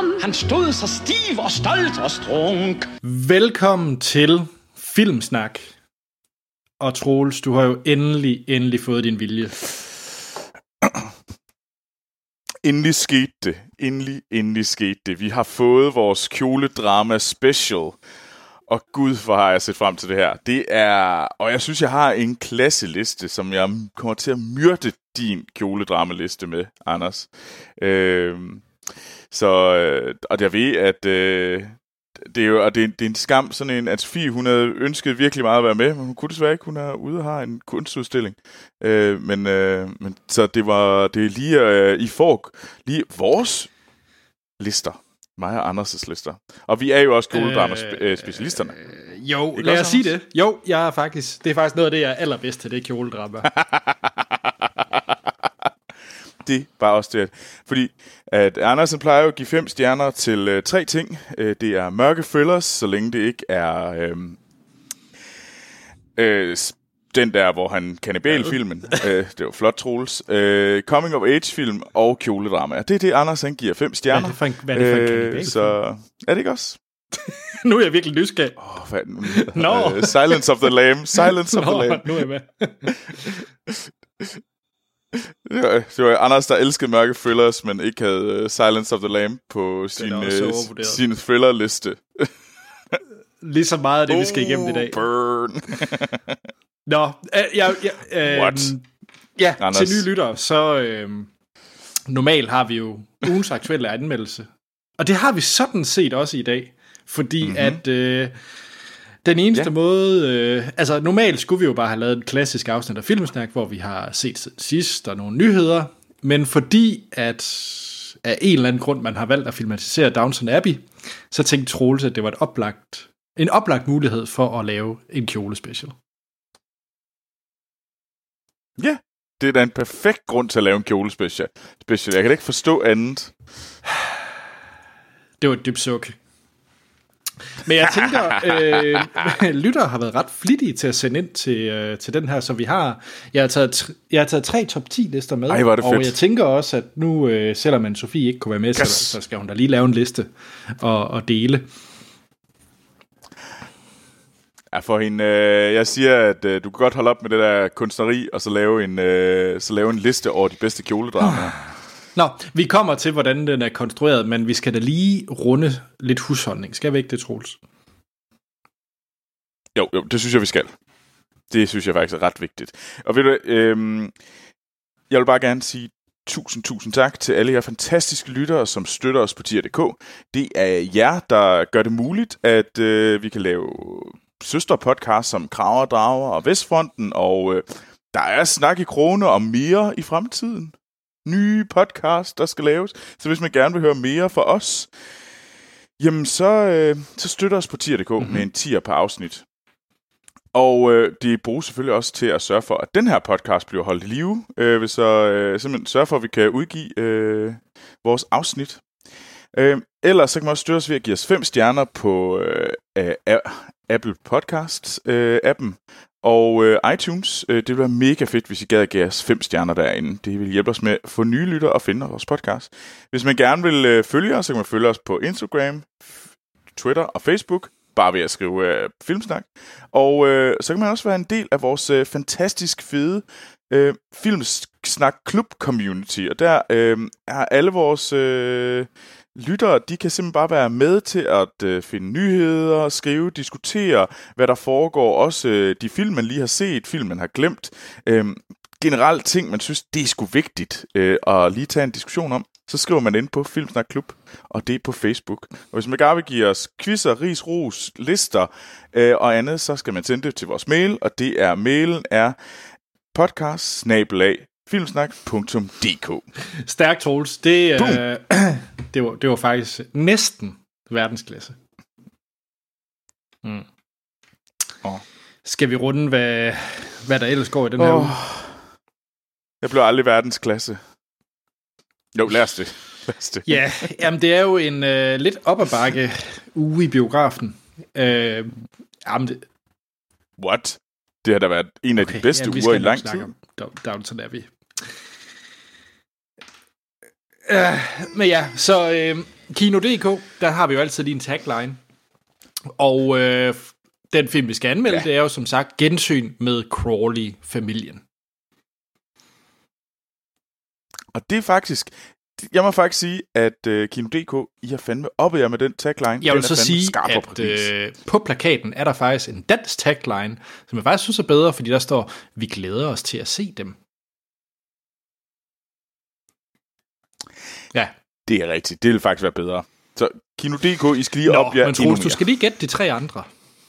Han stod så stiv og stolt og strunk. Velkommen til Filmsnak. Og Troels, du har jo endelig fået din vilje. Endelig skete det. Endelig skete det. Vi har fået vores kjoledrama special. Og gud, hvor har jeg set frem til det her. Det er, og jeg synes, jeg har en klasseliste, som jeg kommer til at myrde din kjoledramaliste med, Anders. Og jeg ved, at det er jo, og det er en skam, sådan en, at Sofie, hun havde ønsket virkelig meget at være med, men hun kunne desværre ikke, hun er ude og har en kunstudstilling. Men så det er lige, I får lige vores lister. Mig og Anders' lister. Og vi er jo også kjoledrama-specialisterne. Jo, lad os sige det. Jo, det er faktisk noget af det, jeg er allerbedst til, det er kjoledrama. Det var også det. Fordi at Andersen plejer jo at give 5 stjerner til 3 ting. Det er mørke thrillers, så længe det ikke er den der, hvor han kannibalfilmen. Det var flot, Troels. Coming of age film og kjoledrama. Det er det, Anders han giver 5 stjerner. Hvad er det for en kannibalfilm? Så er det ikke også? Nu er jeg virkelig nysgerrig. Silence of the Lamb. Silence of the Lamb. Nu er jeg med. Det var Anders, der elskede mørke thrillers, men ikke havde Silence of the Lamb på sin thrillerliste. Lige så meget af det, vi skal igennem i dag. Burn. Nå, What? Ja, Anders. til nye lyttere, så normalt har vi jo ugens aktuelle anmeldelse. Og det har vi sådan set også i dag, fordi at den eneste måde, normalt skulle vi jo bare have lavet en klassisk afsnit af Filmsnak, hvor vi har set siden sidst og nogle nyheder, men fordi at af en eller anden grund, man har valgt at filmatisere Downton Abbey, så tænkte Troels, at det var en oplagt mulighed for at lave en kjolespecial. Ja, det er da en perfekt grund til at lave en kjolespecial. Jeg kan da ikke forstå andet. Det var et dybt suk. Men jeg tænker, lyttere har været ret flittige til at sende ind til den her, så vi har. Jeg har taget 3 top 10 lister med. Ej, hvor er det fedt. Og jeg tænker også, at nu, selvom man Sofie ikke kunne være med, så skal hun da lige lave en liste og dele. Ja, for hende, jeg siger, at du kan godt holde op med det der kunstneri, og så lave en liste over de bedste kjoledramaer. Nå, vi kommer til, hvordan den er konstrueret, men vi skal da lige runde lidt husholdning. Skal vi ikke det, Troels? Jo, det synes jeg, vi skal. Det synes jeg faktisk er ret vigtigt. Og ved du, jeg vil bare gerne sige tusind tak til alle jer fantastiske lyttere, som støtter os på tier.dk. Det er jer, der gør det muligt, at vi kan lave søsterpodcast som Krager, Drager og Vestfronten, og der er snak i krone om mere i fremtiden. Nye podcast, der skal laves. Så hvis man gerne vil høre mere fra os, jamen så støtter os på tier.dk med en tier per afsnit. Og det bruges selvfølgelig også til at sørge for, at den her podcast bliver holdt i live. Vil så simpelthen sørge for, at vi kan udgive vores afsnit. Ellers så kan man også støtte os ved at give os 5 stjerner på Apple Podcasts-appen. Og iTunes, det vil være mega fedt, hvis I gad at give os 5 stjerner derinde. Det vil hjælpe os med at få nye lyttere og finde vores podcast. Hvis man gerne vil følge os, så kan man følge os på Instagram, Twitter og Facebook, bare ved at skrive Filmsnak. Og så kan man også være en del af vores fantastisk fede Filmsnak Klub Community. Og der er alle vores lyttere, de kan simpelthen bare være med til at finde nyheder, skrive, diskutere, hvad der foregår. Også de film, man lige har set, film, man har glemt. Generelt ting, man synes, det er sgu vigtigt at lige tage en diskussion om. Så skriver man ind på Filmsnak Klub, og det er på Facebook. Og hvis man gerne vil give os quizzer, ris, ros, lister og andet, så skal man sende det til vores mail, og mailen er podcast@filmsnak.dk. Stærk, Troels. Det var faktisk næsten verdensklasse. Skal vi runde, hvad der ellers går i den her uge? Jeg blev aldrig verdensklasse. Jo, lad os det. Ja, jamen det er jo en lidt op ad bakke uge i biografen. What? Det har da været en af de bedste uger i lang tid. Downton Abbey. Men ja, så Kino.dk, der har vi jo altid lige en tagline. Og den film, vi skal anmelde, det er jo som sagt Gensyn med Crawley-familien. Og det er faktisk... Jeg må faktisk sige, at Kino.dk, I har fandme oppe jer med den tagline. Jeg vil så sige, at på plakaten er der faktisk en dansk tagline, som jeg faktisk synes er bedre, fordi der står, vi glæder os til at se dem. Ja. Det er rigtigt. Det vil faktisk være bedre. Så Kino.dk, I skal lige op jer. Men Troels, du skal lige gætte de 3 andre.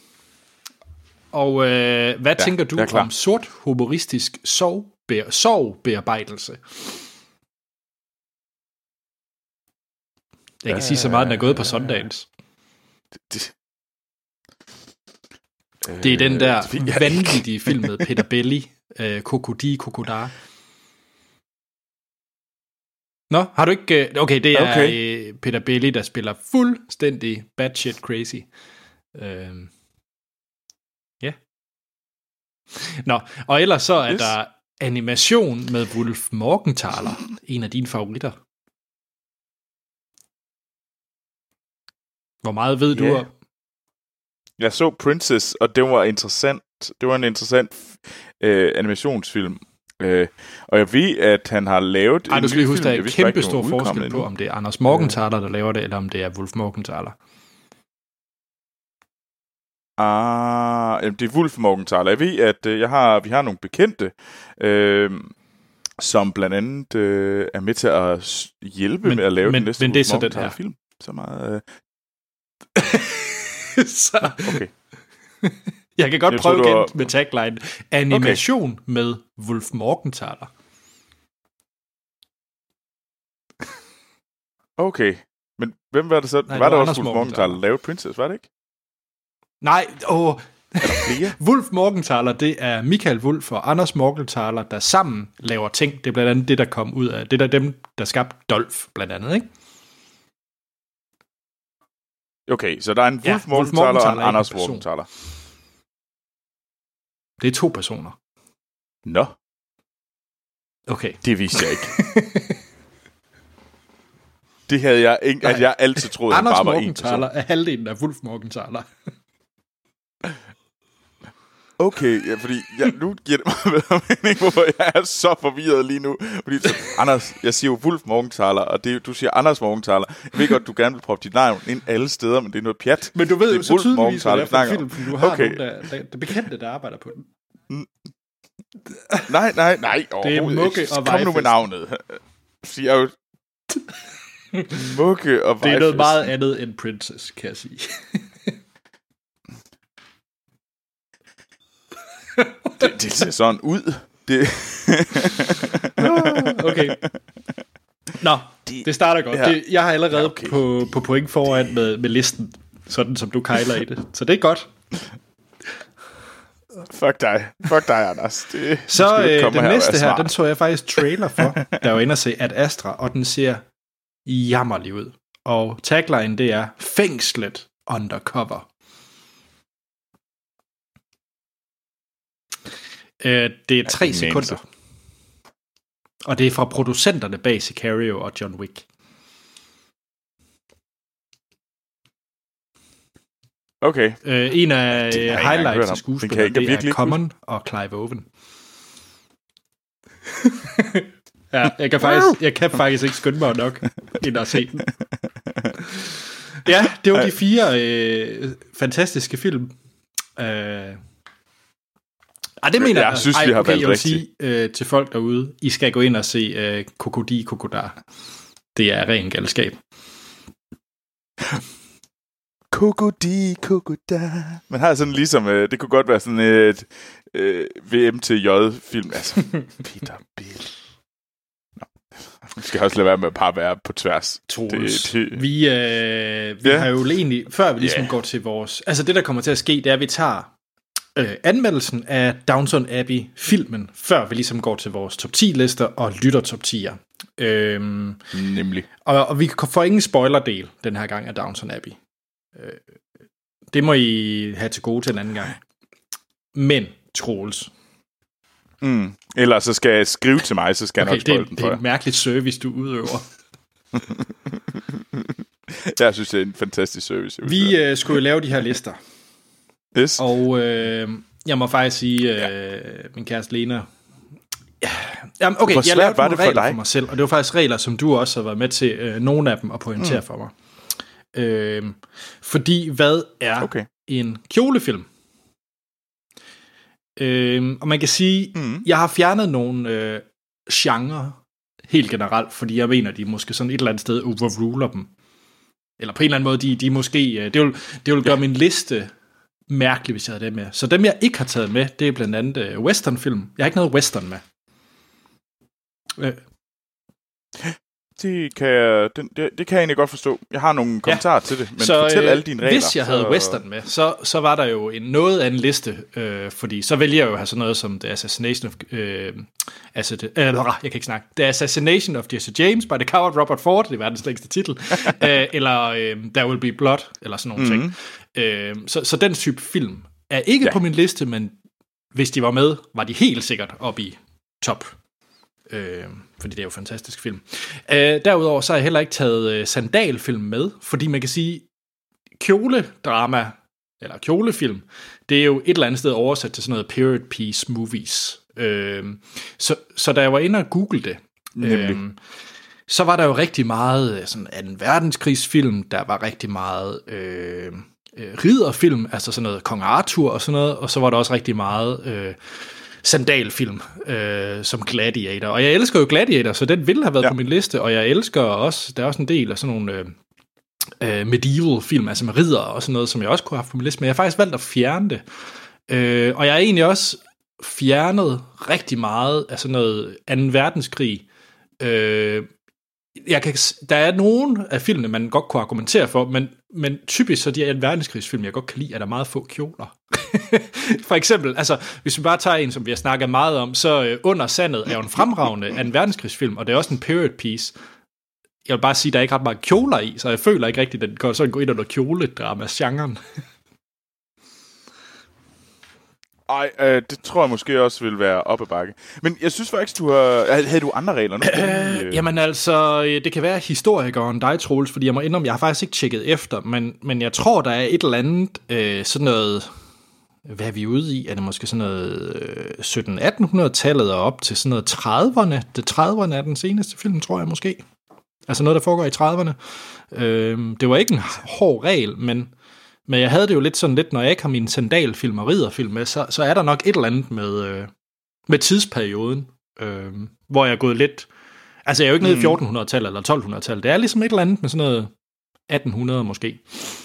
Og hvad tænker du om sort humoristisk sorgbearbejdelse? Jeg kan sige så meget, den er gået på Sundance. Det er den der vanvittige film med Peter Belli, Kokodar. Nå, har du ikke... Okay, det er Peter Belli, der spiller fuldstændig batshit crazy. Ja. Nå, og ellers så er der animation med Wulf Morgenthaler, en af dine favoritter. Hvor meget ved du om? Jeg så Princess, og det var interessant. Det var en interessant animationsfilm. Og jeg ved, at han har lavet... du skal lige huske, der er en kæmpe stor forskel på, om det er Anders Morgenthaler, der laver det, eller om det er Wulf Morgenthaler. Det er Wulf Morgenthaler. Jeg ved, at vi har nogle bekendte, som blandt andet er med til at hjælpe med at lave den næste Wulf Morgenthaler-film. Så meget... Så... Okay. Jeg kan godt prøve igen med tagline. Animation med Wulf Morgenthaler. Okay. Men hvem var det så? Nej, var der også Wulf Morgenthaler, der lavede Princess, var det ikke? Nej, Wulf Morgenthaler, det er Michael Wulff og Anders Morgenthaler, der sammen laver ting. Det er blandt andet det, der kom ud af... Det er dem, der skabte Dolph, blandt andet, ikke? Okay, så der er en Wulf Morgenthaler og en Anders Morgenthaler. Det er 2 personer. Nå. Okay. Det vidste jeg ikke. Det havde jeg ikke, at jeg altid troede, Anders bare var en person. Anders Morgenthaler er halvdelen af Wulf Morgenthaler. Okay, ja, fordi nu giver det mig mening, hvorfor jeg er så forvirret lige nu. Fordi så, Anders, jeg siger jo Wulf Morgenthaler, og du siger Anders Morgenthaler. Jeg ved godt, du gerne vil proppe dit navn ind alle steder, men det er noget pjat. Men du ved jo så tydeligvis, hvad det er for film, fordi du har nogen, der bekendte, der arbejder på den. Nej. Det er Mugge og Kom nu med navnet. Siger jo... Mugge og Vejfest. Det er noget meget andet end Princess, kan jeg sige. Det ser sådan ud. Okay. Nå, det starter godt. Ja. Jeg har allerede på point foran med listen, sådan som du kejler i det. Så det er godt. Fuck dig, Anders. Så den næste her, den så jeg faktisk trailer for, der var inde at se Ad Astra, og den ser jammerlig ud. Og tagline, det er Fængslet Undercover. Det er 3 sekunder. Og det er fra producenterne bag Sicario og John Wick. Okay. En af highlights af skuespillere, det er Common og Clive Owen. Ja, jeg kan faktisk ikke skynde mig nok ind og se den. Ja, det var de 4 fantastiske film. Det mener jeg synes, vi har valgt rigtigt. Jeg vil sige til folk derude, I skal gå ind og se Kokodar. Det er ren galskab. Kokodar. Man har sådan ligesom, det kunne godt være sådan et VMTJ-film. Altså, Peter Bill. Vi skal også lade være med at bare være på tværs. Vi har jo egentlig, før vi ligesom går til vores... Altså det, der kommer til at ske, det er, at vi tager anmeldelsen af Downton Abbey-filmen, før vi ligesom går til vores top 10-lister og lytter top 10'er. Nemlig. Og vi får ingen spoiler-del den her gang af Downton Abbey. Det må I have til gode til en anden gang. Men, Troels. Eller så skal jeg skrive til mig, så skal jeg nok spoil den for jer. Det er en mærkelig service, du udøver. Jeg synes, det er en fantastisk service. Vi skulle jo lave de her lister. Yes. Og jeg må faktisk sige, min kæreste Lena... Jamen, okay, jeg lavede nogle regler for mig selv, og det var faktisk regler, som du også har været med til, nogle af dem, at pointere for mig. Fordi, hvad er en kjolefilm? Og man kan sige, jeg har fjernet nogle genre helt generelt, fordi jeg mener, de måske sådan et eller andet sted overruler dem. Eller på en eller anden måde, de måske... Det vil gøre min liste mærkelig, hvis jeg havde det med. Så dem, jeg ikke har taget med, det er blandt andet westernfilm. Jeg har ikke noget western med. Det kan jeg egentlig godt forstå. Jeg har nogle kommentarer til det, men så, fortæl alle dine regler. Hvis jeg havde western med, så var der jo en noget anden liste, fordi så vælger jeg jo at have sådan noget som The Assassination of... jeg kan ikke snakke. The Assassination of Jesse James by the Coward Robert Ford, det er verdens længste titel, eller There Will Be Blood, eller sådan nogle ting. Så den type film er ikke på min liste, men hvis de var med, var de helt sikkert oppe i top. Fordi det er jo en fantastisk film. Derudover så har jeg heller ikke taget sandalfilm med, fordi man kan sige, kjoledrama, eller kjolefilm, det er jo et eller andet sted oversat til sådan noget period piece movies. Så da jeg var inde og google det, så var der jo rigtig meget sådan 2. verdenskrigsfilm, der var rigtig meget ridderfilm, altså sådan noget Kong Arthur og sådan noget, og så var der også rigtig meget... sandalfilm, som Gladiator. Og jeg elsker jo Gladiator, så den ville have været på min liste, og jeg elsker også, der er også en del af sådan nogle medieval film, altså med ridder og sådan noget, som jeg også kunne have på min liste, men jeg har faktisk valgt at fjerne det. Og jeg har egentlig også fjernet rigtig meget af sådan noget 2. verdenskrig. Der er nogle af filmene, man godt kunne argumentere for, men typisk så de 2. verdenskrigsfilm, jeg godt kan lide, er der meget få kjoler. For eksempel, altså, hvis vi bare tager en, som vi har snakket meget om, så Under sandet er jo en fremragende 2. verdenskrigsfilm, og det er også en period piece. Jeg vil bare sige, at der er ikke ret meget kjoler i, så jeg føler ikke rigtigt, at den kan sådan gå ind under kjoledrama-genren. Det tror jeg måske også vil være op ad bakke. Men jeg synes faktisk, havde du andre regler nu? Jamen altså, det kan være historikeren dig, Troels, fordi jeg må indrømme, jeg har faktisk ikke tjekket efter, men jeg tror, der er et eller andet sådan noget... Hvad er vi ude i? Er det måske sådan noget 1700-1800-tallet og op til sådan noget 30'erne? Det 30'erne er den seneste film, tror jeg måske. Altså noget, der foregår i 30'erne. Det var ikke en hård regel, men jeg havde det jo lidt sådan lidt, når jeg ikke har mine sandalfilm og ridderfilm med, så er der nok et eller andet med tidsperioden, hvor jeg er gået lidt... Altså jeg er jo ikke nede i 1400-tallet eller 1200-tallet. Det er ligesom et eller andet med sådan noget 1800 måske.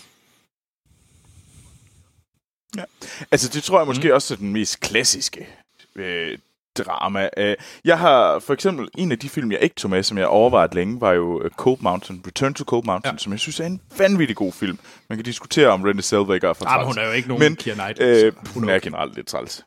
Ja. Altså det tror jeg måske også er den mest klassiske drama. Jeg har for eksempel en af de film, jeg ikke tog med, som jeg overvejede længe, var jo Cold Mountain, Return to Cold Mountain, som jeg synes er en vanvittig god film. Man kan diskutere om Renée Zellweger er for træls. Hun er jo ikke nogen Keira Knightley. Hun er generelt lidt træls.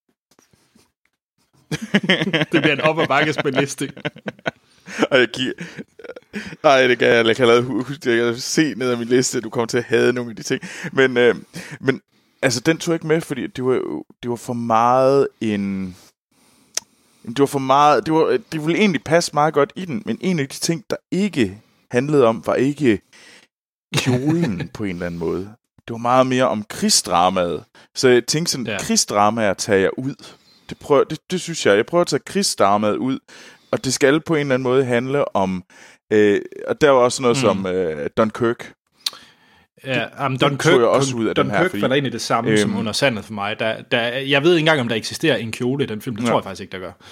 Det bliver en op- og bakkesbelisting. Og jeg kigger... Nej, det kan jeg allerede huske. Jeg kan se ned ad min liste, at du kommer til at hade nogle af de ting. Men altså, den tog jeg ikke med, fordi det var for meget en... Det var for meget... Det ville egentlig passe meget godt i den, men en af de ting, der ikke handlede om, var ikke kjolen på en eller anden måde. Det var meget mere om krigsdramaet. Så jeg tænkte sådan, krigsdramaer tager jeg ud. Det synes jeg. Jeg prøver at tage krigsdramaet ud, og det skal på en eller anden måde handle om... og der var også noget som Dunkirk. Ja, Dunkirk også ud af den her, Dunkirk falder ind i det samme som Under sandet for mig. Jeg ved ikke engang, om der eksisterer en kjole i den film. Det tror jeg faktisk ikke, der gør.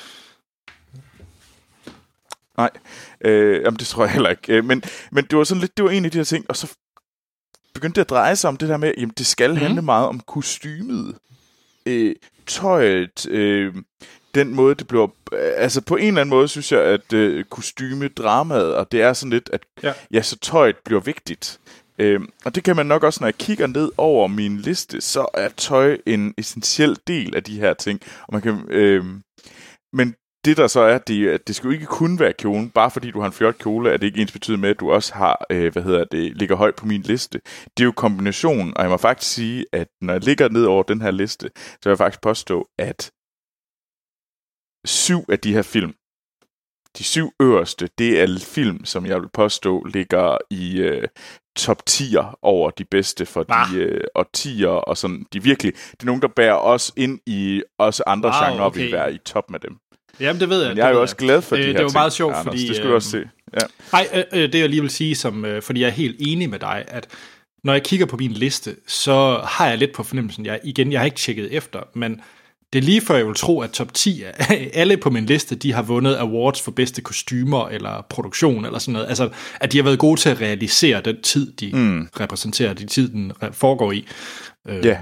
Nej, jamen det tror jeg heller ikke. Men det var sådan lidt, det var en af de her ting, og så begyndte det at dreje sig om det der med, jamen det skal handle meget om kostymet, tøjet, den måde det blev, altså på en eller anden måde synes jeg, at kostymedramaet, og det er sådan lidt, at så tøjet bliver vigtigt. Og det kan man nok også, når jeg kigger ned over min liste, så er tøj en essentiel del af de her ting. Og man kan, men det der så er, det skal jo ikke kun være kjolen. Bare fordi du har en flot kjole, er det ikke ens betydet med, at du også har, ligger højt på min liste. Det er jo kombinationen, og jeg må faktisk sige, at når jeg ligger ned over den her liste, så vil jeg faktisk påstå, at 7 af de her film de 7 øverste, det er film, som jeg vil påstå ligger i top 10'er over de bedste for de årtier, og sådan, de virkelig, det er nogen, der bærer os ind i også andre genrer, okay. Vil være i top med dem. Jamen, det ved jeg. Men jeg er jo også glad for de her ting. Det er jo meget sjovt, Anders, fordi... Det skal du også se. Ja. Nej, det jeg lige vil sige, fordi jeg er helt enig med dig, at når jeg kigger på min liste, så har jeg lidt på fornemmelsen, jeg har ikke tjekket efter, men det er lige før jeg vil tro, at top 10 alle på min liste, de har vundet awards for bedste kostymer eller produktion eller sådan noget. Altså, at de har været gode til at realisere den tid, de repræsenterer, de tid, den foregår i. Ja.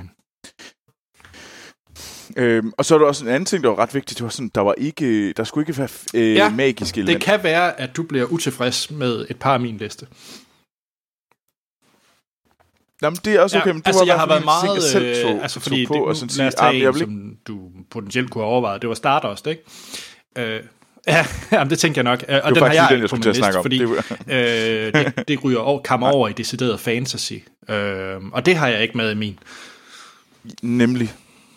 Og så er der også en anden ting, der var ret vigtigt. Det var sådan, der skulle ikke være magiske elementer. Det kan være, at du bliver utilfreds med et par af min liste. Jamen, det er også okay, men altså, jeg har været meget fordi på, og sådan lad os tage en, som du potentielt kunne have overvejet. Det var Stardust, ikke? Jamen, det tænkte jeg nok. Og den har jeg på min liste, fordi det ryger kammer over i decideret fantasy. Og det har jeg ikke med i min. Nemlig.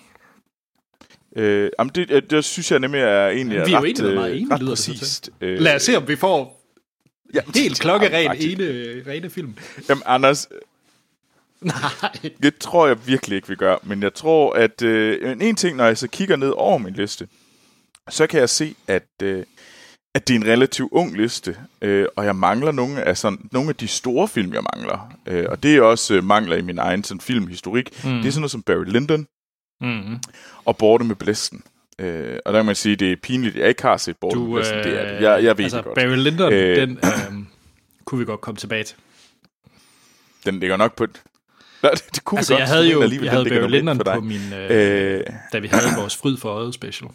Jamen, det synes jeg nemlig er egentlig vi er jo egentlig meget enige, ret præcist. Lad os se, om vi får helt klokkeren rene film. Jamen, Anders... Nej. Det tror jeg virkelig ikke, vi gør. Men jeg tror, at en ting, når jeg så kigger ned over min liste, så kan jeg se, at det er en relativt ung liste, og jeg mangler nogle af de store film, jeg mangler. Og det er også mangler i min egen sådan, filmhistorik. Det er sådan noget som Barry Lyndon og Borte med Blæsten. Og der kan man sige, at det er pinligt, at jeg ikke har set Borte med Blæsten. Det er det. Jeg ved det godt. Barry Lyndon, den kunne vi godt komme tilbage til. Den ligger nok på det kunne altså, vi godt. Jeg havde Barry Lyndon på min, da vi havde vores Fryd for Øjet special.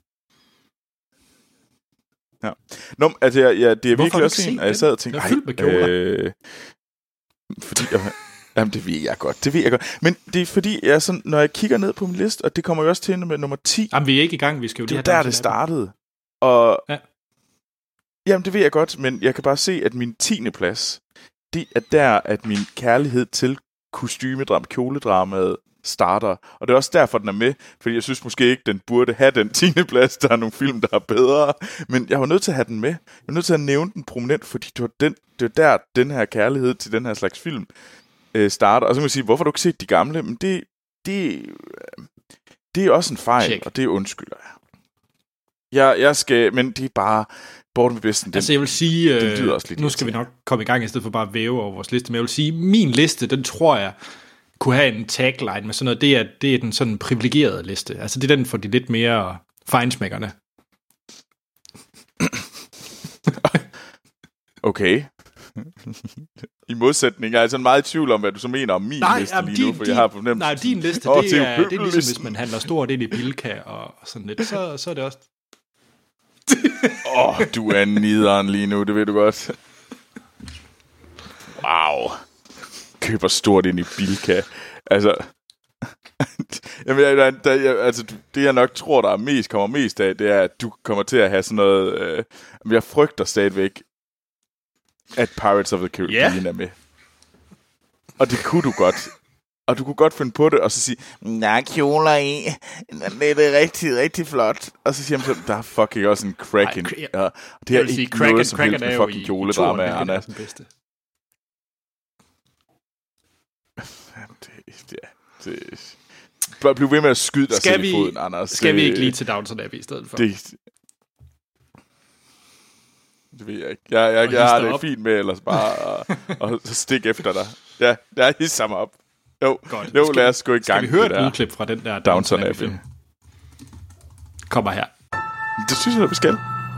Ja. Nå, altså, det er virkelig også en, og jeg sad og tænkte, fordi jamen, det ved jeg godt. Men det er fordi, jeg sådan, når jeg kigger ned på min liste, og det kommer jo også til med nummer 10. Jamen, vi er ikke i gang, vi skal jo det der, det startede. Og jamen, det ved jeg godt, men jeg kan bare se, at min 10. plads, det er der, at min kærlighed til kjoledramaet starter. Og det er også derfor, den er med, fordi jeg synes måske ikke, den burde have den 10. plads. Der er nogle film, der er bedre. Men jeg var nødt til at have den med. Jeg var nødt til at nævne den prominent, fordi det var der, den her kærlighed til den her slags film starter. Og så kan man sige, hvorfor har du ikke set de gamle? Men det er også en fejl, og det undskylder jeg. Jeg skal, men det er bare... Borte med Blæsten, altså jeg vil sige, nu skal vi nok komme i gang, i stedet for bare at væve over vores liste, men jeg vil sige, min liste, den tror jeg, kunne have en tagline med sådan noget, det er den sådan privilegerede liste. Altså det er den for de lidt mere fejnsmækkerne. Okay. I modsætning, jeg er sådan meget i tvivl om, hvad du så mener om min liste lige nu, for jeg har fornemt. Nej, din liste, det er ligesom, hvis man handler stort ind i Bilka og sådan lidt, så er det også... Du er nederen lige nu, det ved du godt. Wow. Køber stort ind i Bilka. Altså... altså, det jeg nok tror, der kommer mest af, det er, at du kommer til at have sådan noget... jeg frygter stadigvæk, at Pirates of the Caribbean er med. Og det kunne du godt. Og du kunne godt finde på det, og så sige, nej, kjoler i, det er rigtig, rigtig flot. Og så siger man sådan, der er fucking også en Kraken. Og det er ikke noget som helst med fucking kjoledrama, Anders. Det er den bedste. Bare bliv ved med at skyde dig selv i foden, Anders. Skal vi ikke lige til Downton Abbey i stedet for? Det ved jeg ikke. Jeg har det fint med, ellers bare og stikke efter dig. Ja, jeg hisser mig op. Jo, lad os gå i gang. Skal vi høre et udklip fra den der Downton Abbey film? Kommer her. Det synes jeg, vi skal.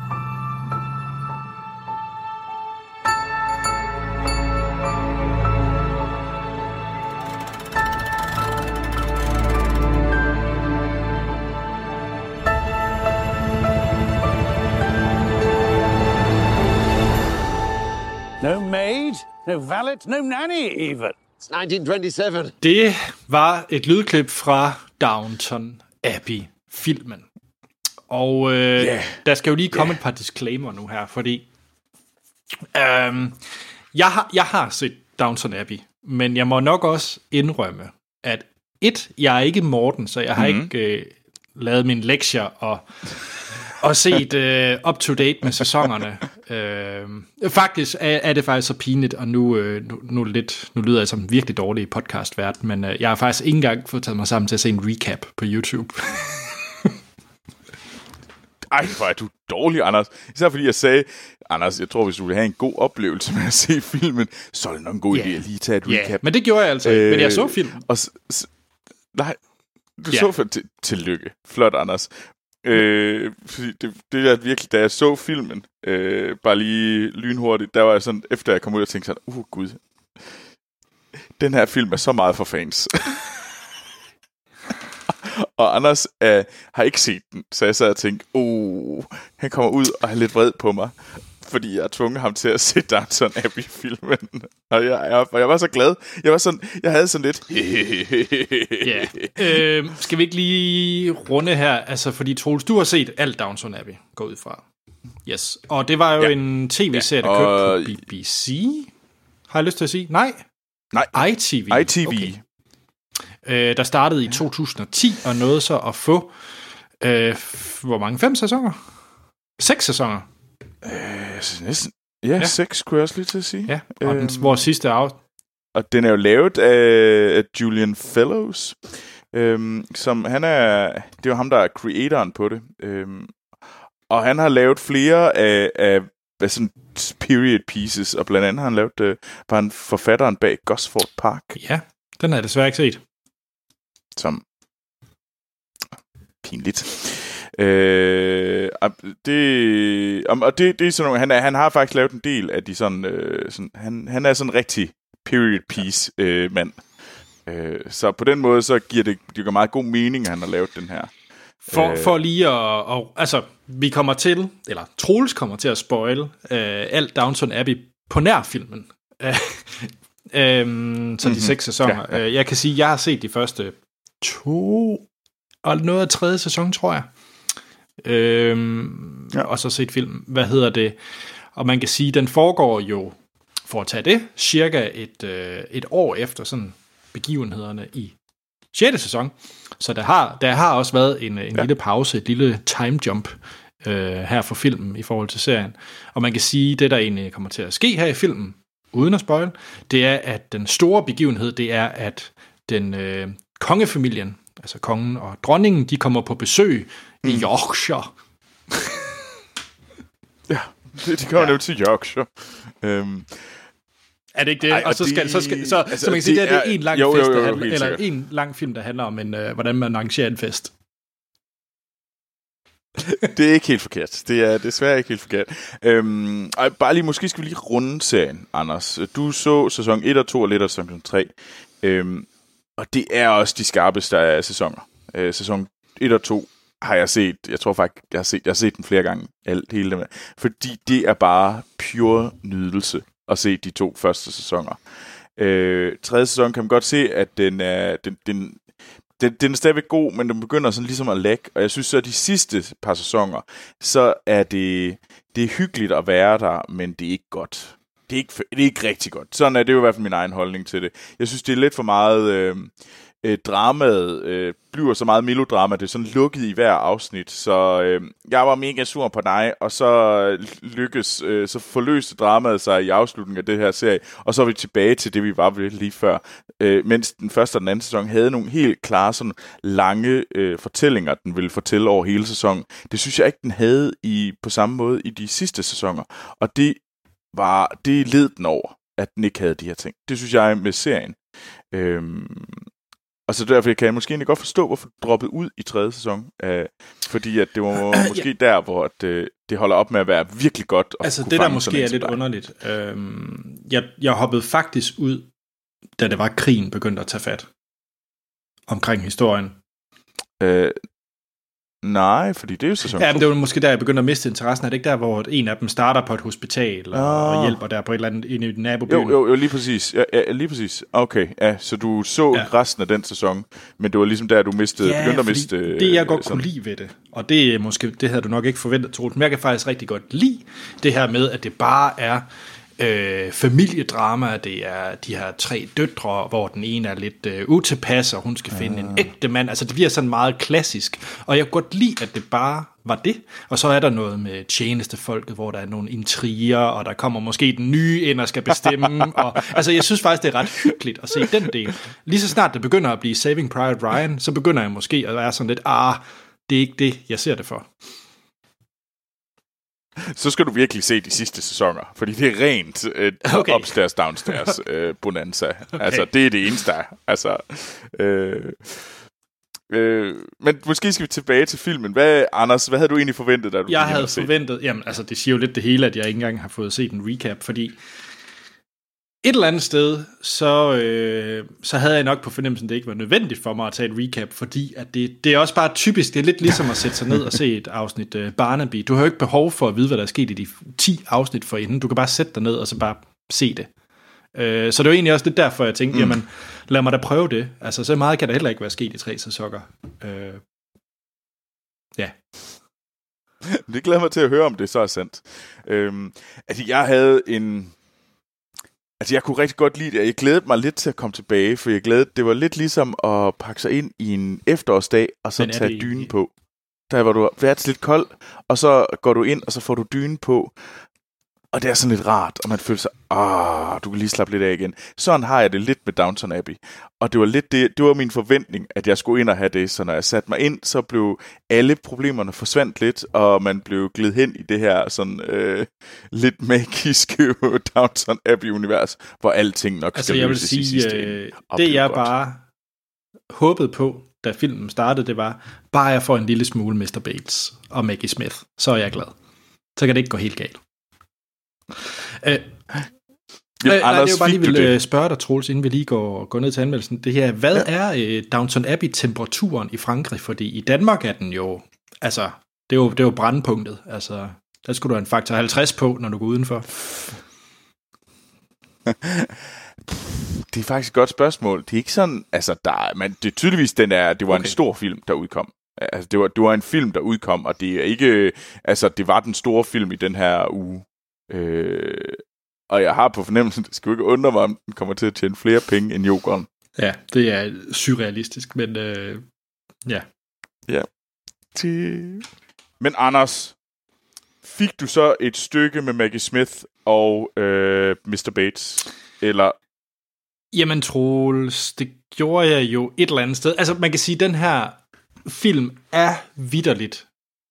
No maid, no valet, no nanny even. It's 1927. Det var et lydklip fra Downton Abbey-filmen. Og der skal jo lige komme et par disclaimer nu her, fordi jeg har set Downton Abbey, men jeg må nok også indrømme, at jeg er ikke Morten, så jeg har ikke lavet mine lektier og set up-to-date med sæsonerne. Faktisk er det faktisk så pinligt, og nu lyder jeg som en virkelig dårlig podcastvært, men jeg har faktisk ikke engang fået taget mig sammen til at se en recap på YouTube. Ej, hvor er du dårlig, Anders. Især fordi jeg sagde, Anders, jeg tror, hvis du vil have en god oplevelse med at se filmen, så er det nok en god idé at lige tage et recap. Men det gjorde jeg altså ikke, men jeg så filmen. Nej, du så tillykke. Flot, Anders. Fordi det er virkelig, da jeg så filmen, bare lige lynhurtigt, der var jeg sådan, efter jeg kom ud og tænkte sådan, gud, den her film er så meget for fans. Og Anders har ikke set den, så jeg sad og tænkte, han kommer ud og er lidt vred på mig, fordi jeg har tvunget ham til at se Downton Abbey-filmen. Og jeg var så glad. Jeg havde sådan lidt... Skal vi ikke lige runde her? Altså, fordi Troels, du har set alt Downton Abbey, gå ud fra. Yes. Og det var jo en tv-serie, der kørte på BBC. Har jeg lyst til at sige? Nej. ITV. Okay. Der startede i 2010 og nåede så at få hvor mange? 5 sæsoner? 6 sæsoner? Næsten. Ja, 6 kunne jeg også lige til at sige. Ja, og vores sidste og den er jo lavet af Julian Fellows, som det er jo ham, der er creatoren på det. Og han har lavet flere af sådan period pieces, og blandt andet har han lavet var han forfatteren bag Gosford Park. Ja, den har jeg desværre ikke set. Som pinligt. Det er sådan nogle, han har faktisk lavet en del af de sådan, han er sådan en rigtig period piece mand. Så på den måde så giver det meget god mening, at han har lavet den her. For lige at altså vi kommer til, eller Troels kommer til at spoil alt Downton Abbey på nærfilmen. Så de 6 sæsoner. Ja. Jeg kan sige, jeg har set de første 2 og noget af 3. sæson, tror jeg. Og så set film. Hvad hedder det? Og man kan sige, den foregår jo, for at tage det, cirka et år efter sådan begivenhederne i 6. sæson. Så der har også været en lille pause, et lille time jump her for filmen i forhold til serien. Og man kan sige, det der egentlig kommer til at ske her i filmen, uden at spoil, det er, at den store begivenhed, det er, at den kongefamilien, altså kongen og dronningen, de kommer på besøg i Yorkshire. Ja, de kommer nemlig til Yorkshire. Er det ikke det? Og så man kan sige, det er en lang fest, eller en lang film, der handler om hvordan man arrangerer en fest. Det er ikke helt forkert. Det er desværre ikke helt forkert. Bare lige, måske skal vi lige runde serien, Anders. Du så sæson 1 og 2 og lidt af sæson 3. Og det er også de skarpeste af sæsoner. Sæson 1 og 2 har jeg set. Jeg tror faktisk, jeg har set den flere gange. Hele det. Fordi det er bare pure nydelse at se de 2 første sæsoner. 3. sæson kan man godt se, at den er stadigvæk god, men den begynder sådan ligesom at lægge. Og jeg synes så, at de sidste par sæsoner, så er det er hyggeligt at være der, men det er ikke godt. Det er ikke rigtig godt. Sådan er det jo i hvert fald min egen holdning til det. Jeg synes, det er lidt for meget... dramaet bliver så meget melodrama, det er sådan lukket i hver afsnit, så jeg var mega sur på dig, og så så forløste dramaet sig i afslutningen af det her serie, og så er vi tilbage til det, vi var ved lige før, mens den første og den anden sæson havde nogle helt klare, sådan lange fortællinger, den ville fortælle over hele sæsonen. Det synes jeg ikke, den havde på samme måde i de sidste sæsoner, og det led den over, at den ikke havde de her ting. Det synes jeg med serien. Og så derfor kan jeg måske egentlig godt forstå, hvorfor det droppede ud i 3. sæson. Fordi at det var måske der, hvor det holder op med at være virkelig godt. Altså det der måske er lidt underligt. Jeg hoppede faktisk ud, da det var krigen begyndte at tage fat omkring historien. Nej, fordi det er jo sæson 2. Ja, men det var måske der, jeg begyndte at miste interessen. Er det ikke der, hvor en af dem starter på et hospital og hjælper der på et eller andet inde i nabobyen? Jo, lige præcis. Ja, lige præcis. Okay, ja, så du så resten af den sæson, men det var ligesom der, du begyndte at miste... det jeg godt kunne lide ved det, og det havde du nok ikke forventet, Troels, men jeg kan faktisk rigtig godt lide det her med, at det bare er familiedrama. Det er de her 3 døtre, hvor den ene er lidt utilpas, og hun skal finde en ægte mand. Altså det bliver sådan meget klassisk, og jeg kunne godt lide, at det bare var det. Og så er der noget med tjenestefolket, hvor der er nogle intriger, og der kommer måske den nye ind og skal bestemme. Og, altså jeg synes faktisk, det er ret hyggeligt at se den del. Lige så snart det begynder at blive Saving Private Ryan, så begynder jeg måske at være sådan lidt, det er ikke det, jeg ser det for. Så skal du virkelig se de sidste sæsoner, fordi det er rent upstairs, downstairs bonanza. Okay. Altså, det er det eneste der. Altså, men måske skal vi tilbage til filmen. Anders, hvad havde du egentlig forventet, da du Jeg havde forventet, jamen altså, det siger jo lidt det hele, at jeg ikke engang har fået set en recap, fordi et eller andet sted, så havde jeg nok på fornemmelsen, det ikke var nødvendigt for mig at tage et recap, fordi at det er også bare typisk, det er lidt ligesom at sætte sig ned og se et afsnit Barnaby. Du har jo ikke behov for at vide, hvad der er sket i de 10 afsnit forinden. Du kan bare sætte dig ned og så bare se det. Så det var egentlig også lidt derfor, jeg tænkte, jamen lad mig da prøve det. Altså, så meget kan der heller ikke være sket i 3 sæsoner. Ja. Det glæder mig til at høre, om det så er sandt. Altså, jeg havde Altså, jeg kunne rigtig godt lide det, jeg glædede mig lidt til at komme tilbage, for det var lidt ligesom at pakke sig ind i en efterårsdag, og så tage dynen på. Der var du været lidt kold, og så går du ind, og så får du dynen på, og det er sådan lidt rart, og man føler sig, du kan lige slappe lidt af igen. Sådan har jeg det lidt med Downton Abbey, og det var lidt det var min forventning, at jeg skulle ind og have det, så når jeg satte mig ind, så blev alle problemerne forsvandt lidt, og man blev glidet hen i det her sådan lidt magiske Downton Abbey-univers, hvor alting nok skal løses i sidste ende. Det jeg bare håbede på, da filmen startede, det var, bare jeg får en lille smule Mr. Bates og Maggie Smith, så er jeg glad. Så kan det ikke gå helt galt. Anders, det er jo bare lige vil spørge dig, Troels, inden vi lige går ned til anmeldelsen. Det her, hvad er Downton Abbey-temperaturen i Frankrig? Fordi i Danmark er den jo, altså, det er jo brandpunktet. Altså, der skulle du have en faktor 50 på, når du går udenfor. Det er faktisk et godt spørgsmål. Det er ikke sådan, altså, det er tydeligvis, det var en stor film, der udkom. Altså, det var en film, der udkom, og det er ikke, altså, det var den store film i den her uge. Og jeg har på fornemmelsen, det skal jo ikke undre mig, om den kommer til at tjene flere penge end Jokeren. Ja, det er surrealistisk, men ja. Ja. Men Anders, fik du så et stykke med Maggie Smith og Mr. Bates? Eller? Jamen Troels, det gjorde jeg jo et eller andet sted. Altså man kan sige, at den her film er vitterligt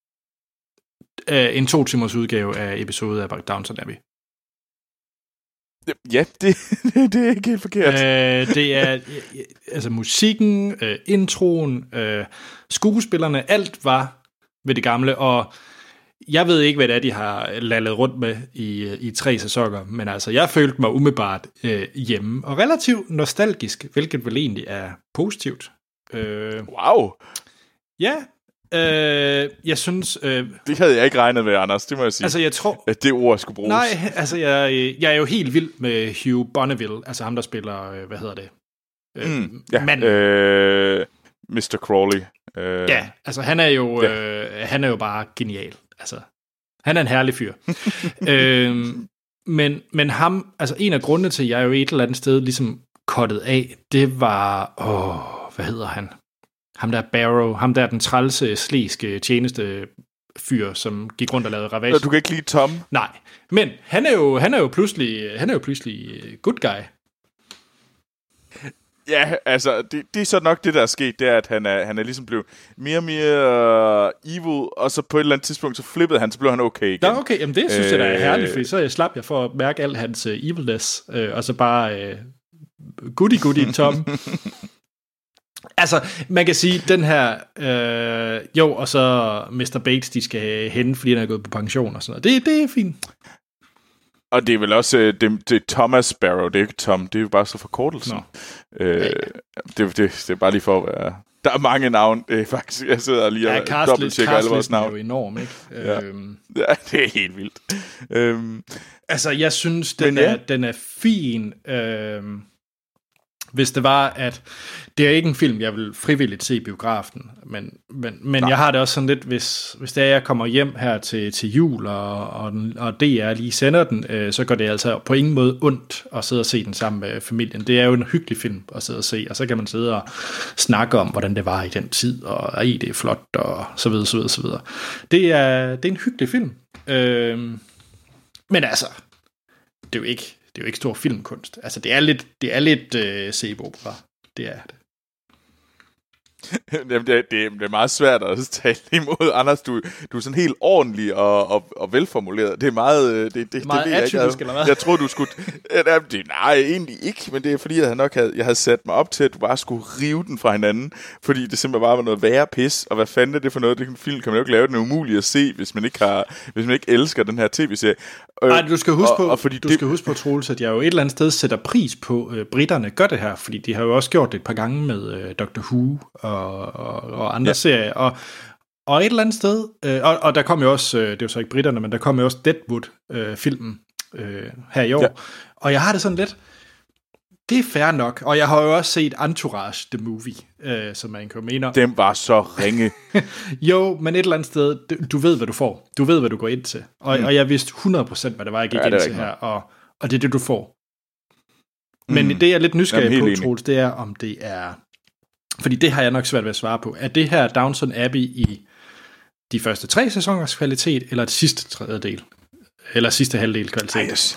en 2 timers udgave af episode af Downton Abbey. Ja, det er ikke helt forkert. Det er altså musikken, introen, skuespillerne, alt var ved det gamle, og jeg ved ikke, hvad det er, de har lallet rundt med i 3 sæsoner, men altså, jeg følte mig umiddelbart hjemme, og relativt nostalgisk, hvilket vel egentlig er positivt. Wow! Ja, jeg synes... det havde jeg ikke regnet med, Anders, det må jeg sige. Altså, jeg tror... At det ord skulle bruges. Nej, altså, jeg er jo helt vild med Hugh Bonneville, altså ham, der spiller, hvad hedder det? Mr. Crawley. Ja, altså, han er jo bare genial. Altså, han er en herlig fyr. Men ham, altså, en af grundene til, at jeg jo et eller andet sted ligesom kottet af, det var... hvad hedder han? Ham der Barrow, ham der den trælse, slæske tjenestefyr, som gik rundt og lavede ravage. Du kan ikke lide Tom? Nej, men han er jo pludselig good guy. Ja, altså, det er så nok det, der er sket, det er, at han er ligesom blevet mere og mere evil, og så på et eller andet tidspunkt, så flippede han, så blev han okay igen. Ja, okay, jamen det synes jeg, der er herligt, for så slap jeg for at mærke al hans evilness, og så bare goody Tom. Altså, man kan sige, den her, og så Mr. Bates, de skal hente, fordi han er gået på pension og sådan noget. Det er fint. Og det er vel også, det er Thomas Sparrow, det er ikke Tom, det er jo bare så forkortelsen. Det er bare lige for at være... Der er mange navne, faktisk. Jeg sidder lige og dobbelttjekker alle vores navne. Er jo enorm, ikke? Ja, det er helt vildt. Altså, jeg synes, den er fin... hvis det var, at det er ikke en film, jeg vil frivilligt se i biografen, men jeg har det også sådan lidt, hvis det er, jeg kommer hjem her til jul, og DR lige sender den, så går det altså på ingen måde ondt at sidde og se den sammen med familien. Det er jo en hyggelig film at sidde og se, og så kan man sidde og snakke om, hvordan det var i den tid, og det er flot, og så videre, så videre, så videre. Det er en hyggelig film. Men altså, det er jo ikke stor filmkunst. Altså, det er lidt sæbeopera. Det er det. Jamen, det er meget svært at tale imod. Anders, du er sådan helt ordentlig og velformuleret. Det er meget... Det meget atypisk, eller hvad? Jeg tror du skulle... Nej, egentlig ikke, men det er fordi, jeg havde sat mig op til, at du bare skulle rive den fra hinanden, fordi det simpelthen bare var noget værre pis, og hvad fanden er det for noget? Det film kan man jo ikke lave, den er umulig at se, hvis man ikke elsker den her tv-serie. Nej, du skal huske på, Troels, at jeg jo et eller andet sted sætter pris på, britterne gør det her, fordi de har jo også gjort det et par gange med Doctor Who og andre serier, og et eller andet sted, og der kom jo også, det er jo så ikke britterne, men der kom jo også Deadwood-filmen her i år, og jeg har det sådan lidt, det er fair nok, og jeg har jo også set Entourage, The Movie, som man kan mene. Den var så ringe. Jo, men et eller andet sted, du ved, hvad du får. Du ved, hvad du går ind til. Og jeg vidste 100%, hvad det var, jeg gik ind til her, og det er det, du får. Men det, jeg er lidt nysgerrig på, Troels, det er, om det er... Fordi det har jeg nok svært ved at svare på. Er det her Downton Abbey i de første 3 sæsoners kvalitet, eller det sidste tredjedel? Eller sidste halvdel kvalitet?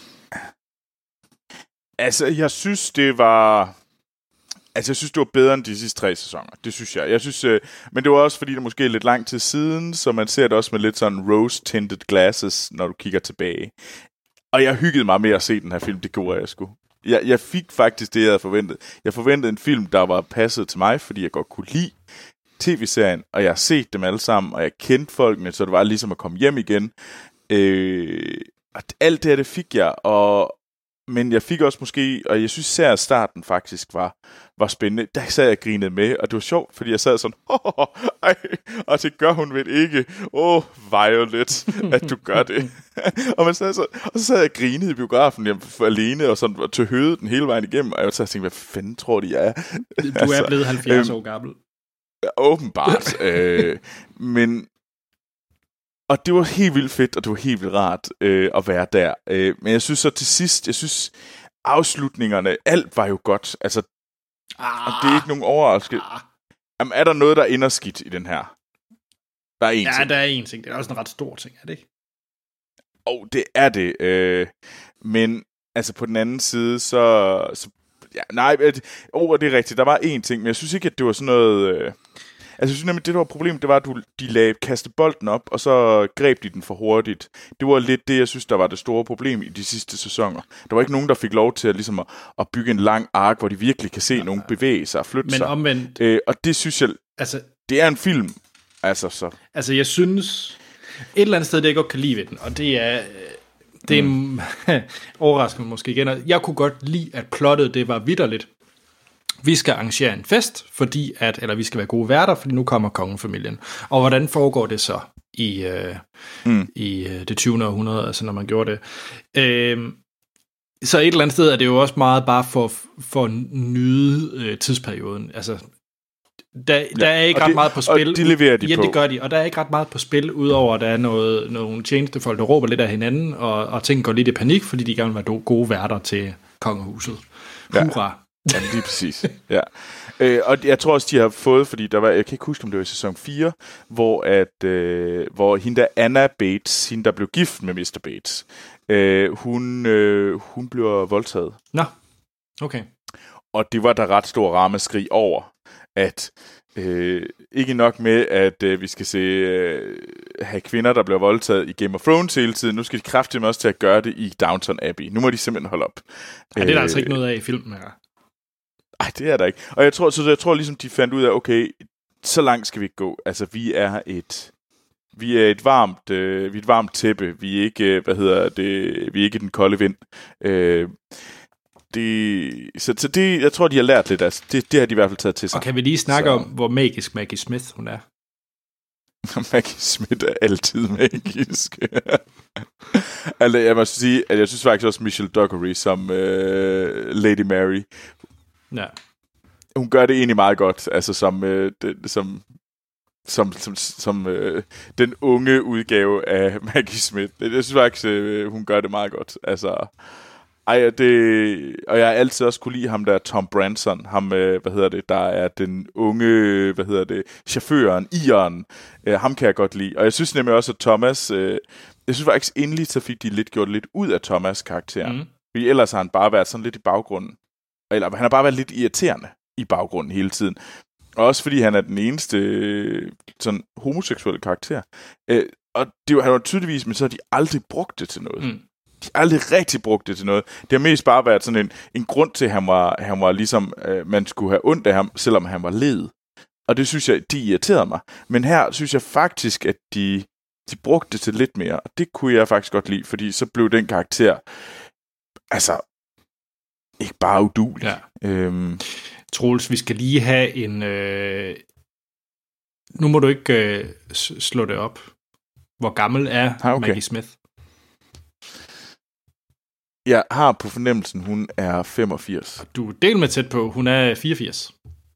Altså, jeg synes, det var bedre end de sidste 3 sæsoner. Det synes jeg. Men det var også, fordi det måske er lidt lang tid siden, så man ser det også med lidt sådan rose-tinted glasses, når du kigger tilbage. Og jeg hyggede mig med at se den her film, det gjorde jeg sgu. Jeg fik faktisk det, jeg havde forventet. Jeg forventede en film, der var passet til mig, fordi jeg godt kunne lide tv-serien, og jeg har set dem alle sammen, og jeg kendte folkene, så det var ligesom at komme hjem igen. Og alt det her, det fik jeg, men jeg fik også måske, og jeg synes især starten faktisk var spændende. Der sad jeg grinede med, og det var sjovt, fordi jeg sad sådan, og det gør hun vel ikke. Violet, at du gør det. Og så sad jeg grinede i biografen, jeg var alene, og sådan til høde den hele vejen igennem, og jeg tænkte, hvad fanden tror de, jeg er? Du er blevet 70 år gammel. Åbenbart. Men... Og det var helt vildt fedt, og det var helt vildt rart at være der. Men jeg synes så til sidst, afslutningerne, alt var jo godt. Altså, og det er ikke nogen overraskelse. Jamen, er der noget, der ender skidt i den her? Der er en ting. Der er en ting. Det er også en ret stor ting, er det ikke? Det er det. Men altså på den anden side, det er rigtigt. Der var en ting, men jeg synes ikke, at det var sådan noget... Altså, jeg synes nemlig, det der var problemet, det var, at de kaste bolden op, og så greb de den for hurtigt. Det var lidt det, jeg synes, der var det store problem i de sidste sæsoner. Der var ikke nogen, der fik lov til at bygge en lang ark, hvor de virkelig kan se nogen bevæge sig og flytte sig. Men omvendt... og det synes jeg, det er en film. Altså, jeg synes, et eller andet sted, det jeg godt kan lide ved den, og det er en overraskende måske igen. Jeg kunne godt lide, at plottet, det var vitterligt. Vi skal arrangere en fest, eller vi skal være gode værter, fordi nu kommer kongefamilien. Og hvordan foregår det så i det 20. århundrede, altså når man gjorde det? Så et eller andet sted er det jo også meget bare for at nyde tidsperioden. Altså, der er ikke ret meget på spil. Og de leverer de på. Ja, det gør de. Og der er ikke ret meget på spil, udover at der er nogle tjenestefolk, der råber lidt af hinanden, og ting går lidt i panik, fordi de gerne vil være gode værter til kongehuset. Hurra! Ja. Ja, lige præcis. Ja. Og jeg tror også, de har fået, fordi der var, jeg kan ikke huske, om det var i sæson 4, hvor hende der Anna Bates, hende der blev gift med Mr. Bates, hun bliver voldtaget. Nå, okay. Og det var der ret stor ramaskrig over, at ikke nok med, at vi skal have kvinder, der bliver voldtaget i Game of Thrones hele tiden. Nu skal de kraftigt også til at gøre det i Downton Abbey. Nu må de simpelthen holde op. Ja, det er der altså ikke noget af i filmen her. Nej, det er der ikke. Og jeg tror ligesom, de fandt ud af, okay, så langt skal vi ikke gå. Altså, vi er et varmt tæppe. Vi er ikke, vi er ikke den kolde vind. Så det, jeg tror, de har lært lidt. Altså, det har de i hvert fald taget til sig. Og kan vi lige snakke om, hvor magisk Maggie Smith hun er? Maggie Smith er altid magisk. Altså, jeg må sige, at jeg synes faktisk også Michelle Dockery som Lady Mary, Ja. Hun gør det egentlig meget godt, altså som den unge udgave af Maggie Smith. Jeg synes faktisk, hun gør det meget godt. Altså, og jeg har altid også kunne lide ham der, Tom Branson, ham, der er den unge, chaufføren, Ian. Ham kan jeg godt lide. Og jeg synes nemlig også, at Thomas, jeg synes faktisk endelig, så fik de gjort lidt ud af Thomas' karakter. Fordi ellers har han bare været sådan lidt i baggrunden. Eller han har bare været lidt irriterende i baggrunden hele tiden. Og også fordi han er den eneste sådan homoseksuelle karakter. Og det har jo tydeligvis, men så har de aldrig brugt det til noget. De har aldrig rigtig brugt det til noget. Det har mest bare været sådan en grund til, at han var ligesom, man skulle have ondt af ham, selvom han var led. Og det synes jeg, de irriterede mig. Men her synes jeg faktisk, at de brugte det til lidt mere. Og det kunne jeg faktisk godt lide, fordi så blev den karakter altså ikke bare uduelig. Ja. Troels, vi skal lige have en... Nu må du ikke slå det op. Hvor gammel er Maggie Smith? Jeg har på fornemmelsen, hun er 85. Du er del med tæt på, hun er 84.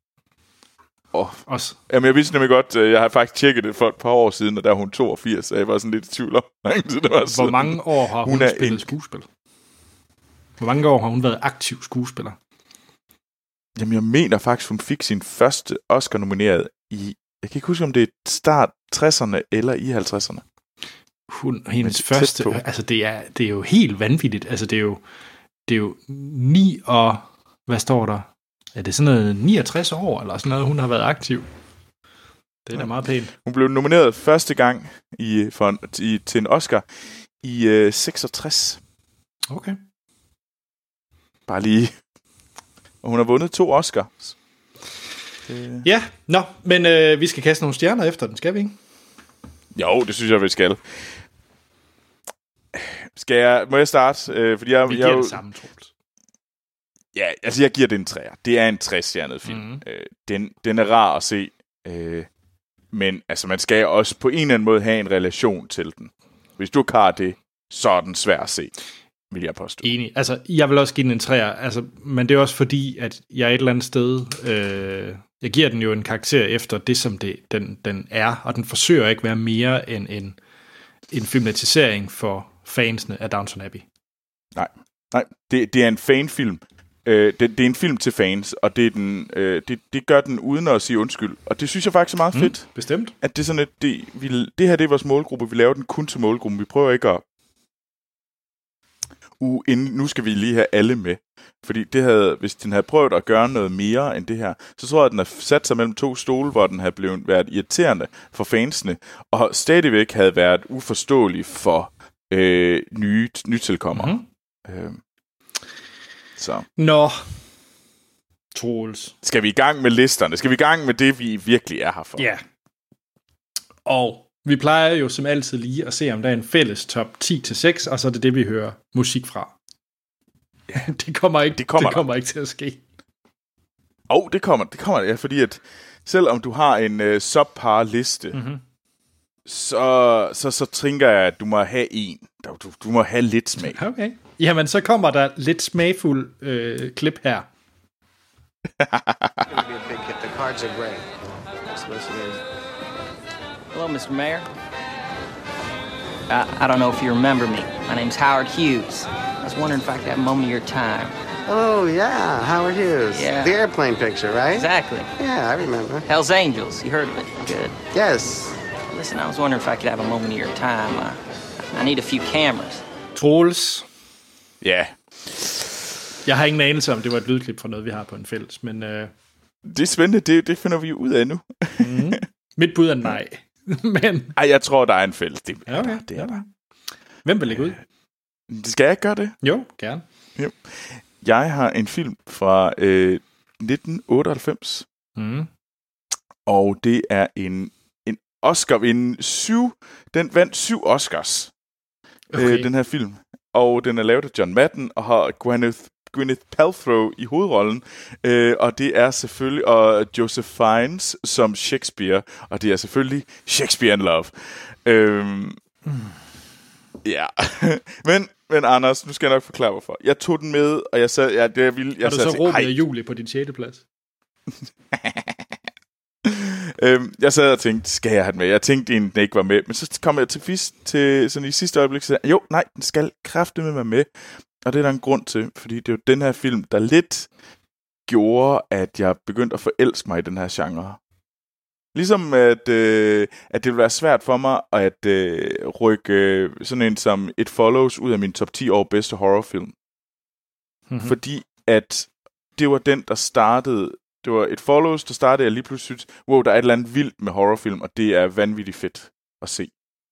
Også. Jamen, jeg vidste nemlig godt, jeg har faktisk tjekket det for et par år siden, og der er hun 82, så jeg var sådan lidt i tvivl om. Hvor mange år har hun spillet skuespil? Hvor mange år har hun været aktiv skuespiller? Jamen, jeg mener faktisk, hun fik sin første Oscar-nomineret i... Jeg kan ikke huske, om det er start 60'erne eller i 50'erne. Hendes første... Altså, det er jo helt vanvittigt. Altså, det er jo 9 og... Hvad står der? Er det sådan noget 69 år, eller sådan noget, hun har været aktiv? Det er da meget pænt. Hun blev nomineret første gang til en Oscar i 66. Okay. Bare lige... Og hun har vundet 2 Oscars. Ja, men vi skal kaste nogle stjerner efter den, skal vi ikke? Jo, det synes jeg, vi skal. Må jeg starte? Fordi vi giver det samme, Troels. Ja, altså jeg giver det en 3'er. Det er en 60-stjernet film. Den er rar at se. Men altså, man skal også på en eller anden måde have en relation til den. Hvis du ikke har det, så er den svær at se, vil jeg påstå. Enig. Altså, jeg vil også give den en 3'er. Altså, men det er også fordi, at jeg et eller andet sted... jeg giver den jo en karakter efter det, som den er. Og den forsøger ikke at være mere end en filmatisering for fansene af Downton Abbey. Nej. Det er en fanfilm. Det er en film til fans, og det gør den uden at sige undskyld. Og det synes jeg faktisk er meget fedt. Bestemt. At det er sådan, at det her det er vores målgruppe. Vi laver den kun til målgruppen. Vi prøver ikke at... nu skal vi lige have alle med. Fordi hvis den havde prøvet at gøre noget mere end det her, så tror jeg, at den har sat sig mellem 2 stole, hvor den havde været irriterende for fansene, og stadigvæk havde været uforståelig for nytilkommere. Så. Nå, Troels. Skal vi i gang med listerne? Skal vi i gang med det, vi virkelig er her for? Ja. Og vi plejer jo som altid lige at se, om der er en fælles top 10-6, og så er det, vi hører musik fra. Ja, det kommer ikke til at ske. Det kommer, ja, fordi at selvom du har en subpar liste, så tænker jeg, at du må have en. Du må have lidt smag. Okay. Jamen, så kommer der lidt smagfuld klip her. The cards are great. Hello, Mr. Mayor. I don't know if you remember me. My name's Howard Hughes. I was wondering if I could have a moment of your time. Oh, yeah, Howard Hughes. Yeah. The airplane picture, right? Exactly. Yeah, I remember. Hell's Angels. You heard of it? Good. Yes. Listen, I was wondering if I could have a moment of your time. I need a few cameras. Troels. Ja. Jeg har ingen anelse om, det var et lydklip fra noget, vi har på en fælles, men... Det er spændende, det finder vi ud af nu. Mit bud er nej. Men... Ej, jeg tror, der er en fælles. Det er der. Hvem vil lægge ud? Skal jeg ikke gøre det? Jo, gerne. Jo. Jeg har en film fra 1998. Og det er en Oscar. Den vandt 7 Oscars. Okay. Den her film. Og den er lavet af John Madden og har Gwyneth Paltrow i hovedrollen. Og det er selvfølgelig Joseph Fiennes som Shakespeare. Og det er selvfølgelig Shakespeare in Love. Ja, men Anders, nu skal jeg nok forklare hvorfor. Jeg tog den med, og jeg sad... Ja, det ville, jeg har du så Romeo og Julie på din 6. plads? Jeg sad og tænkte, skal jeg have den med? Jeg tænkte egentlig, den ikke var med. Men så kom jeg til sådan i sidste øjeblik, så jo, nej, den skal kraftedeme være med. Og det er der en grund til, fordi det er jo den her film, der lidt gjorde, at jeg begyndte at forelske mig i den her genre. Ligesom at det ville være svært for mig at rykke sådan en som It Follows ud af min top 10 over bedste horrorfilm. Mm-hmm. Fordi at det var den, der startede. Det var It Follows, der startede jeg lige pludselig synes, wow, der er et eller andet vildt med horrorfilm, og det er vanvittigt fedt at se.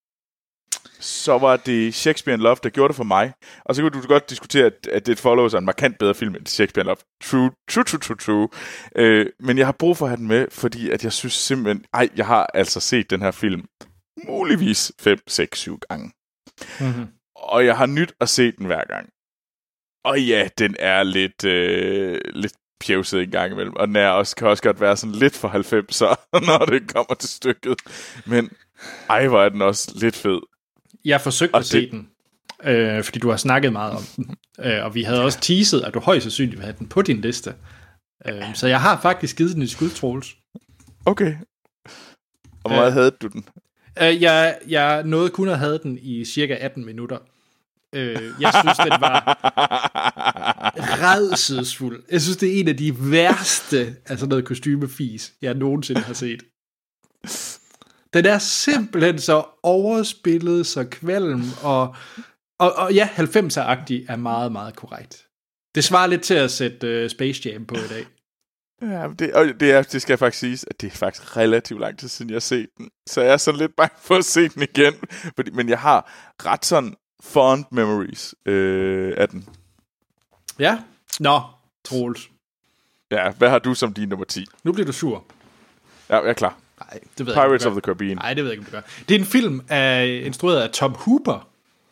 Så var det Shakespeare in Love, der gjorde det for mig. Og så kunne du godt diskutere, at It Follows er en markant bedre film end Shakespeare in Love. True. Men jeg har brug for at have den med, fordi at jeg synes simpelthen... jeg har altså set den her film muligvis 5, 6, 7 gange. Mm-hmm. Og jeg har nyt at se den hver gang. Og ja, den er lidt pjevset en gang imellem. Og den kan også godt være sådan lidt for 90'er, når det kommer til stykket. Men hvor er den også lidt fed. Jeg forsøgte at se den, fordi du har snakket meget om den. Og vi havde også teaset, at du højst sandsynligt ville have den på din liste. Så jeg har faktisk givet den et skud, Troels. Okay. Og hvor meget havde du den? Jeg nåede kun at have den i cirka 18 minutter. Jeg synes, den var rædselsfuld. Jeg synes, det er en af de værste noget kostymefis, jeg nogensinde har set. Den er simpelthen så overspillet, så kvalm, og ja, 90'er-agtig er meget, meget korrekt. Det svarer lidt til at sætte Space Jam på i dag. Ja, det skal jeg faktisk sige, at det er faktisk relativt lang tid siden, jeg har set den. Så jeg er sådan lidt bange for at se den igen. Men jeg har ret sådan fond memories af den. Ja? Troels. Ja, hvad har du som din nummer 10? Nu bliver du sur. Ja, jeg er klar. Nej, det ved Pirates jeg of the Caribbean. Nej, det ved jeg ikke, om det gør. Det er en film instrueret af Tom Hooper.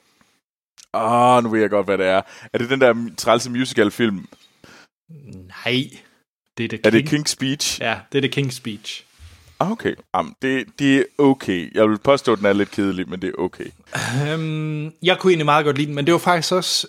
Nu ved jeg godt, hvad det er. Er det den der trælse musical-film? Nej. Det er det King's Speech? Ja, det er The King's Speech. Okay. Det er okay. Jeg vil påstå, at den er lidt kedelig, men det er okay. Jeg kunne egentlig meget godt lide den, men det var faktisk også...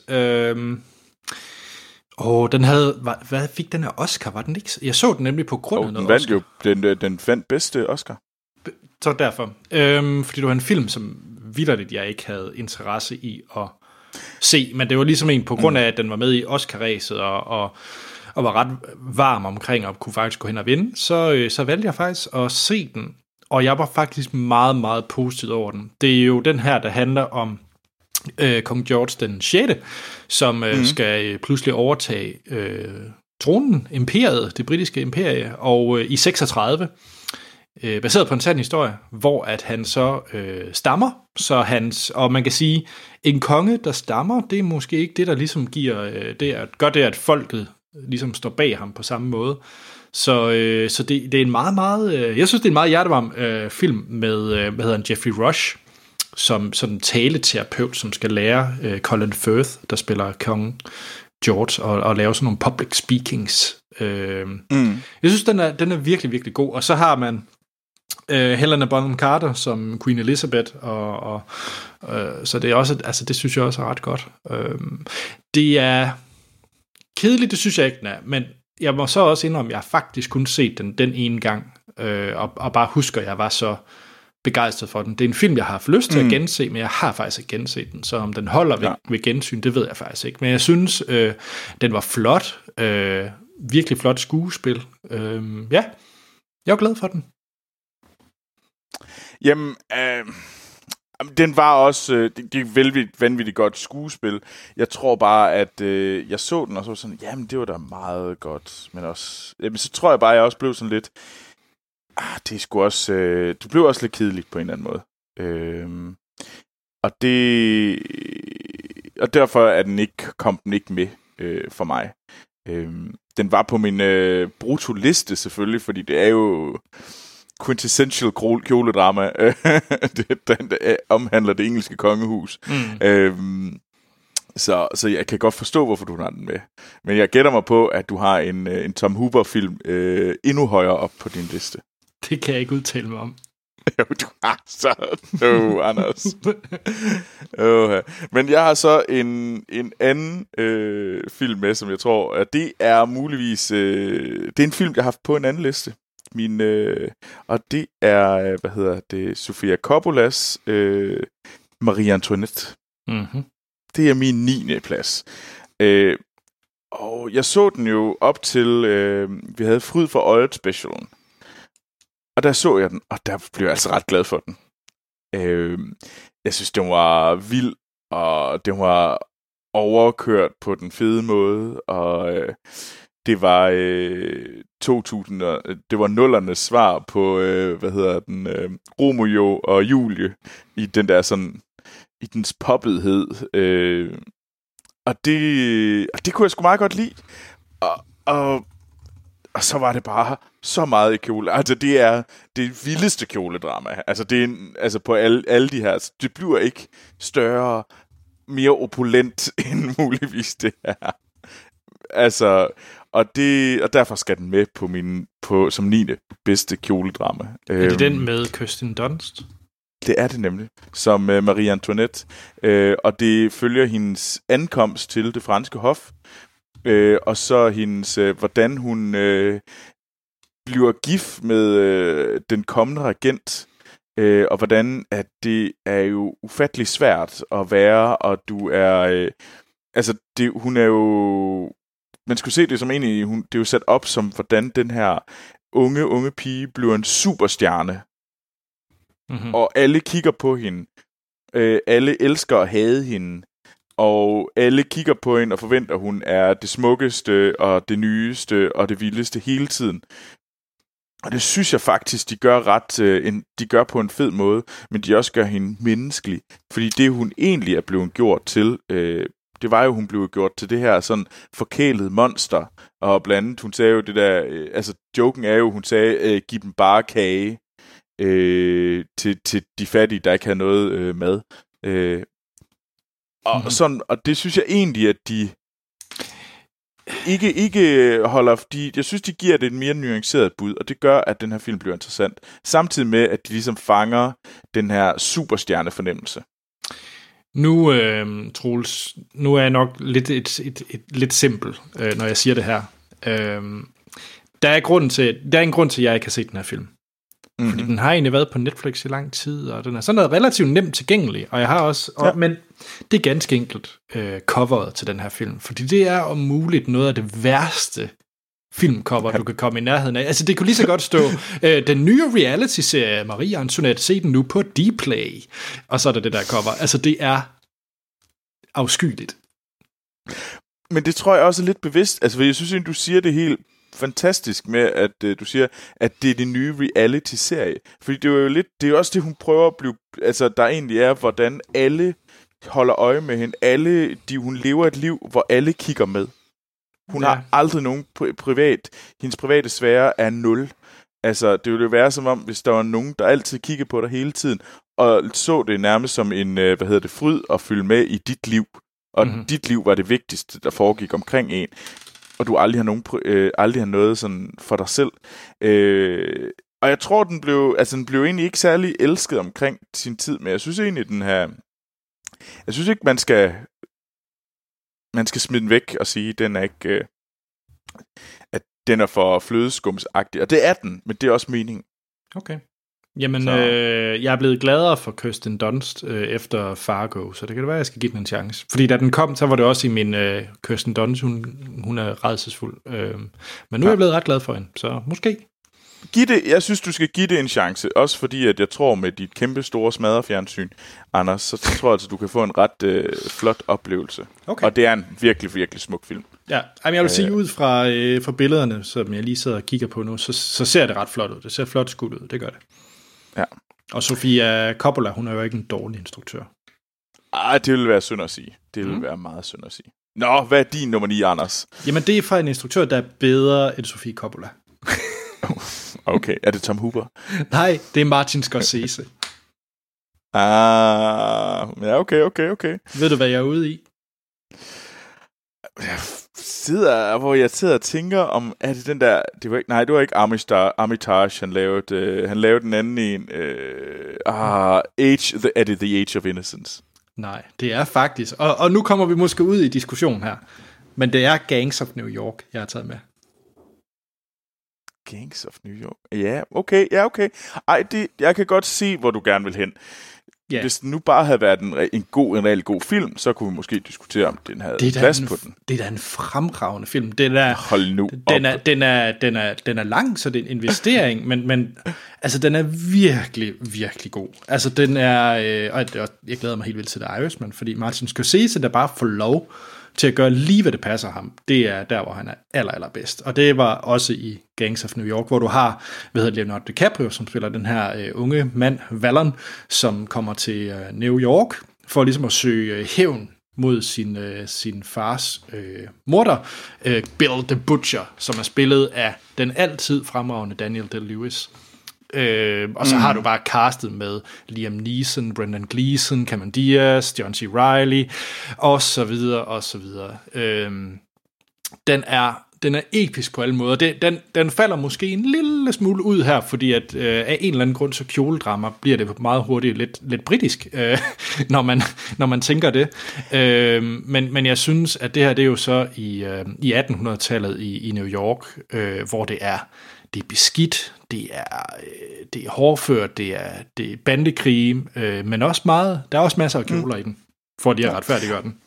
den havde... Hvad fik den her Oscar? Var den ikke? Jeg så den nemlig på grund af noget Oscar. Den vandt bedste Oscar. Så derfor. Fordi det var en film, som vitterligt jeg ikke havde interesse i at se, men det var ligesom en på grund af, at den var med i Oscar-ræset og var ret varm omkring og kunne faktisk gå hen og vinde, så valgte jeg faktisk at se den, og jeg var faktisk meget, meget positiv over den. Det er jo den her, der handler om kong George den 6., som skal pludselig overtage tronen, imperiet, det britiske imperie, og i 36, baseret på en sand historie, hvor at han så stammer, og man kan sige, en konge, der stammer, det er måske ikke det, der ligesom giver det, at folket ligesom står bag ham på samme måde. Så det er en meget, meget... jeg synes, det er en meget hjertevarm film med, Jeffrey Rush, som sådan en taleterapeut, som skal lære Colin Firth, der spiller kong George, og lave sådan nogle public speakings. Jeg synes, den er virkelig, virkelig god. Og så har man Helena Bonham Carter som Queen Elizabeth, og så det er også, det synes jeg også er ret godt. Det er kedeligt, det synes jeg ikke, den er, men jeg må så også indrømme, at jeg faktisk kun set den ene gang, og bare husker, at jeg var så begejstret for den. Det er en film, jeg har haft lyst til at gense, men jeg har faktisk ikke genset den, så om den holder ved gensyn, det ved jeg faktisk ikke. Men jeg synes, den var flot, virkelig flot skuespil. Ja, jeg er glad for den. Jamen, den var også det er vanvittigt godt skuespil. Jeg tror bare, at jeg så den, og så var sådan, jamen, det var da meget godt. Men også, så tror jeg bare, at jeg også blev sådan lidt, det er sgu også, det blev også lidt kedeligt på en eller anden måde. Og derfor kom den ikke med for mig. Den var på min brutto-liste selvfølgelig, fordi det er jo quintessential kjoledrama, der omhandler det engelske kongehus. Så jeg kan godt forstå, hvorfor du har den med. Men jeg gætter mig på, at du har en Tom Hooper-film endnu højere op på din liste. Det kan jeg ikke udtale mig om. Jo, du har så... Anders. Men jeg har så en anden film med, som jeg tror, at det er muligvis... det er en film, jeg har haft på en anden liste. Og det er, Sofia Coppolas Marie Antoinette. Mm-hmm. Det er min 9. plads. Og jeg så den jo op til, vi havde Fryd for Øjet specialen. Og der så jeg den, og der blev jeg altså ret glad for den. Jeg synes, den var vild, og den var overkørt på den fede måde, og det var 2000, det var nullernes svar på, Romeo og Julie, i den der sådan, i dens poppethed. Og det kunne jeg sgu meget godt lide. Og så var det bare så meget i kjole. Altså, det er det vildeste kjoledrama. Altså, det er på alle de her... Det bliver ikke større, mere opulent end muligvis det her. Altså, og derfor skal den med som 9. bedste kjoledrama. Er det den med Kirsten Dunst? Det er det nemlig, som Marie Antoinette. Og det følger hendes ankomst til det franske hof. Og så hendes, hvordan hun bliver gift med den kommende regent. Og hvordan at det er jo ufattelig svært at være, og du er... hun er jo... Man skulle se det som egentlig... Det er jo sat op som, hvordan den her unge pige bliver en superstjerne. Mm-hmm. Og alle kigger på hende. Alle elsker at hade hende. Og alle kigger på hende og forventer, at hun er det smukkeste og det nyeste og det vildeste hele tiden. Og det synes jeg faktisk, de gør på en fed måde, men de også gør hende menneskelig. Fordi det, hun egentlig er blevet gjort til, det var jo, hun blev gjort til det her sådan forkælet monster. Og blandt andet, hun sagde jo det der, joken er jo, hun sagde, giv dem bare kage til de fattige, der ikke har noget mad. Og det synes jeg egentlig, at de ikke holder... Jeg synes, de giver det et mere nuanceret bud, og det gør, at den her film bliver interessant. Samtidig med, at de ligesom fanger den her superstjernefornemmelse. Nu, Troels, nu er jeg nok lidt lidt simpel, når jeg siger det her. Der er en grund til, at jeg ikke har set den her film. Mm-hmm. Fordi den har egentlig været på Netflix i lang tid, og den er sådan noget relativt nemt tilgængelig, og jeg har også... Men det er ganske enkelt coveret til den her film, fordi det er om muligt noget af det værste filmcover, du kan komme i nærheden af. Altså, det kunne lige så godt stå, den nye reality-serie Marie Antoinette, se den nu på Dplay, og så er der det der cover. Altså, det er afskyeligt. Men det tror jeg også er lidt bevidst, altså, jeg synes, at du siger det helt fantastisk med, at du siger, at det er det nye reality-serie. Fordi det er jo lidt, det er også det, hun prøver at blive, altså, der egentlig er, hvordan alle holder øje med hende. Hun lever et liv, hvor alle kigger med. Hun har aldrig nogen hendes private sfære er 0. Altså, det ville jo være som om, hvis der var nogen, der altid kiggede på dig hele tiden, og så det nærmest som en, fryd at følge med i dit liv. Og dit liv var det vigtigste, der foregik omkring en. Og du aldrig har noget sådan for dig selv. Og jeg tror, den blev egentlig ikke særlig elsket omkring sin tid, men jeg synes egentlig, jeg synes ikke, man skal smide den væk og sige, at den er ikke, at den er for flødeskumsagtig. Og det er den, men det er også meningen. Okay. Jamen, jeg er blevet gladere for Kirsten Dunst efter Fargo, så det kan det være, at jeg skal give den en chance. Fordi da den kom, så var det også i min Kirsten Dunst, hun er rædselsfuld. Men nu er jeg blevet ret glad for hende, så måske. Jeg synes, du skal give det en chance, også fordi, at jeg tror med dit kæmpe store smadrefjernsyn, Anders, så tror jeg, at du kan få en ret flot oplevelse. Okay. Og det er en virkelig, virkelig smuk film. Ja, jeg vil sige, ud fra billederne, som jeg lige sidder og kigger på nu, så ser det ret flot ud. Det ser flot skudt ud, det gør det. Ja. Og Sofia Coppola, hun er jo ikke en dårlig instruktør. Det vil være synd at sige. Det vil være meget synd at sige. Nå, hvad er din nummer 9, Anders? Jamen, det er fra en instruktør, der er bedre end Sofia Coppola. Okay, er det Tom Hooper? Nej, det er Martin Scorsese. Ja, okay. Ved du, hvad jeg er ude i? hvor jeg sidder og tænker om, er det den der, det var ikke Armitage, han lavede den anden en, er det The Age of Innocence? Nej, det er faktisk, og nu kommer vi måske ud i diskussion her, men det er Gangs of New York, jeg har taget med. Gangs of New York? Ja, okay. Ej, jeg kan godt se, hvor du gerne vil hen. Yeah. Hvis den nu bare havde været en rigtig god film, så kunne vi måske diskutere, om den havde plads på den. Det er da en fremragende film. Hold nu den er lang, så det er en investering, men altså, den er virkelig, virkelig god. Altså, den er... og jeg glæder mig helt vildt til The Irishman, fordi Martin Scorsese, der bare får lov til at gøre lige, hvad det passer ham. Det er der, hvor han er allerbedst. Og det var også i Gangs of New York, hvor du har Leonardo DiCaprio, som spiller den her unge mand, Valon, som kommer til New York for ligesom at søge hævn mod sin fars morder, Bill the Butcher, som er spillet af den altid fremragende Daniel Day-Lewis. Og så har du bare castet med Liam Neeson, Brendan Gleeson, Cameron Diaz, John C. Reilly, og så videre, og så videre. Den er episk på alle måder. Den falder måske en lille smule ud her, fordi at af en eller anden grund, så kjoledrama bliver det meget hurtigt lidt britisk, når man tænker det. Men jeg synes, at det her, det er jo så i 1800-tallet i New York, hvor det er beskidt, det er hårdført, det er bandekrige, men også der er også masser af kjoler i den, for de at retfærdiggøre den.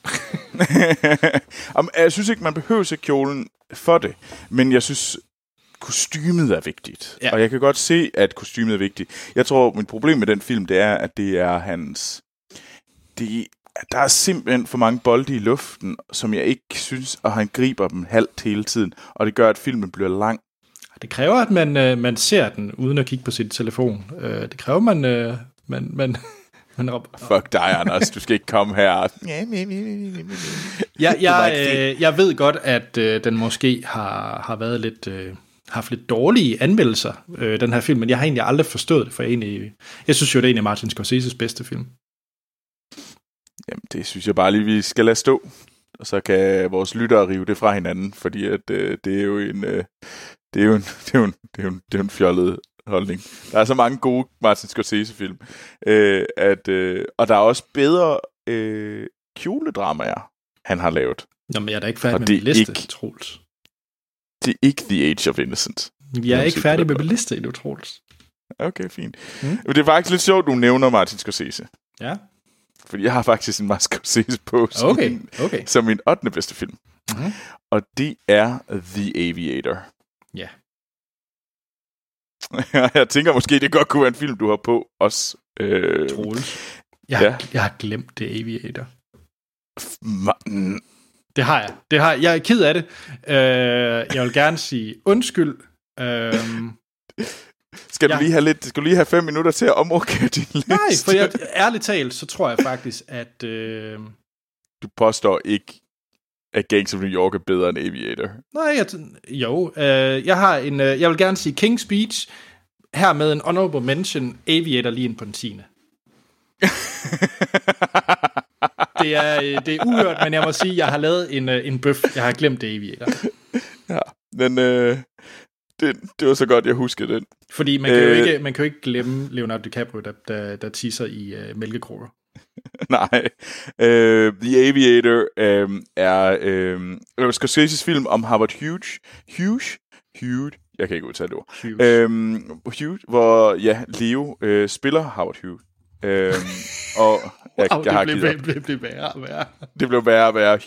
Jeg synes ikke, man behøver se kjolen for det, men jeg synes, kostymet er vigtigt. Ja. Og jeg kan godt se, at kostymet er vigtigt. Jeg tror, mit problem med den film, det er, at det er hans... Der er simpelthen for mange bolde i luften, som jeg ikke synes, og han griber dem halvt hele tiden, og det gør, at filmen bliver lang. Det kræver, at man ser den, uden at kigge på sin telefon. Det kræver, man fuck dig, Anders. Du skal ikke komme her. Jeg ved godt, at den måske har været lidt... haft lidt dårlige anmeldelser, den her film, men jeg har egentlig aldrig forstået det, for jeg synes jo, det er en af Martin Scorseses bedste film. Jamen, det synes jeg bare lige, vi skal lade stå, og så kan vores lyttere rive det fra hinanden, fordi at, det er jo en fjollet holdning. Der er så mange gode Martin Scorsese-film, og der er også bedre kjoledramaer, han har lavet. Jamen, jeg er da ikke færdig med min liste, Troels. Det er ikke The Age of Innocence. Jeg er ikke færdig med min liste endnu, Troels. Okay, fint. Men det er faktisk lidt sjovt, du nævner Martin Scorsese. Ja. Fordi jeg har faktisk en Martin Scorsese på som min 8. bedste film. Mm-hmm. Og det er The Aviator. Ja. Jeg tænker måske, det godt kunne være en film, du har på også. Troels. Jeg har glemt The Aviator. Det har jeg. Jeg er ked af det. Jeg vil gerne sige undskyld. Skal du lige have 5 minutter til at omrokere din liste? Nej, for ærligt talt, så tror jeg faktisk, at... Du påstår ikke, at Gangs of New York er bedre end Aviator? Nej, jeg vil gerne sige King's Speech, her med en honorable mention, Aviator lige ind på den 10. Det er uhørt, men jeg må sige, at jeg har lavet en bøf. Jeg har glemt det Aviator. Ja, men det var så godt, jeg husker den. Fordi man kan jo ikke glemme Leonardo DiCaprio, der tisser i mælkekrukker. Nej. The Aviator er Scorseses film om Howard Hughes. Jeg kan ikke udtale det ord. Hughes, hvor Leo spiller Howard Hughes. Og det blev værre og værre. Det blev værre og værre.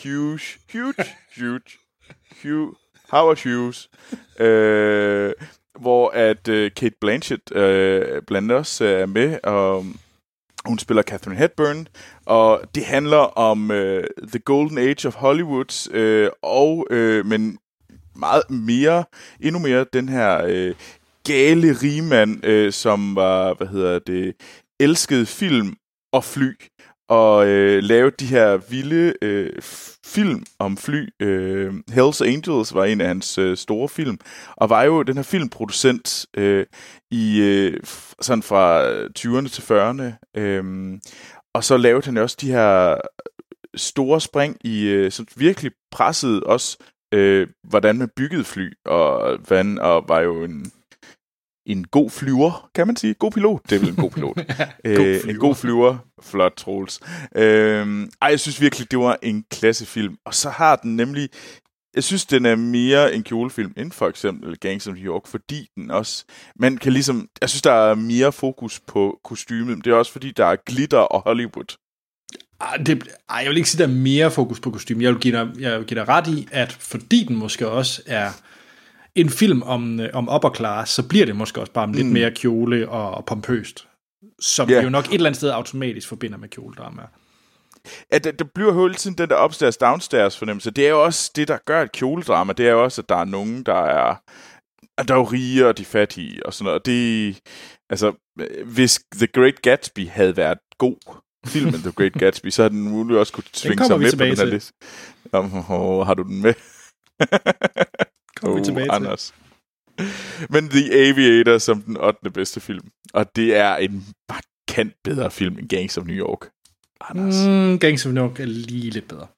Howard Hughes. Hvor at Cate Blanchett blandt også er med, og hun spiller Katharine Hepburn, og det handler om The Golden Age of Hollywood, men endnu mere den her gale rigmand, som var, elskede film og fly, og lavede de her vilde film om fly. Hells Angels var en af hans store film, og var jo den her filmproducent sådan fra 20'erne til 40'erne. Og så lavede han også de her store spring i, som virkelig pressede os, hvordan man byggede fly, og var jo en god flyver, kan man sige. God pilot, det er vel en god pilot. En god flyver. Flot, Troels. Jeg synes virkelig, det var en klassefilm. Og så har den nemlig... Jeg synes, den er mere en kjolefilm end for eksempel Gangs of New York, fordi den også... Man kan ligesom... Jeg synes, der er mere fokus på kostymet. Det er også, fordi der er glitter og Hollywood. Jeg vil ikke sige, der er mere fokus på kostymet. Jeg vil give dig ret i, at fordi den måske også er en film om upper class, så bliver det måske også bare lidt mere kjole og pompøst. Som vi jo nok et eller andet sted automatisk forbinder med kjoledrama. Ja, der bliver jo hele tiden den der upstairs-downstairs fornemmelse. Det er jo også det, der gør et kjoledrama. Det er jo også, at der er nogen, der er jo rige, og de fattige, og sådan noget. Og det, altså, hvis The Great Gatsby havde været god filmen The Great Gatsby, så havde den muligt også kunne tvinge sig med på den her liste. Har du den med? Kommer vi tilbage Anders. Men The Aviator som den 8. bedste film. Og det er en markant bedre film end Gangs of New York. Anders. Gangs of New York er lige lidt bedre.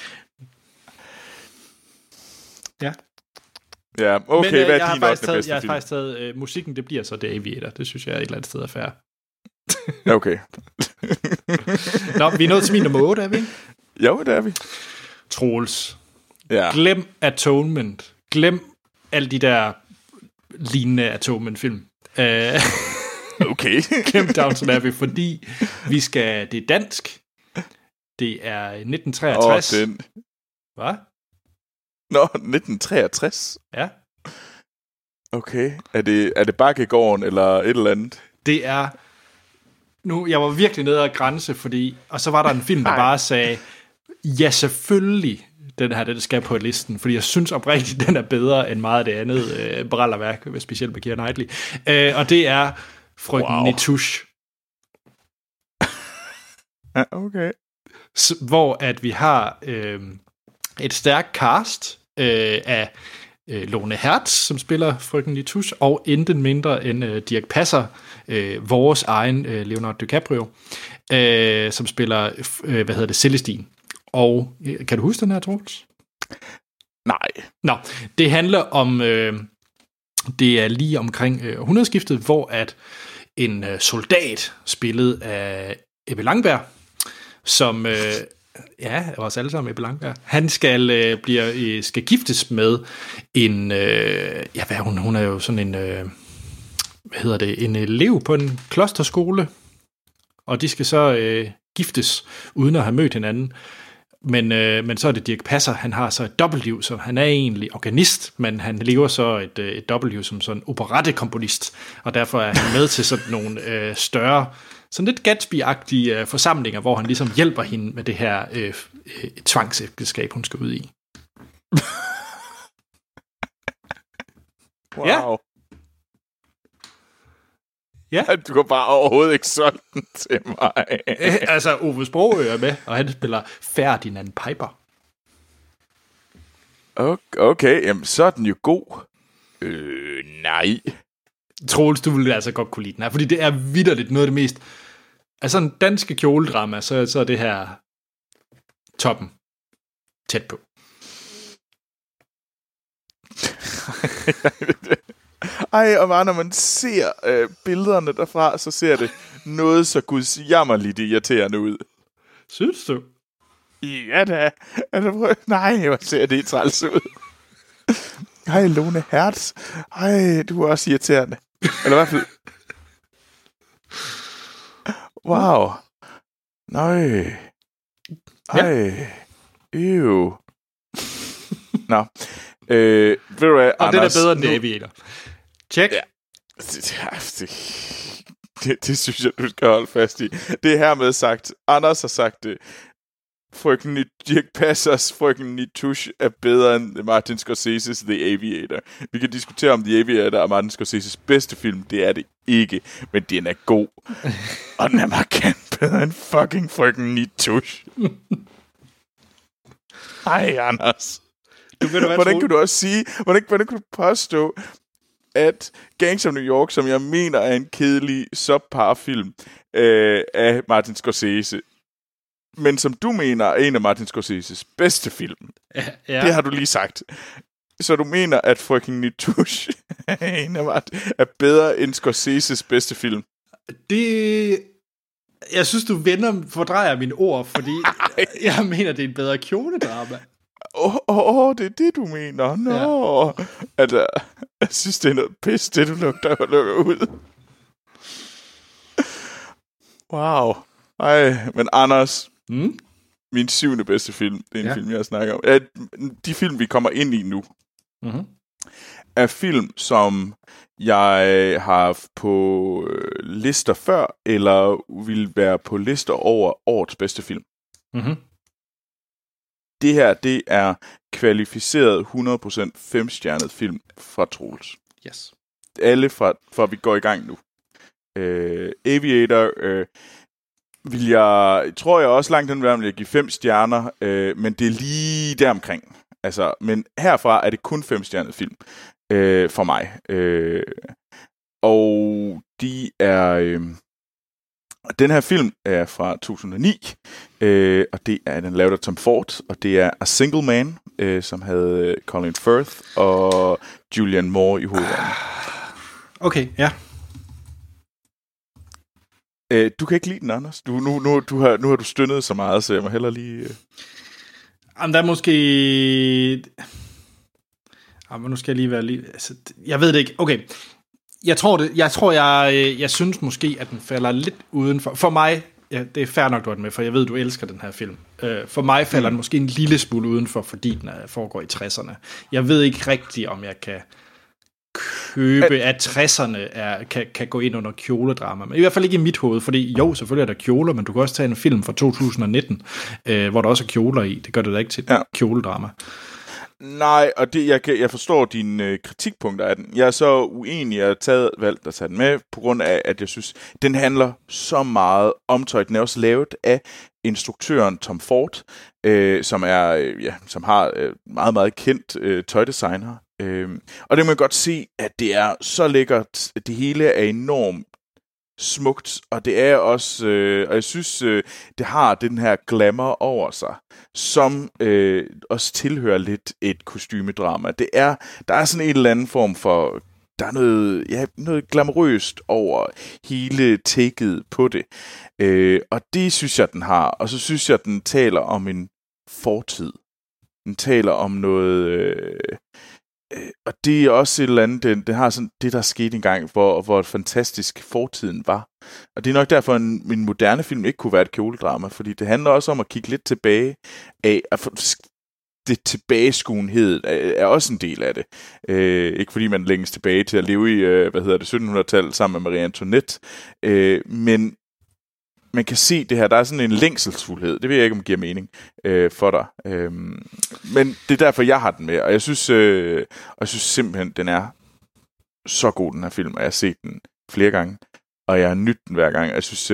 Ja. Ja, okay, men, hvad er din 8. bedste film? Jeg har faktisk taget musikken, det bliver så The Aviator. Det synes jeg er et eller andet sted er fair. Okay. Nå, vi er nået til min nummer 8, er vi ikke? Jo, det er vi. Troels. Ja. Glem Atonement. Glem alle de der lignende Atonement-film. Okay. Glem Downton Abbey, fordi det er dansk. Det er 1963. Den. Hvad? Nå, 1963? Ja. Okay. Er det Bakkegården eller et eller andet? Det er... Nu, jeg var virkelig nede ad grænse, og så var der en film, der bare sagde, ja, selvfølgelig, den skal på listen, fordi jeg synes oprigtigt, den er bedre end meget af det andet brallerværk, specielt med Keira Knightley. Og det er Frøken Nitouche. Okay. Hvor at vi har et stærkt cast af Lone Hertz, som spiller Frøken Nitouche, og intet mindre end Dirch Passer, vores egen Leonardo DiCaprio, som spiller, Celestine. Og kan du huske den her, Troels? Nej. Nå, det handler om, det er lige omkring århundredeskiftet, hvor at en soldat, spillet af Ebbe Langberg, som... os alle sammen Ebbe Langberg. Han skal giftes med en... hun er jo sådan en... en elev på en klosterskole. Og de skal så giftes, uden at have mødt hinanden. Men så er det Dirch Passer, han har så et dobbeltliv, så han er egentlig organist, men han lever så et dobbeltliv som sådan operettekomponist, og derfor er han med til sådan nogle større, sådan lidt Gatsby-agtige forsamlinger, hvor han ligesom hjælper hende med det her tvangsægteskab, hun skal ud i. Wow. Ja. Ja. Du kan bare overhovedet ikke solgt den til mig. Altså, Ove Sprogøe er med, og han spiller Ferdinand Piper. Okay, jamen, så er den jo god. Nej. Troels, du ville altså godt kunne lide den her, fordi det er vitterligt noget af det mest... Altså, en danske kjoledrama, så er det her toppen. Tæt på. Ej, og bare når man ser billederne derfra, så ser det noget så gudsjammerligt irriterende ud. Synes du? Ja da. Nej, hvor ser det træls ud. Hej, Lone Hertz. Ej, du er også irriterende. Eller i hvert fald... Wow. Nej. Ej. Ew. Nå. Ved du hvad, og Anders, den er bedre end The Aviator. Check. Ja. Det synes jeg, du skal holde fast i. Det er hermed sagt. Anders har sagt det. Dirch Passers Frøken Nitouche er bedre end Martin Scorsese's The Aviator. Vi kan diskutere om The Aviator er Martin Scorsese's bedste film. Det er det ikke, men den er god. Og den er markant bedre end fucking Frøken Nitouche. Hej, Anders. Hvordan kan du også sige, hvordan kan du påstå, at Gangs of New York, som jeg mener er en kedelig subpar film af Martin Scorsese, men som du mener er en af Martin Scorseses bedste film. Ja. Det har du lige sagt. Så du mener, at Frøken Nitouche er bedre end Scorseses bedste film? Jeg synes, du fordrejer mine ord, fordi jeg mener, det er en bedre kjoledrama. Det er det, du mener. Nå. Ja. Altså, jeg synes, det er noget pis, det du lukker ud. Wow. Ej, men Anders, min 7. bedste film, det er en film, jeg snakker om. De film, vi kommer ind i nu, er film, som jeg har haft på lister før, eller vil være på lister over årets bedste film. Det her, det er kvalificeret 100% 5-stjernet film fra Troels. Yes. Alle fra vi går i gang nu. Aviator tror jeg også langt hen vil jeg give 5 stjerner, men det er lige deromkring. Altså, men herfra er det kun 5-stjernet film for mig. Og de er... den her film er fra 2009, og det er den lavet af Tom Ford, og det er A Single Man, som havde Colin Firth og Julianne Moore i hovedrollen. Okay, ja. Du kan ikke lide den, Anders. Nu har du stønnet så meget, så jeg må hellere lige... Jamen, der er måske... Jamen, nu skal jeg lige være lige... Altså, jeg ved det ikke. Okay. Jeg synes måske, at den falder lidt udenfor. For mig, ja, det er fair nok, du er den med, for jeg ved, du elsker den her film. For mig falder den måske en lille smule udenfor, fordi den foregår i 60'erne. Jeg ved ikke rigtigt, om jeg kan købe, at 60'erne kan gå ind under kjoledrama. Men i hvert fald ikke i mit hoved, fordi jo, selvfølgelig er der kjoler, men du kan også tage en film fra 2019, hvor der også er kjoler i. Det gør det da ikke til kjoledrama. Nej, og jeg forstår dine kritikpunkter af den. Jeg er så uenig, jeg har valgt at tage den med, på grund af, at jeg synes, den handler så meget om tøj. Den er også lavet af instruktøren Tom Ford, som har meget, meget kendt tøjdesigner. Og det må man godt se, at det er så lækkert. Det hele er enormt smukt, og det er også, og jeg synes, det har den her glamour over sig, som også tilhører lidt et kostymedrama. Der er sådan en eller anden form for, der er noget glamourøst over hele taket på det. Og det synes jeg, den har. Og så synes jeg, den taler om en fortid. Den taler om noget... og det er også et eller andet, det har sådan det, der skete engang, hvor fantastisk fortiden var. Og det er nok derfor, en moderne film ikke kunne være et kjoledrama, fordi det handler også om at kigge lidt tilbage af, det tilbageskuenhed er også en del af det. Ikke fordi man længes tilbage til at leve i, 1700-tallet sammen med Marie Antoinette, men man kan se det her, der er sådan en længselsfuldhed. Det ved jeg ikke, om det giver mening for dig. Men det er derfor, jeg har den med. Og jeg synes simpelthen, den er så god, den her film. Og jeg har set den flere gange. Og jeg har nydt den hver gang. Jeg synes,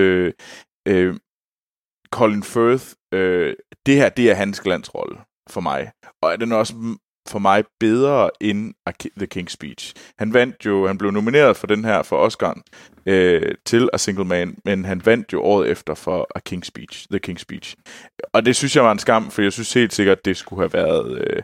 Colin Firth, det her, det er hans glansrolle for mig. Og er den også for mig bedre end The King's Speech. Han blev nomineret for den her for Oscar'en til A Single Man, men han vandt jo året efter for The King's Speech. Og det synes jeg var en skam, for jeg synes helt sikkert, det skulle have været,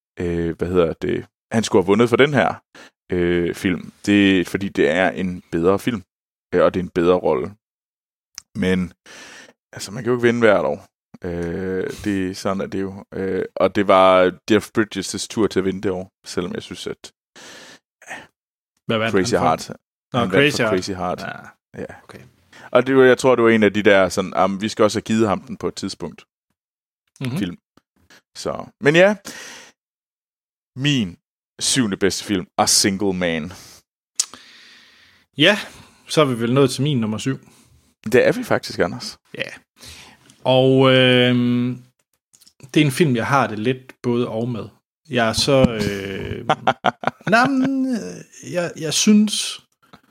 han skulle have vundet for den her film. Det er, fordi det er en bedre film, og det er en bedre rolle. Men altså, man kan jo ikke vinde hvert år. Sådan er det jo. Og det var Jeff Bridges' tur til at vinde det år, selvom jeg synes, at Crazy Heart. Crazy Heart. Ja. Okay. Og jeg tror, det var en af de der sådan, vi skal også have givet ham den på et tidspunkt. Film. Så, men ja, min 7. bedste film, A Single Man. Ja, så er vi vel nået til min nummer 7. Det er vi faktisk, Anders. Ja. Og det er en film, jeg har det lidt både og med. Jeg er så... jeg synes...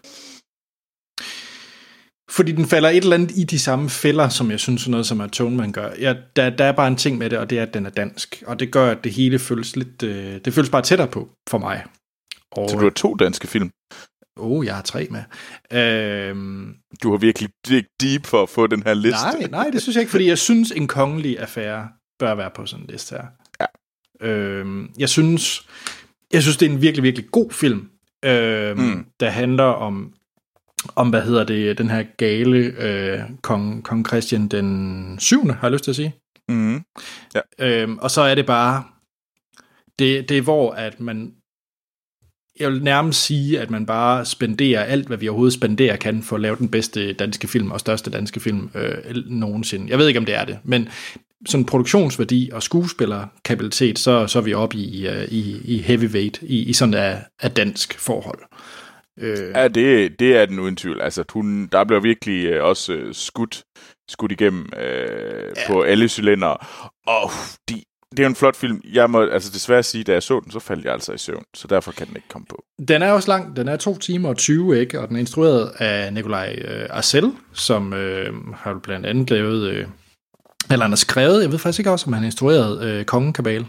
Fordi den falder et eller andet i de samme fælder, som jeg synes, noget som Atonement gør. Der er bare en ting med det, og det er, at den er dansk. Og det gør, at det hele føles lidt... det føles bare tættere på for mig. Og, så du har 2 danske film? Jeg har 3 med. Du har virkelig deep for at få den her liste. Nej, det synes jeg ikke, fordi jeg synes, en kongelig affære bør være på sådan en liste her. Ja. Jeg synes, det er en virkelig, virkelig god film, der handler om den her gale kong Christian den 7. har jeg lyst til at sige. Mm. Ja. Og så er det bare, det er hvor, at man, jeg vil nærmest sige, at man bare spenderer alt, hvad vi overhovedet spenderer kan, for at lave den bedste danske film og største danske film nogensinde. Jeg ved ikke, om det er det, men sådan produktionsværdi og skuespillerkapabilitet, så er vi oppe i heavyweight, i sådan af dansk forhold. Ja, det er den uden tvivl. Altså, der bliver virkelig også skudt igennem på alle cylindere. Og det er jo en flot film. Jeg må altså desværre sige, da jeg så den, så faldt jeg altså i søvn. Så derfor kan den ikke komme på. Den er også lang. Den er 2 timer og 20, ikke? Og den er instrueret af Nikolaj Arcel, som har blandt andet lavet... eller han har skrevet, jeg ved faktisk ikke også, om han har instrueret Kongekabale.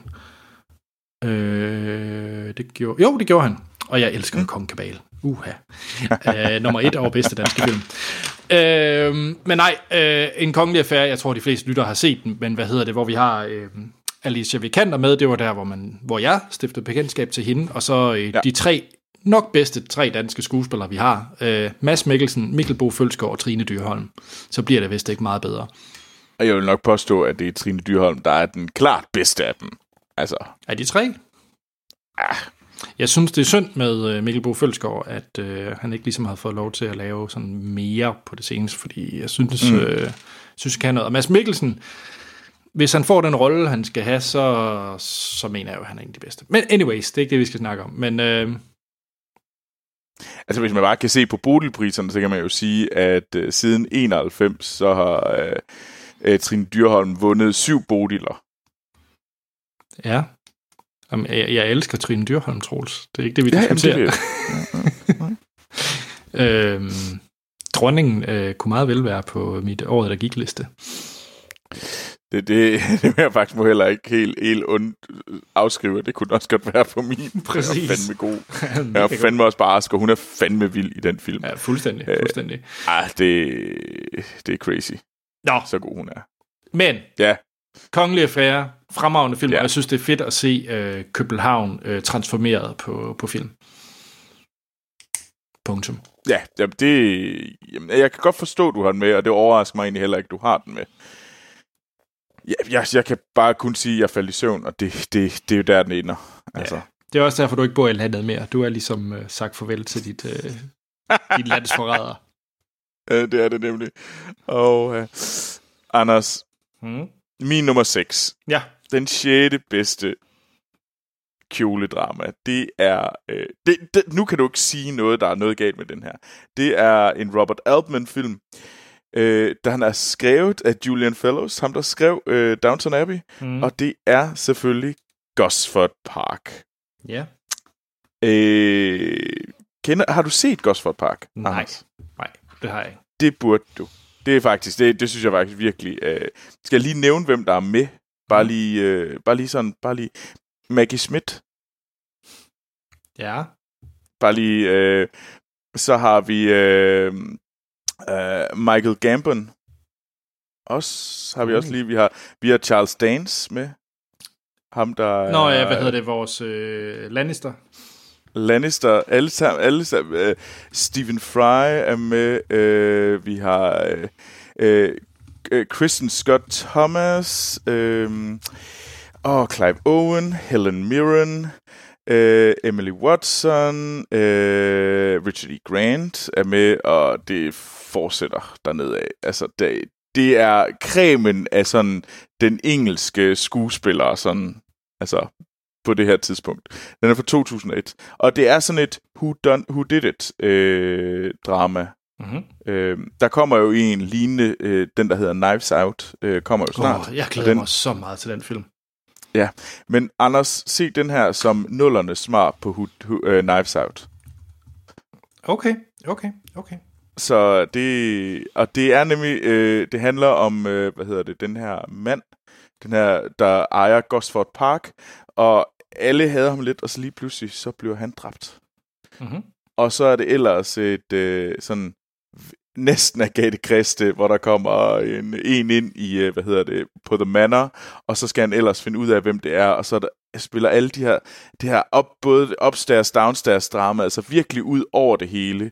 Det gjorde han. Og jeg elsker Kongekabale. Nummer 1 over bedste danske film. Men nej, en kongelig affære, jeg tror de fleste lyttere har set den, men hvor vi har Alicia Vikander med, det var der, hvor jeg stiftede bekendtskab til hende, og så de 3 nok bedste 3 danske skuespillere, vi har. Mads Mikkelsen, Mikkel Bo Følsgaard og Trine Dyrholm. Så bliver det vist ikke meget bedre. Og jeg vil nok påstå, at det er Trine Dyrholm, der er den klart bedste af dem. Altså. Er de 3? Jeg synes, det er synd med Mikkel Bo Følsgaard, at han ikke ligesom havde fået lov til at lave sådan mere på det seneste, fordi jeg synes, han kan noget. Og Mads Mikkelsen, hvis han får den rolle, han skal have, så mener jeg jo, at han er en af de bedste. Men anyways, det er ikke det, vi skal snakke om. Men altså, hvis man bare kan se på Bodilpriserne, så kan man jo sige, at siden 91, så har Trine Dyrholm vundet 7 Bodiler. Ja. Jeg elsker Trine Dyrholm, Troels. Det er ikke det, vi diskuterer. Dronningen kunne meget vel være på mit året, der gik liste. Det vil jeg faktisk må heller ikke helt afskrive. Det kunne også godt være på min. Præcis. Jeg er fandme god. Jeg er fandme også bare Ask, og hun er fandme vild i den film. Ja, fuldstændig. Det er crazy. Nå. Så god hun er. Men, ja. Kongelig affære, fremragende film, og jeg synes, det er fedt at se København transformeret på film. Punktum. Ja, jeg kan godt forstå, at du har den med, og det overrasker mig egentlig heller ikke, at du har den med. Jeg kan bare kun sige, at jeg faldt i søvn, og det er jo der, den ender. Altså. Ja, det er også derfor, du ikke bor i landet mere. Du er ligesom sagt farvel til dit landsforræder. Ja, det er det nemlig. Og Anders, min nummer 6. Ja. Den 6. bedste kjoledrama. Det er... nu kan du ikke sige noget, der er noget galt med den her. Det er en Robert Altman-film, der han er skrevet af Julian Fellows, ham der skrev Downton Abbey, og det er selvfølgelig Gosford Park. Ja. Har du set Gosford Park? Nej, det har jeg ikke. Det burde du. Det er faktisk, det synes jeg faktisk virkelig. Skal jeg lige nævne, hvem der er med? Bare lige Maggie Smith. Ja. Bare lige, så har vi Michael Gambon. Også har vi også lige, vi har Charles Dance med. Ham der. Nå ja, vores Lannister, alle sammen. Stephen Fry er med. Vi har Kristen Scott Thomas, Clive Owen, Helen Mirren, Emily Watson, Richard E. Grant er med, og det fortsætter dernede af. Altså, det er cremen af sådan den engelske skuespiller, sådan, altså på det her tidspunkt. Den er fra 2001, og det er sådan et who did it drama. Mm-hmm. Der kommer jo en lignende, den der hedder Knives Out, kommer jo snart. Jeg glæder mig så meget til den film. Ja, men Anders, se den her som nullerne smart på Knives Out. Okay. Så det er nemlig, det handler om, den her mand, den her, der ejer Gosford Park, og alle hader ham lidt, og så lige pludselig, så bliver han dræbt. Mm-hmm. og så er det ellers et sådan næsten Agathe Christie, hvor der kommer en ind i, på The Manor, og så skal han ellers finde ud af, hvem det er, og så spiller alle det her både upstairs, downstairs drama, altså virkelig ud over det hele.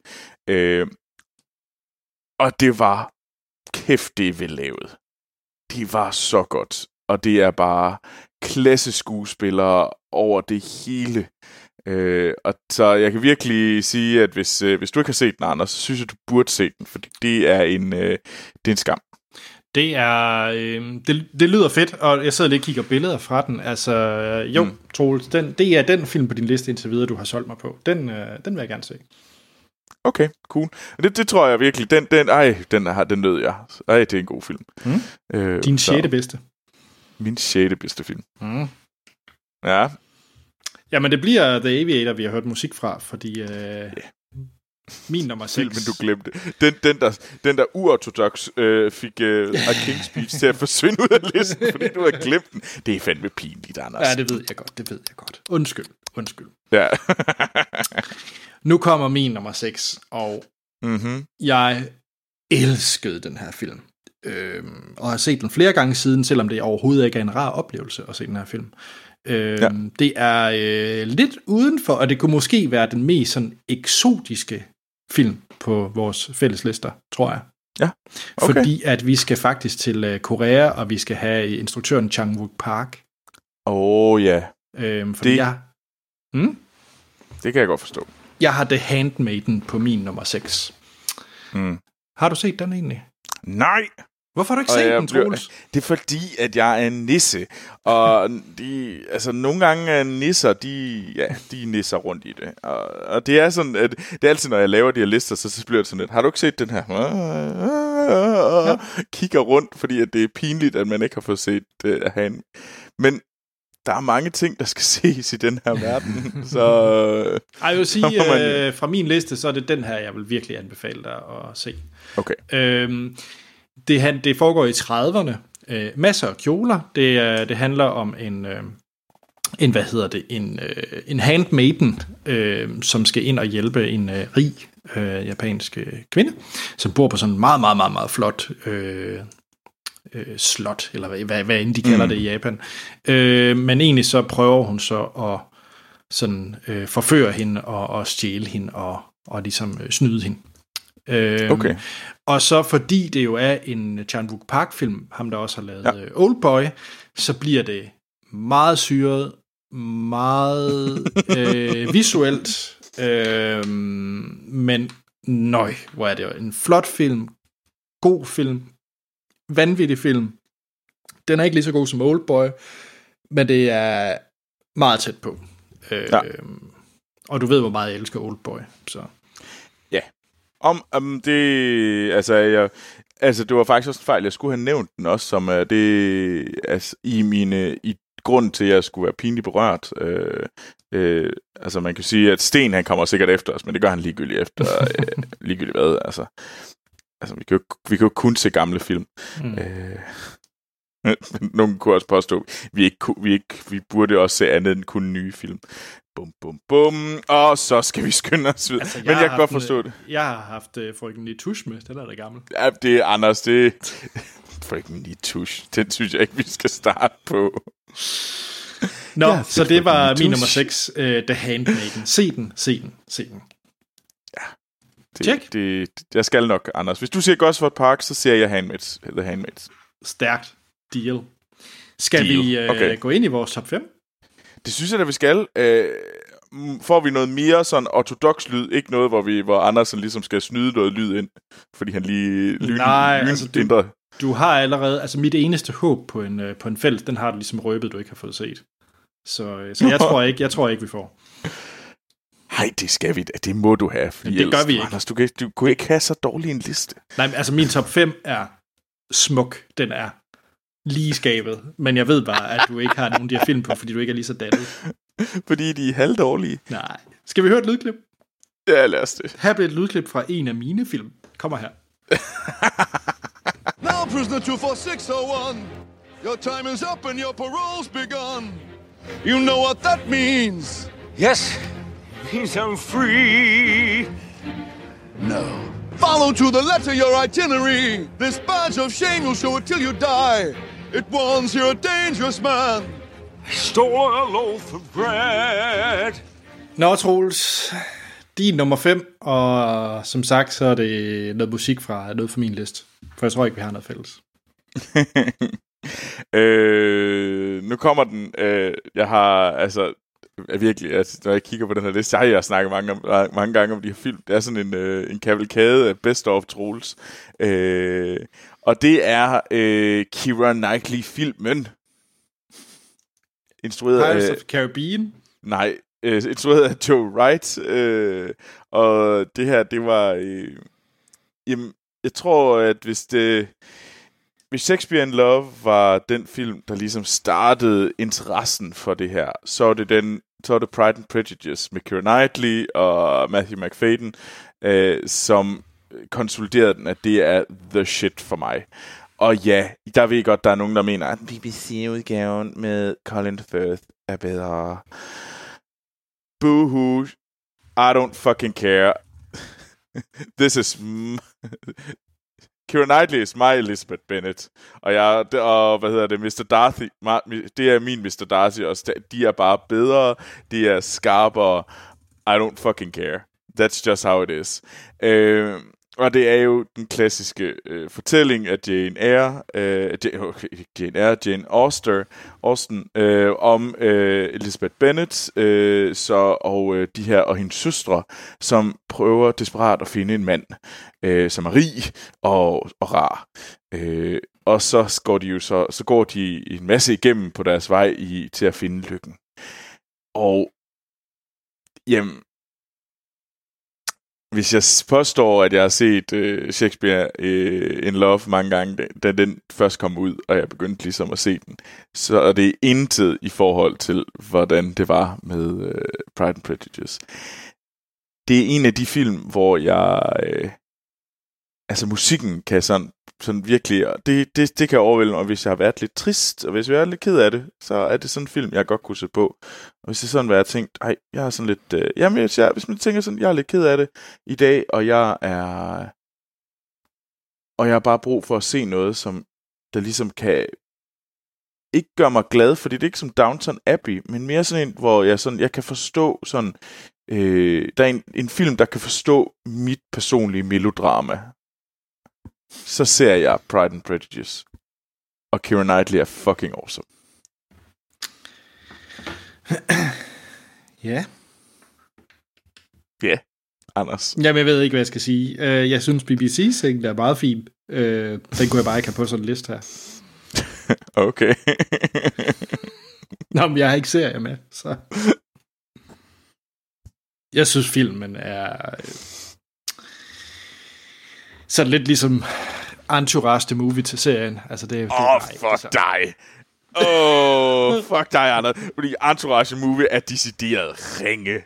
Og det var kæft, det er vellavet. Det var så godt, og det er bare klasseskuespillere over det hele. Og så jeg kan virkelig sige, at hvis du ikke har set den, Anders, så synes jeg, du burde se den, for det er en skam. Det er det lyder fedt, og jeg sidder lige og kigger billeder fra den. Altså, Troels, det er den film på din liste indtil videre, du har solgt mig på. Den vil jeg gerne se. Okay, cool. Det tror jeg virkelig. Den nød jeg. Det er en god film. Din 6. bedste. Min 6. bedste film. Ja. Jamen, det bliver The Aviator, vi har hørt musik fra, fordi min nummer 6... Filmen, du glemte. Den der uortodox fik A King's Speech til at forsvinde ud af listen, fordi du har glemt den. Det er fandme pinligt, Anders. Ja, det ved jeg godt. Undskyld. Ja. Nu kommer min nummer 6, og jeg elskede den her film. Og har set den flere gange siden, selvom det overhovedet ikke er en rar oplevelse at se den her film. Det er lidt udenfor, og det kunne måske være den mest sådan eksotiske film på vores fælles lister, tror jeg. Ja, okay. Fordi at vi skal faktisk til Korea, og vi skal have instruktøren Chang-wook Park. Ja. Fordi det kan jeg godt forstå. Jeg har The Handmaiden på min nummer 6. Har du set den egentlig? Nej! Hvorfor har du ikke set den, Troels? Det er fordi, at jeg er en nisse. Og nogle gange er nisser, de nisser rundt i det. Og det er sådan, at det er altid, når jeg laver de her lister, så bliver det sådan lidt, har du ikke set den her? Kigger rundt, fordi at det er pinligt, at man ikke har fået set han. Men der er mange ting, der skal ses i den her verden. Så jeg vil sige, fra min liste, så er det den her, jeg vil virkelig anbefale dig at se. Okay. Det foregår i 30'erne. Masser af kjoler. Det handler om en handmaiden, som skal ind og hjælpe en rig japansk kvinde, som bor på sådan en meget, meget, meget, meget flot slot, eller hvad end de kalder det i Japan. Men egentlig så prøver hun så at sådan, forføre hende og stjæle hende og ligesom snyde hende. Okay. Og så fordi det jo er en Chan-wook Park-film, ham der også har lavet Oldboy, så bliver det meget syret, meget visuelt, men hvor er det jo en flot film, god film, vanvittig film. Den er ikke lige så god som Oldboy, men det er meget tæt på. Og du ved, hvor meget jeg elsker Oldboy, så... Ja. Det var faktisk også en fejl. Jeg skulle have nævnt den også som det i grund til at jeg skulle være pinligt berørt. Man kan sige at Sten han kommer sikkert efter os, men det gør han ligegyldigt efter ligegyldigt hvad. Altså vi kan jo kun se gamle film. Nogen kunne også påstå, vi burde også se andet end kun nye film. Bum, bum, bum. Og så skal vi skynde os videre. Altså, men jeg kan godt forstå det. Jeg har haft frøken Nitouche med. Den er da gammel. Ja, det er Anders. Det frøken Nitouche. Den synes jeg ikke, vi skal starte på. Så det var min nummer 6. The Handmaiden. Se den. Ja. Jeg skal nok, Anders. Hvis du siger Gosford Park, så siger jeg The Handmaids. Stærkt. Deal. Skal vi gå ind i vores top 5? Det synes jeg, at vi skal. Får vi noget mere sådan ortodox lyd, ikke noget, hvor Andersen ligesom skal snyde noget lyd ind, fordi han lige du har allerede, altså mit eneste håb på en fælles, den har du ligesom røbet, du ikke har fået set. Så jeg tror ikke, vi får. Nej, det skal vi da. Det må du have. Det gør vi ikke. Anders, du kunne ikke have så dårlig en liste. Nej, altså min top 5 er smuk. Den er lige skabet. Men jeg ved bare, at du ikke har nogen af de her film på, fordi du ikke er lige så dattet. Fordi de er halvdårlige. Nej. Skal vi høre et lydklip? Ja, lad os det. Her bliver et lydklip fra en af mine film. Kommer her. Now, prisoner 24601, your time is up and your parole's begun. You know what that means. Yes, He's free. No. Follow to the letter your itinerary. This badge of shame, you'll show it till you die. It warns you're a dangerous man. I stole a loaf of bread. Nå, Troels, din nummer 5, og som sagt, så er det noget musik fra noget fra min liste. For jeg tror ikke, vi har noget fælles. Nu kommer den. Jeg har, altså, virkelig, altså, når jeg kigger på den her liste, så har jeg snakket mange gange om de her film. Det er sådan en kavalkade af Best of Troels. Og det er Keira Knightley-filmen. Instrueret Pirates of the Caribbean? Nej, instrueret af Joe Wright. Og det her, det var... jamen, jeg tror, at hvis Shakespeare in Love var den film, der ligesom startede interessen for det her, så er det Pride and Prejudice med Keira Knightley og Matthew McFadden, som konsoliderede den, at det er the shit for mig. Og ja, der ved jeg godt, der er nogen, der mener, at BBC-udgaven med Colin Firth er bedre. Boo-hoo. I don't fucking care. This is... Keira Knightley is my Elizabeth Bennet. Og Mr. Darcy, det er min Mr. Darcy også. De er bare bedre. De er skarpere. I don't fucking care. That's just how it is. Og det er jo den klassiske fortælling af Jane Austen om Elizabeth Bennet og de her og hendes søstre, som prøver desperat at finde en mand, som er rig og rar. Og så går de en masse igennem på deres vej til at finde lykken. Og jamen, hvis jeg påstår, at jeg har set Shakespeare in Love mange gange, da den først kom ud, og jeg begyndte ligesom at se den, så er det intet i forhold til, hvordan det var med Pride and Prejudice. Det er en af de film, hvor jeg... altså musikken kan sådan virkelig... Det kan overvælde mig, hvis jeg har været lidt trist, og hvis jeg er lidt ked af det, så er det sådan en film, jeg godt kunne se på. Og hvis det sådan var, jeg tænkt, jeg har sådan lidt... hvis man tænker sådan, jeg er lidt ked af det i dag, og jeg har bare brug for at se noget, som der ligesom kan... ikke gøre mig glad, fordi det er ikke som Downton Abbey, men mere sådan en, hvor jeg kan forstå sådan... der er en film, der kan forstå mit personlige melodrama. Så ser jeg Pride and Prejudice. Og Keira Knightley er fucking awesome. Ja. Ja, Anders. Jamen, jeg ved ikke, hvad jeg skal sige. Jeg synes, BBC-singen er meget fin. Den kunne jeg bare ikke have på sådan en liste her. Okay. Nå, men jeg har ikke serier med, så... Jeg synes, filmen er... sådan lidt ligesom Entourage the Movie til serien. Altså, det er fuck dig. Fuck dig, Anders. Fordi Entourage Movie er decideret ringe.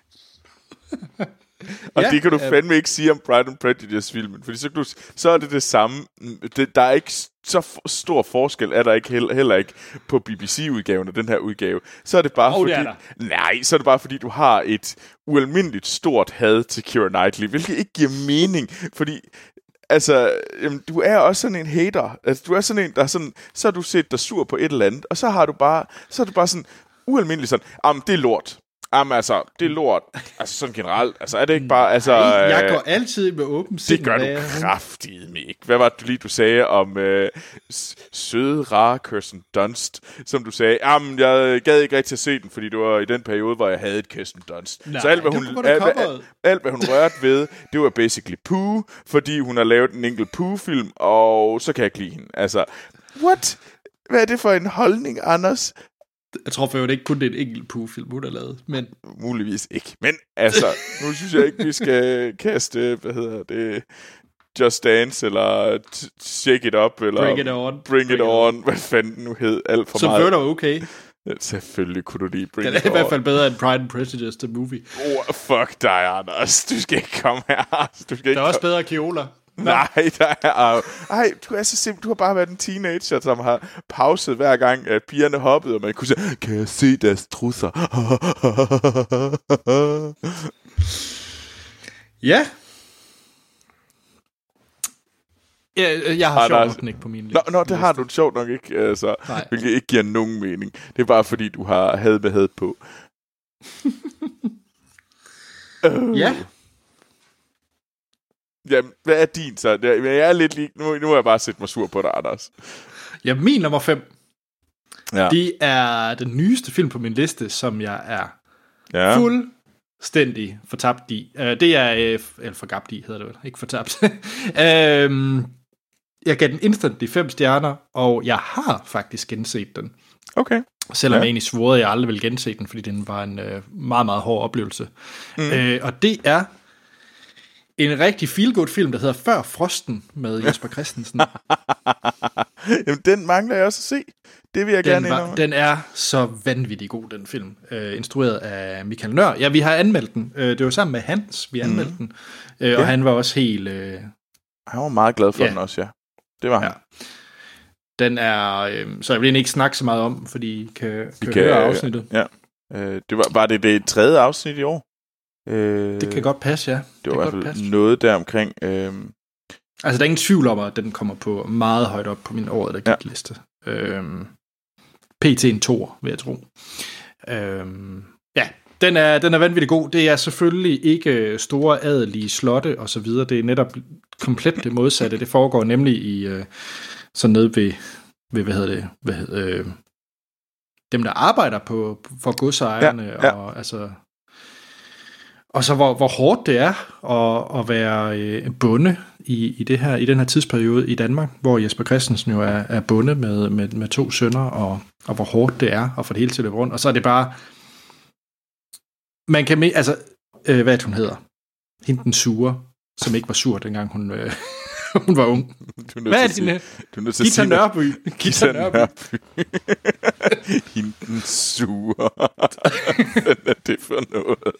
Og det kan du fandme ikke sige om Pride and Prejudice-filmen. Fordi så er det samme. Der er ikke så stor forskel, er der ikke heller ikke på BBC-udgaven og den her udgave. Så er det bare så er det bare fordi, du har et ualmindeligt stort had til Keira Knightley, hvilket ikke giver mening, fordi altså, du er også sådan en hater. Altså, du er sådan en, der er sådan, så har du set dig sur på et eller andet, og så er du bare sådan ualmindeligt sådan, det er lort. Jamen altså, det er lort. Altså sådan generelt. Altså er det ikke bare... Altså, jeg går altid med åben sind. Det gør du kraftigt ikke. Hvad var det lige, du sagde om søde, rare Kirsten Dunst? Som du sagde, jamen jeg gad ikke rigtig at se den, fordi det var i den periode, hvor jeg havde et Kirsten Dunst. Nej, så alt hvad hun rørte ved, det var basically poo, fordi hun har lavet en enkelt poo-film, og så kan jeg ikke lide hende. Altså, what? Hvad er det for en holdning, Anders? Jeg tror for jo, det ikke kun det er en enkelt Pooh-film, hun har lavet. Men... muligvis ikke. Men altså, nu synes jeg ikke, vi skal kaste, Just Dance, eller Shake It Up, eller Bring It On, hvad fanden nu hed, alt for så meget. Så føler du okay. Ja, selvfølgelig kunne du lige Bring It On. Det er i hvert fald bedre end Pride and Prejudice, the movie. Fuck dig, Anders. Du skal ikke komme her. Der er også bedre kjoler. Nej, der er... Ej, du er så simpel. Du har bare været en teenager, som har pauset hver gang, at pigerne hoppede, og man kunne sige, kan jeg se deres trusser? Ja. Jeg har sjovt nok ikke på min liste. Nå, det har du sjovt nok ikke, altså, hvilket ikke giver nogen mening. Det er bare fordi, du har had med had på. Ja. Jamen, hvad er din så? Jeg er lidt lige... Nu har jeg bare set mig sur på dig, Anders. Ja, min nummer 5. Ja. Det er den nyeste film på min liste, som jeg er fuldstændig fortabt i. Det er... eller forgabt i, hedder det vel. Ikke fortabt. Jeg gav den instantly 5 stjerner, og jeg har faktisk genset den. Okay. Selvom jeg egentlig svorede, at jeg aldrig ville gense den, fordi den var en meget, meget hård oplevelse. Og det er en rigtig feel-good film, der hedder Før Frosten med Jesper Christensen. Jamen, den mangler jeg også at se. Det vil jeg gerne indrømme. Den er så vanvittig god, den film. Instrueret af Michael Nør. Ja, vi har anmeldt den. Det var sammen med Hans, vi anmeldte den. Og han var også helt... Han var meget glad for den også, ja. Det var han. Ja. Den er... så jeg vil ikke snakke så meget om, fordi I kan høre afsnittet. Ja. Var det 3. afsnit i år? Det kan godt passe, ja. Det var i hvert fald noget der omkring. Altså, der er ingen tvivl om, at den kommer på meget højt op på min året, der gik liste. PT en 2, vil jeg tro. Ja, den er vanvittig god. Det er selvfølgelig ikke store adelige slotte og så videre. Det er netop komplet det modsatte. Det foregår nemlig i sådan nede ved hvad hedder det? Dem, der arbejder for godsejerne og altså... Og så hvor hårdt det er at være bonde i den her tidsperiode i Danmark, hvor Jesper Christensen jo er bonde med 2 sønner, og hvor hårdt det er at få det hele til at løbe rundt. Og så er det bare... Man kan... Altså, hvad hun hedder? Hende den sure, som ikke var sur, dengang hun var ung. Hvad er det? Gita Nørby. Gita Nørby. Hende den sure. Hvad er det for noget?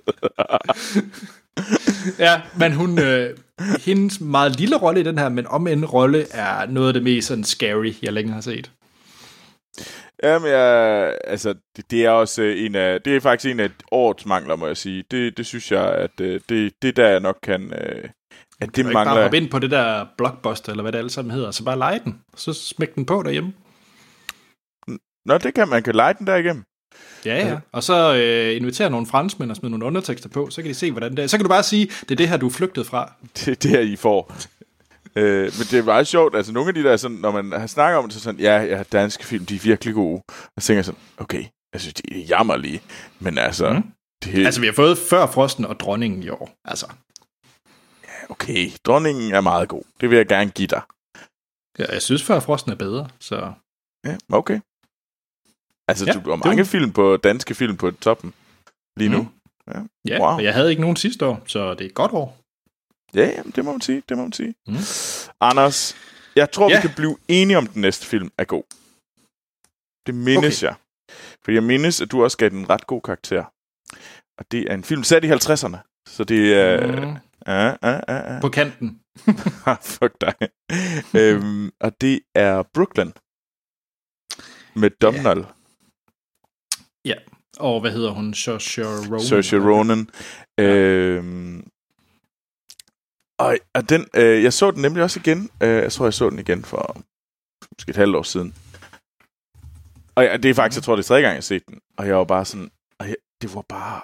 Ja, men hendes meget lille rolle i den her, men om en rolle er noget af det mest sådan scary, jeg længe har set. Jamen, altså, det er også det er faktisk en af årets mangler, må jeg sige. Det synes jeg, at det der jeg nok kan... at det mangler... Bare hoppe ind på det der Blockbuster, eller hvad det alle sammen hedder, så bare lege den, så smæk den på derhjemme. Nå, det kan man kan lege den derigennem. Ja. Og så invitere nogle franskmænd og smide nogle undertekster på, så kan de se, hvordan det er. Så kan du bare sige, det er det her, du er flygtet fra. Det er det her, I får. Men det er meget sjovt, altså nogle af de der, sådan, når man har snakket om det, så sådan, ja, danske film, de er virkelig gode. Og så tænker jeg sådan, okay, jeg synes, de er jammerlige, men altså... Det... Altså, vi har fået Før Frosten og Dronningen i år, altså. Ja, okay, Dronningen er meget god. Det vil jeg gerne give dig. Ja, jeg synes, Før Frosten er bedre, så... Ja, okay. Altså, du har mange danske film på toppen lige nu. Ja, wow. Og jeg havde ikke nogen sidste år, så det er et godt år. Ja, det må man sige, Anders, jeg tror, vi kan blive enige om, den næste film er god. Det mindes jeg. For jeg mindes, at du også gav den en ret god karakter. Og det er en film sat i 50'erne. Så det er... På kanten. Fuck dig. Og det er Brooklyn. Med Domhnall. Ja, og hvad hedder hun? Saoirse Ronan. Saoirse Ronan. Og den, jeg så den nemlig også igen. Jeg tror, jeg så den igen for måske et halvt år siden. Og det er faktisk, jeg tror, det er 3. gang, jeg har set den. Og jeg var bare sådan... det var bare...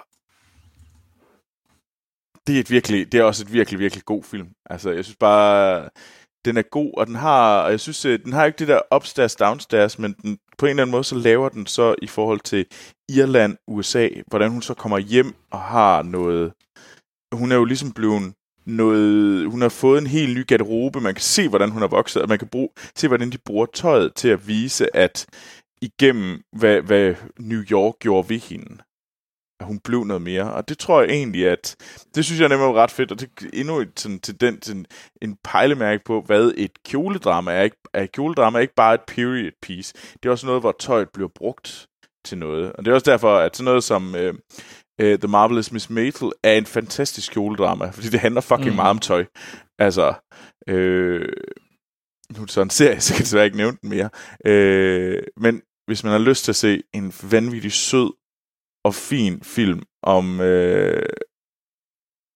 Det er også et virkelig, virkelig god film. Altså, jeg synes bare... Den er god, og jeg synes, den har ikke det der upstairs, downstairs, men den, på en eller anden måde, så laver den så i forhold til Irland, USA, hvordan hun så kommer hjem og har noget... Hun er jo ligesom blevet noget... Hun har fået en helt ny garderobe, man kan se, hvordan hun har vokset, og man kan se, hvordan de bruger tøjet til at vise, at igennem, hvad New York gjorde ved hende, at hun blev noget mere. Og det tror jeg egentlig, at... Det synes jeg nemlig er ret fedt, og det er endnu en pejlemærke på, hvad et kjoledrama er. Et kjoledrama er ikke bare et period piece. Det er også noget, hvor tøjet bliver brugt til noget. Og det er også derfor, at sådan noget som The Marvelous Miss Maisel er en fantastisk kjoledrama, fordi det handler fucking meget om tøj. Altså... nu er det så en serie, så kan jeg desværre ikke nævne den mere. Men hvis man har lyst til at se en vanvittig sød og fin film om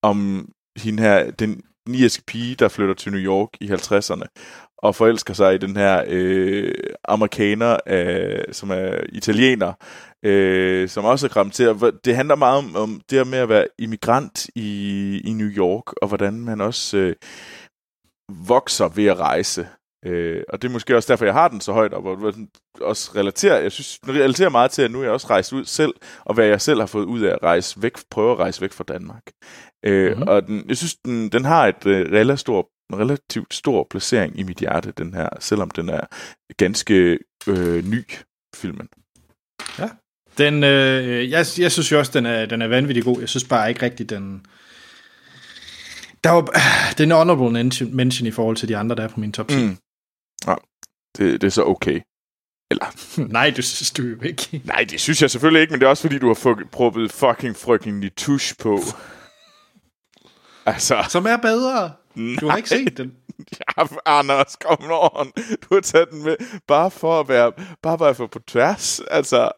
om hende her, den irske pige, der flytter til New York i 50'erne, og forelsker sig i den her amerikaner, som er italiener, som også er gramteret. Det handler meget om det med at være immigrant i New York, og hvordan man også vokser ved at rejse. Og det er måske også derfor, jeg har den så højt op, og også relaterer meget til, at nu er jeg også rejst ud selv, og hvad jeg selv har fået ud af at prøve at rejse væk fra Danmark. Og jeg synes, den har et relativt stor placering i mit hjerte, den her, selvom den er ganske ny, filmen. Ja. Den, jeg synes jo også, den er vanvittig god. Jeg synes bare ikke rigtigt, den... Det er en honorable mention i forhold til de andre, der er på min top 10. Ja, det er så okay. Eller... Nej, det synes du jo ikke. Nej, det synes jeg selvfølgelig ikke, men det er også fordi, du har proppet frøken Nitouche på. Altså... Som er bedre. Du har ikke set den. Ja, Anders, kom on. Du har taget den med bare for at være på tværs. Altså...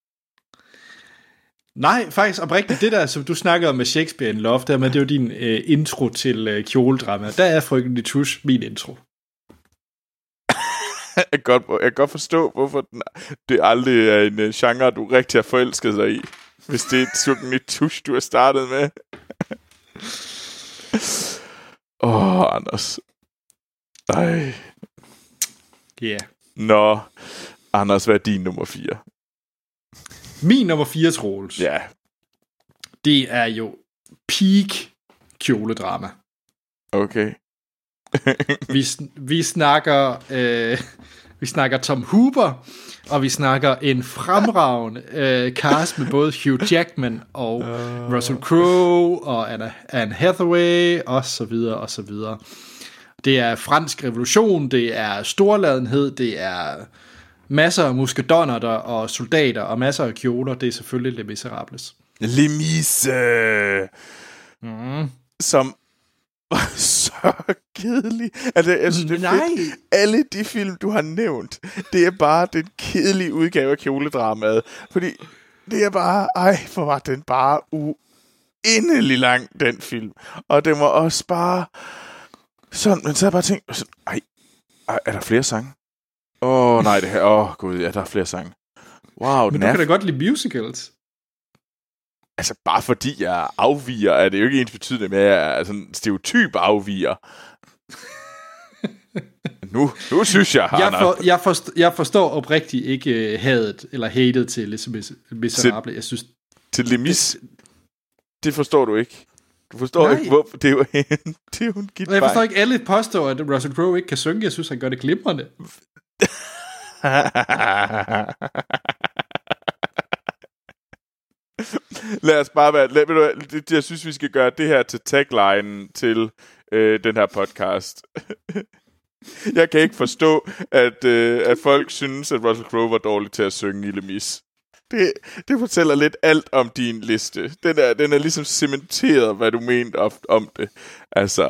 Nej, faktisk oprigtigt, det der, som du snakkede om med Shakespeare in Love, det er jo din intro til kjoledrama. Der er frøken Nitouche min intro. Jeg kan godt forstå, hvorfor det aldrig er en genre, du rigtig har forelsket sig i. Hvis det er frøken Nitouche, du har startet med. Anders. Ej. Ja. Yeah. Nå, Anders, hvad er din nummer 4? Min nummer 4, Troels. Ja. Det er jo peak kjoledrama. Okay. vi snakker Tom Hooper, og vi snakker en fremragende cast med både Hugh Jackman og Russell Crowe og Anne Hathaway og så videre og så videre. Det er fransk revolution, det er storladenhed, det er masser af muskedonner og soldater og masser af kjoler. Det er selvfølgelig Les Miserables. Les Mis, som var så kedelig. Altså, jeg synes, det er fedt. Alle de film, du har nævnt, det er bare den kedelige udgave af kjoledramaet. Fordi det er bare, hvor var den bare uendelig lang, den film. Og det var også bare sådan, men så har jeg bare tænkt, er der flere sange? Nej, det her, gud, ja, der er flere sange. Wow, men du kan da godt lide musicals. Altså, bare fordi jeg afviger, er det jo ikke ens betydende med, at jeg er sådan en stereotyp afviger. nu synes jeg, jeg forstår oprigtigt ikke hadet til Les Miserables. Jeg synes... Til Les Mis, det forstår du ikke. Du forstår ikke, hvorfor. Det er jo en gitt. Jeg forstår ikke, alle påstår, at Russell Crowe ikke kan synge. Jeg synes, han gør det glimrende. Lad os bare være... Jeg synes, vi skal gøre det her til tagline til den her podcast. Jeg kan ikke forstå, at folk synes, at Russell Crowe var dårlig til at synge i Les Mis. Det fortæller lidt alt om din liste. Den er ligesom cementeret, hvad du mente om det. Altså...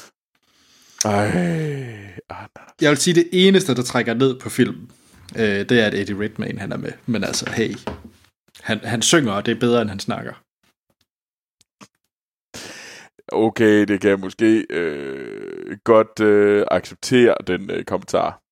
Jeg vil sige, det eneste, der trækker ned på filmen, det er, at Eddie Redmayne, han er med. Men altså, hey... Han synger, og det er bedre, end han snakker. Okay, det kan jeg måske godt acceptere, den kommentar.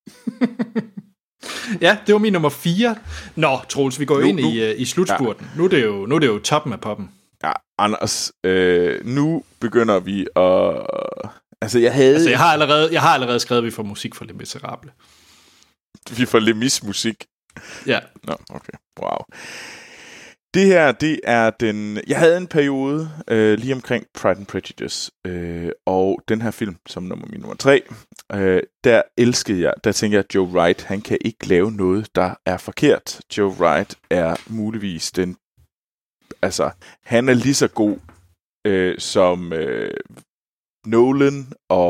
Ja, det var min nummer 4. Nå, Troels, vi går ind i slutspurten. Ja. Nu er det jo toppen af poppen. Ja, Anders, nu begynder vi at... Jeg har allerede skrevet, at vi får musik for Les Miserables. Vi får Les Mis musik. Ja. Nå, okay. Wow. Det her, det er den... Jeg havde en periode lige omkring Pride and Prejudice, og den her film, som min nummer 3, der elskede jeg, der tænkte jeg, at Joe Wright, han kan ikke lave noget, der er forkert. Joe Wright er muligvis den... Altså, han er lige så god som Nolan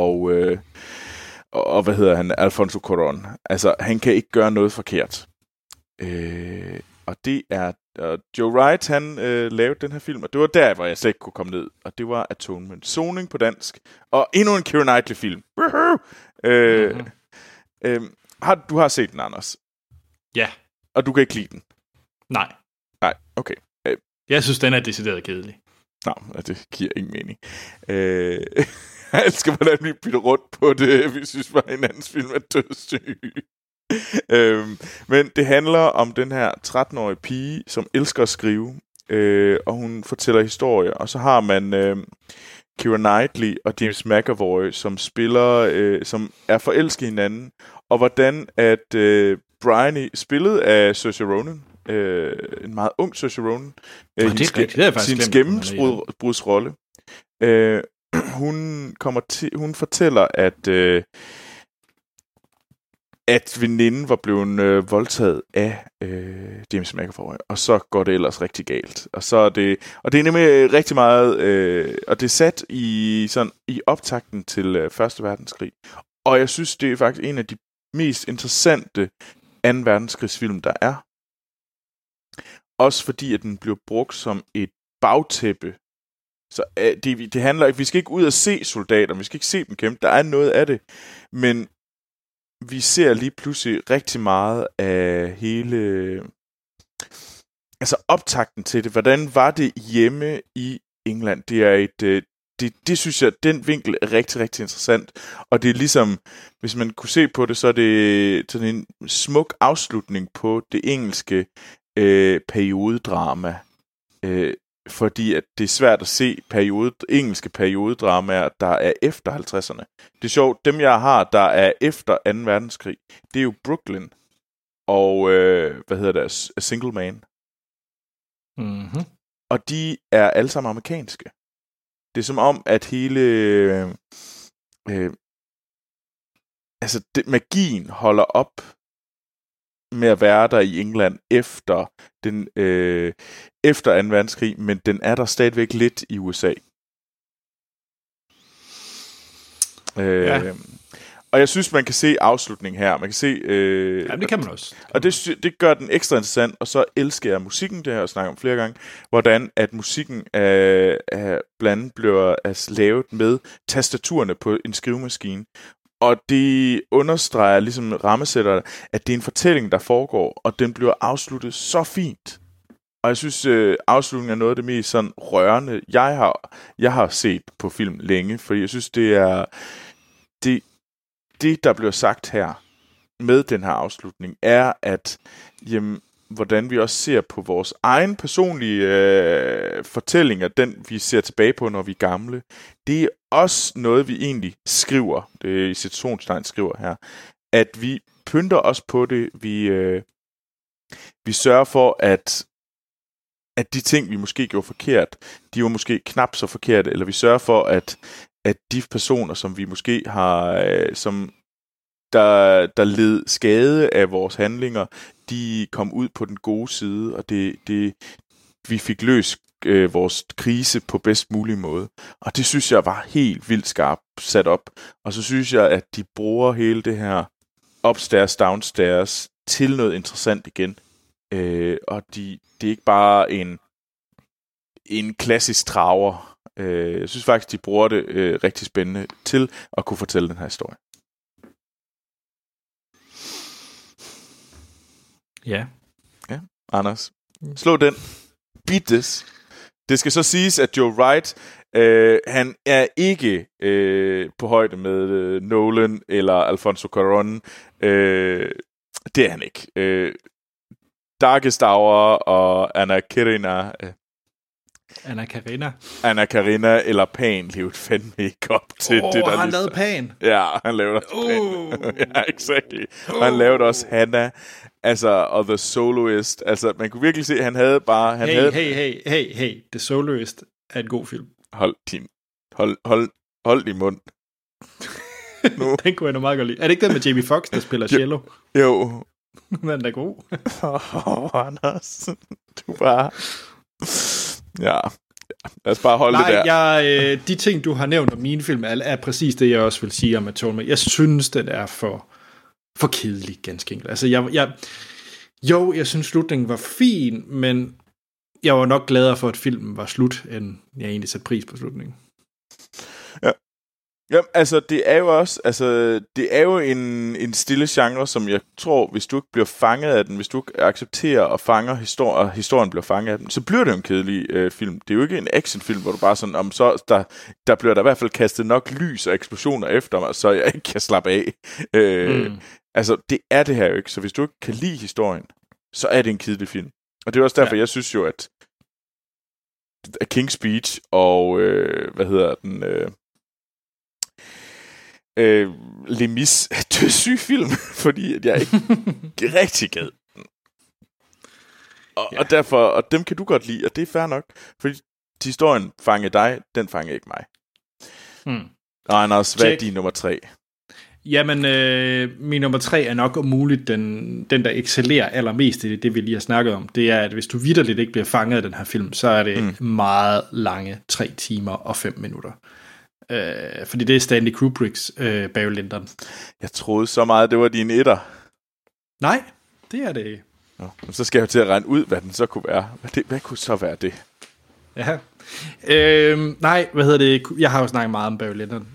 og hvad hedder han? Alfonso Cuarón. Altså, han kan ikke gøre noget forkert. Og det er Joe Wright, han lavede den her film, og det var der, hvor jeg slet ikke kunne komme ned, og det var Atonement. Soning på dansk, og endnu en Keira Knightley-film. Du har set den, Anders? Ja. Og du kan ikke lide den? Nej. Nej, okay. Jeg synes, den er decideret kedelig. det giver ingen mening. Jeg elsker, hvordan vi bytter rundt på det, vi synes var en anden film er dødssyg. Men det handler om den her 13-årige pige, som elsker at skrive, og hun fortæller historier, og så har man Keira Knightley og James McAvoy, som spiller, som er forelsket hinanden, og hvordan at Bryony, spillet af Saoirse Ronan, en meget ung Saoirse Ronan, sin gennembrudsrolle, hun fortæller, at veninden var blevet voldtaget af James McAvoy, og så går det ellers rigtig galt. Og det er nemlig rigtig meget, og det er sat i optakten til Første Verdenskrig. Og jeg synes, det er faktisk en af de mest interessante 2. verdenskrigsfilm, der er. Også fordi, at den bliver brugt som et bagtæppe. Så det handler ikke, vi skal ikke ud og se soldater, vi skal ikke se dem kæmpe, der er noget af det, men vi ser lige pludselig rigtig meget af hele, optakten til det. Hvordan var det hjemme i England? Det er det synes jeg, den vinkel er rigtig, rigtig interessant. Og det er ligesom, hvis man kunne se på det, så er det sådan en smuk afslutning på det engelske periodedrama. Fordi at det er svært at se engelske periodedramaer, der er efter 50'erne. Det er sjovt, dem jeg har, der er efter 2. verdenskrig, det er jo Brooklyn og, A Single Man. Mm-hmm. Og de er alle sammen amerikanske. Det er som om, at hele magien holder op med at være der i England efter 2. verdenskrig, men den er der stadigvæk lidt i USA. Og jeg synes, man kan se afslutningen her. Man kan se... ja, det kan man også. Og det gør den ekstra interessant, og så elsker jeg musikken, det har jeg snakket om flere gange, hvordan at musikken blandt bliver lavet med tastaturerne på en skrivemaskine. Og det understreger, ligesom rammesætter, at det er en fortælling, der foregår, og den bliver afsluttet så fint. Og jeg synes, afslutningen er noget af det mest sådan rørende, jeg har set på film længe, fordi jeg synes, det er det, der bliver sagt her med den her afslutning, er, at hvordan vi også ser på vores egen personlige fortællinger, den vi ser tilbage på, når vi er gamle, det er også noget, vi egentlig skriver, det er citationstegn skriver her, at vi pynter os på det, vi sørger for, at de ting, vi måske gjorde forkert, de var måske knap så forkerte, eller vi sørger for, at de personer, som vi måske har, der led skade af vores handlinger, de kom ud på den gode side, og vi fik løst vores krise på bedst mulig måde. Og det synes jeg var helt vildt skarpt sat op. Og så synes jeg, at de bruger hele det her upstairs, downstairs til noget interessant igen. Og det er ikke bare en klassisk traver. Jeg synes faktisk, de bruger det rigtig spændende til at kunne fortælle den her historie. Ja. Ja, Anders. Slå den. Beat this. Det skal så siges, at Joe Wright, han er ikke på højde med Nolan eller Alfonso Cuarón. Det er han ikke. Darkest Hour og Anna Karenina eller Pan levede fandme ikke op til det, der han lavede Pan. Ja, han lavede også Pan. Ja, exactly. Og han lavede også Hannah, og The Soloist. Altså, man kunne virkelig se, at han havde bare... Hey, The Soloist er en god film. Hold din mund. Den kunne jeg nu meget godt lide. Er det ikke den med Jamie Foxx, der spiller cello? Jo. Den er god. Anders. Du bare... Ja, lad os bare holde det der. De ting, du har nævnt om mine film, er præcis det, jeg også vil sige om Atonement. Jeg synes, den er for kedelig, ganske enkelt. Altså, jeg synes, slutningen var fin, men jeg var nok gladere for, at filmen var slut, end jeg egentlig satte pris på slutningen. Ja, Ja, altså det er jo også, det er jo en stille genre, som jeg tror, hvis du ikke bliver fanget af den, hvis du ikke accepterer og fanger historien bliver fanget af den, så bliver det jo en kedelig film. Det er jo ikke en actionfilm, hvor du bare sådan, så der bliver der i hvert fald kastet nok lys og eksplosioner efter mig, så jeg ikke kan slappe af. Altså det er det her jo ikke, så hvis du ikke kan lide historien, så er det en kedelig film. Og det er også derfor, jeg synes jo, at King's Speech og, Les Mis dødssyg film, fordi at jeg ikke rigtig gad. Og derfor, og dem kan du godt lide, og det er fair nok, fordi historien fanger dig, den fanger ikke mig. Og Anders, hvad er din nummer 3? Jamen, min nummer 3 er nok om muligt den der excellerer allermest i det vi lige har snakket om. Det er, at hvis du vitterligt ikke bliver fanget af den her film, så er det meget lange 3 timer og 5 minutter. Fordi det er Stanley Kubricks Barry Lyndon. Jeg troede så meget, det var din etter. Nej, det er det ikke. Nå, så skal jeg jo til at regne ud, hvad den så kunne være. Hvad kunne så være det? Ja. Nej, jeg har jo snakket meget om Barry Lyndon.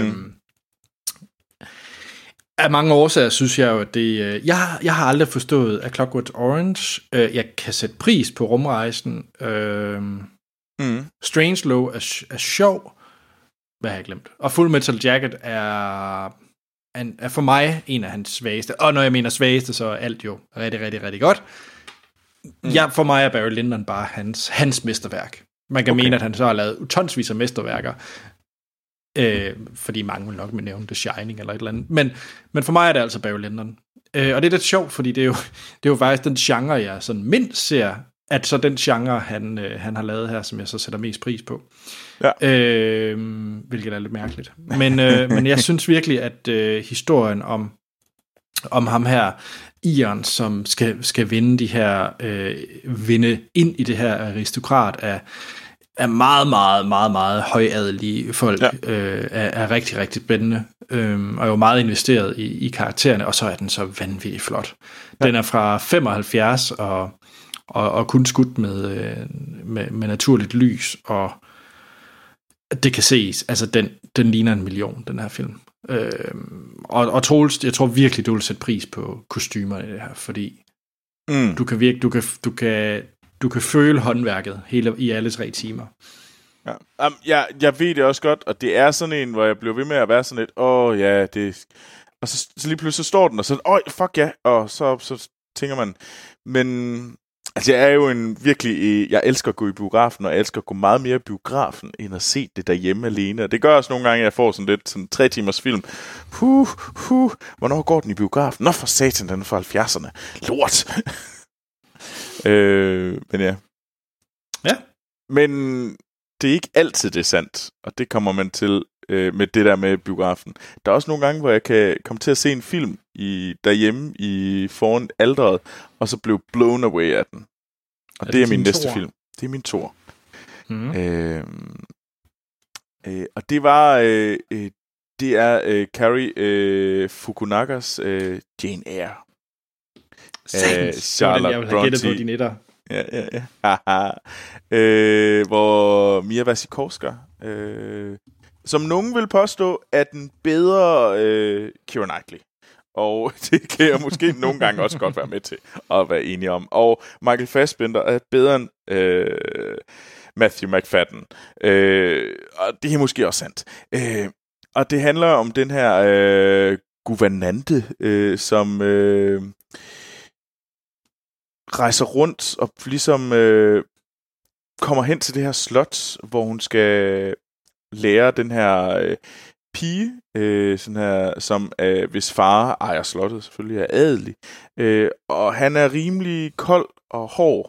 Af mange årsager synes jeg jo, at det... Jeg har aldrig forstået A Clockwork Orange. Jeg kan sætte pris på rumrejsen. Strangelove er sjov. Hvad har jeg glemt? Og Full Metal Jacket er for mig en af hans svageste. Og når jeg mener svageste, så er alt jo rigtig, rigtig, rigtig godt. Ja, for mig er Barry Lyndon bare hans mesterværk. Man kan mene, at han så har lavet tonsvis af mesterværker. Fordi mange vil nok med nævne The Shining eller et eller andet. Men for mig er det altså Barry Lyndon. Og det er lidt sjovt, fordi det er jo faktisk den genre, jeg sådan mindst ser, at så den genre, han har lavet her, som jeg så sætter mest pris på. Ja. Hvilket er lidt mærkeligt. Men jeg synes virkelig, at historien om ham her, Iren, som skal vinde ind i det her aristokrat er meget, meget, meget, meget højadelige folk, er rigtig, rigtig spændende, og er jo meget investeret i karaktererne, og så er den så vanvittigt flot. Ja. Den er fra 75, og kun skudt med naturligt lys, og det kan ses, altså den ligner 1 million, den her film. Og Troels, jeg tror virkelig, du vil sætte pris på kostymerne i det her, fordi du kan føle håndværket i alle 3 timer. Ja. Jeg ved det også godt, og det er sådan en, hvor jeg blev ved med at være sådan lidt, det... Og så lige pludselig så står den, og så, fuck ja, og så tænker man, men... Altså, jeg er jo jeg elsker at gå i biografen, og jeg elsker at gå meget mere i biografen, end at se det derhjemme alene. Og det gør også nogle gange, at jeg får sådan lidt sådan 3 timers film. Hvornår går den i biografen? Nå, for satan, den er fra 70'erne. Lort! Men ja. Ja. Men det er ikke altid det er sandt, og det kommer man til med det der med biografen. Der er også nogle gange, hvor jeg kan komme til at se en film derhjemme foran alderet, og så blev blown away af den. Og det er min næste film. Det er min toer. Og det var det er Cary Fukunagas Jane Eyre. Charlotte jeg vil have gættet på din etter. Ja. Hvor Mia Wasikowska, som nogen vil påstå, er den bedre Keira Knightley. Og det kan jeg måske nogle gange også godt være med til at være enig om. Og Michael Fassbender er bedre end Matthew McFadden. Og det er måske også sandt. Og det handler om den her guvernante, som rejser rundt og ligesom kommer hen til det her slot, hvor hun skal lære den her pige, sådan her, som hvis far ejer slottet, selvfølgelig er adelig. Og han er rimelig kold og hård.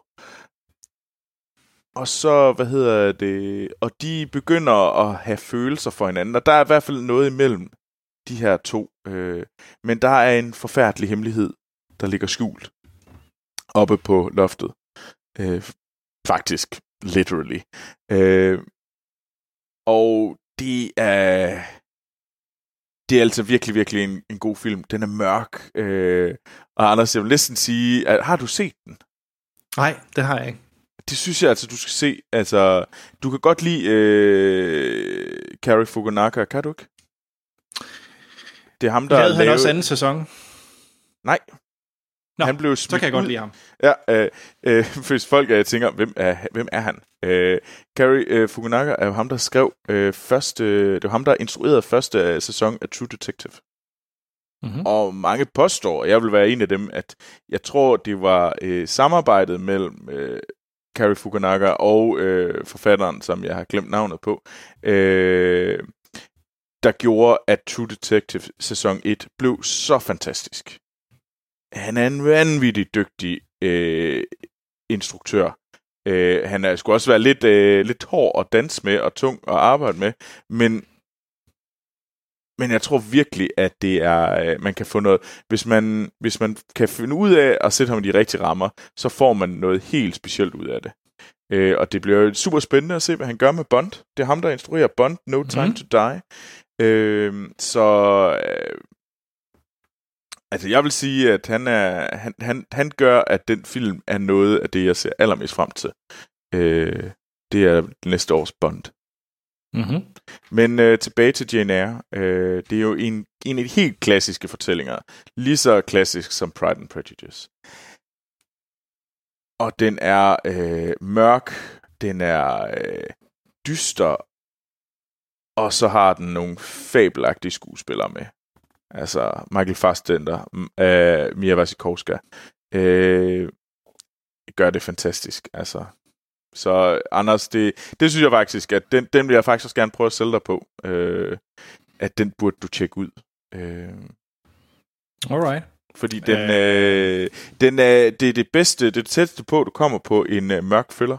Og så, og de begynder at have følelser for hinanden, og der er i hvert fald noget imellem de her to. Men der er en forfærdelig hemmelighed, der ligger skjult oppe på loftet. Faktisk, literally. Og det er altså virkelig, virkelig en god film. Den er mørk. Og Anders, jeg vil næsten sige, har du set den? Nej, det har jeg ikke. Det synes jeg altså, du skal se. Altså, du kan godt lide Cary Fukunaga, kan du ikke? Det er ham, der lavede han også anden sæson? Nej. Nå, han blev så kan jeg godt lide ham. Ja, hvis folk tænker, hvem er han? Cary Fukunaga er jo ham, der skrev det var ham, der instruerede første sæson af True Detective. Mm-hmm. Og mange påstår, og jeg vil være en af dem, at jeg tror, det var samarbejdet mellem Cary Fukunaga og forfatteren, som jeg har glemt navnet på, der gjorde, at True Detective sæson 1 blev så fantastisk. Han er en vanvittig dygtig instruktør. Han skulle også være lidt hård at danse med, og tung at arbejde med, men jeg tror virkelig, at det er, man kan få noget, hvis man kan finde ud af at sætte ham i de rigtige rammer, så får man noget helt specielt ud af det. Og det bliver jo super spændende at se, hvad han gør med Bond. Det er ham, der instruerer Bond, No Time to Die. Altså, jeg vil sige, at han gør, at den film er noget af det, jeg ser allermest frem til. Det er næste års Bond. Mm-hmm. Men tilbage til Jane Eyre. Det er jo en af de helt klassiske fortællinger. Lige så klassisk som Pride and Prejudice. Og den er mørk. Den er dyster. Og så har den nogle fabelagtige skuespillere med. Altså Michael Fassbender, Mia Wasikowska, gør det fantastisk. Altså. Så Anders, det synes jeg faktisk, at den vil jeg faktisk også gerne prøve at sælge dig på. At den burde du tjekke ud. Alright. Fordi det er det bedste, det tætteste på, du kommer på en mørk thriller.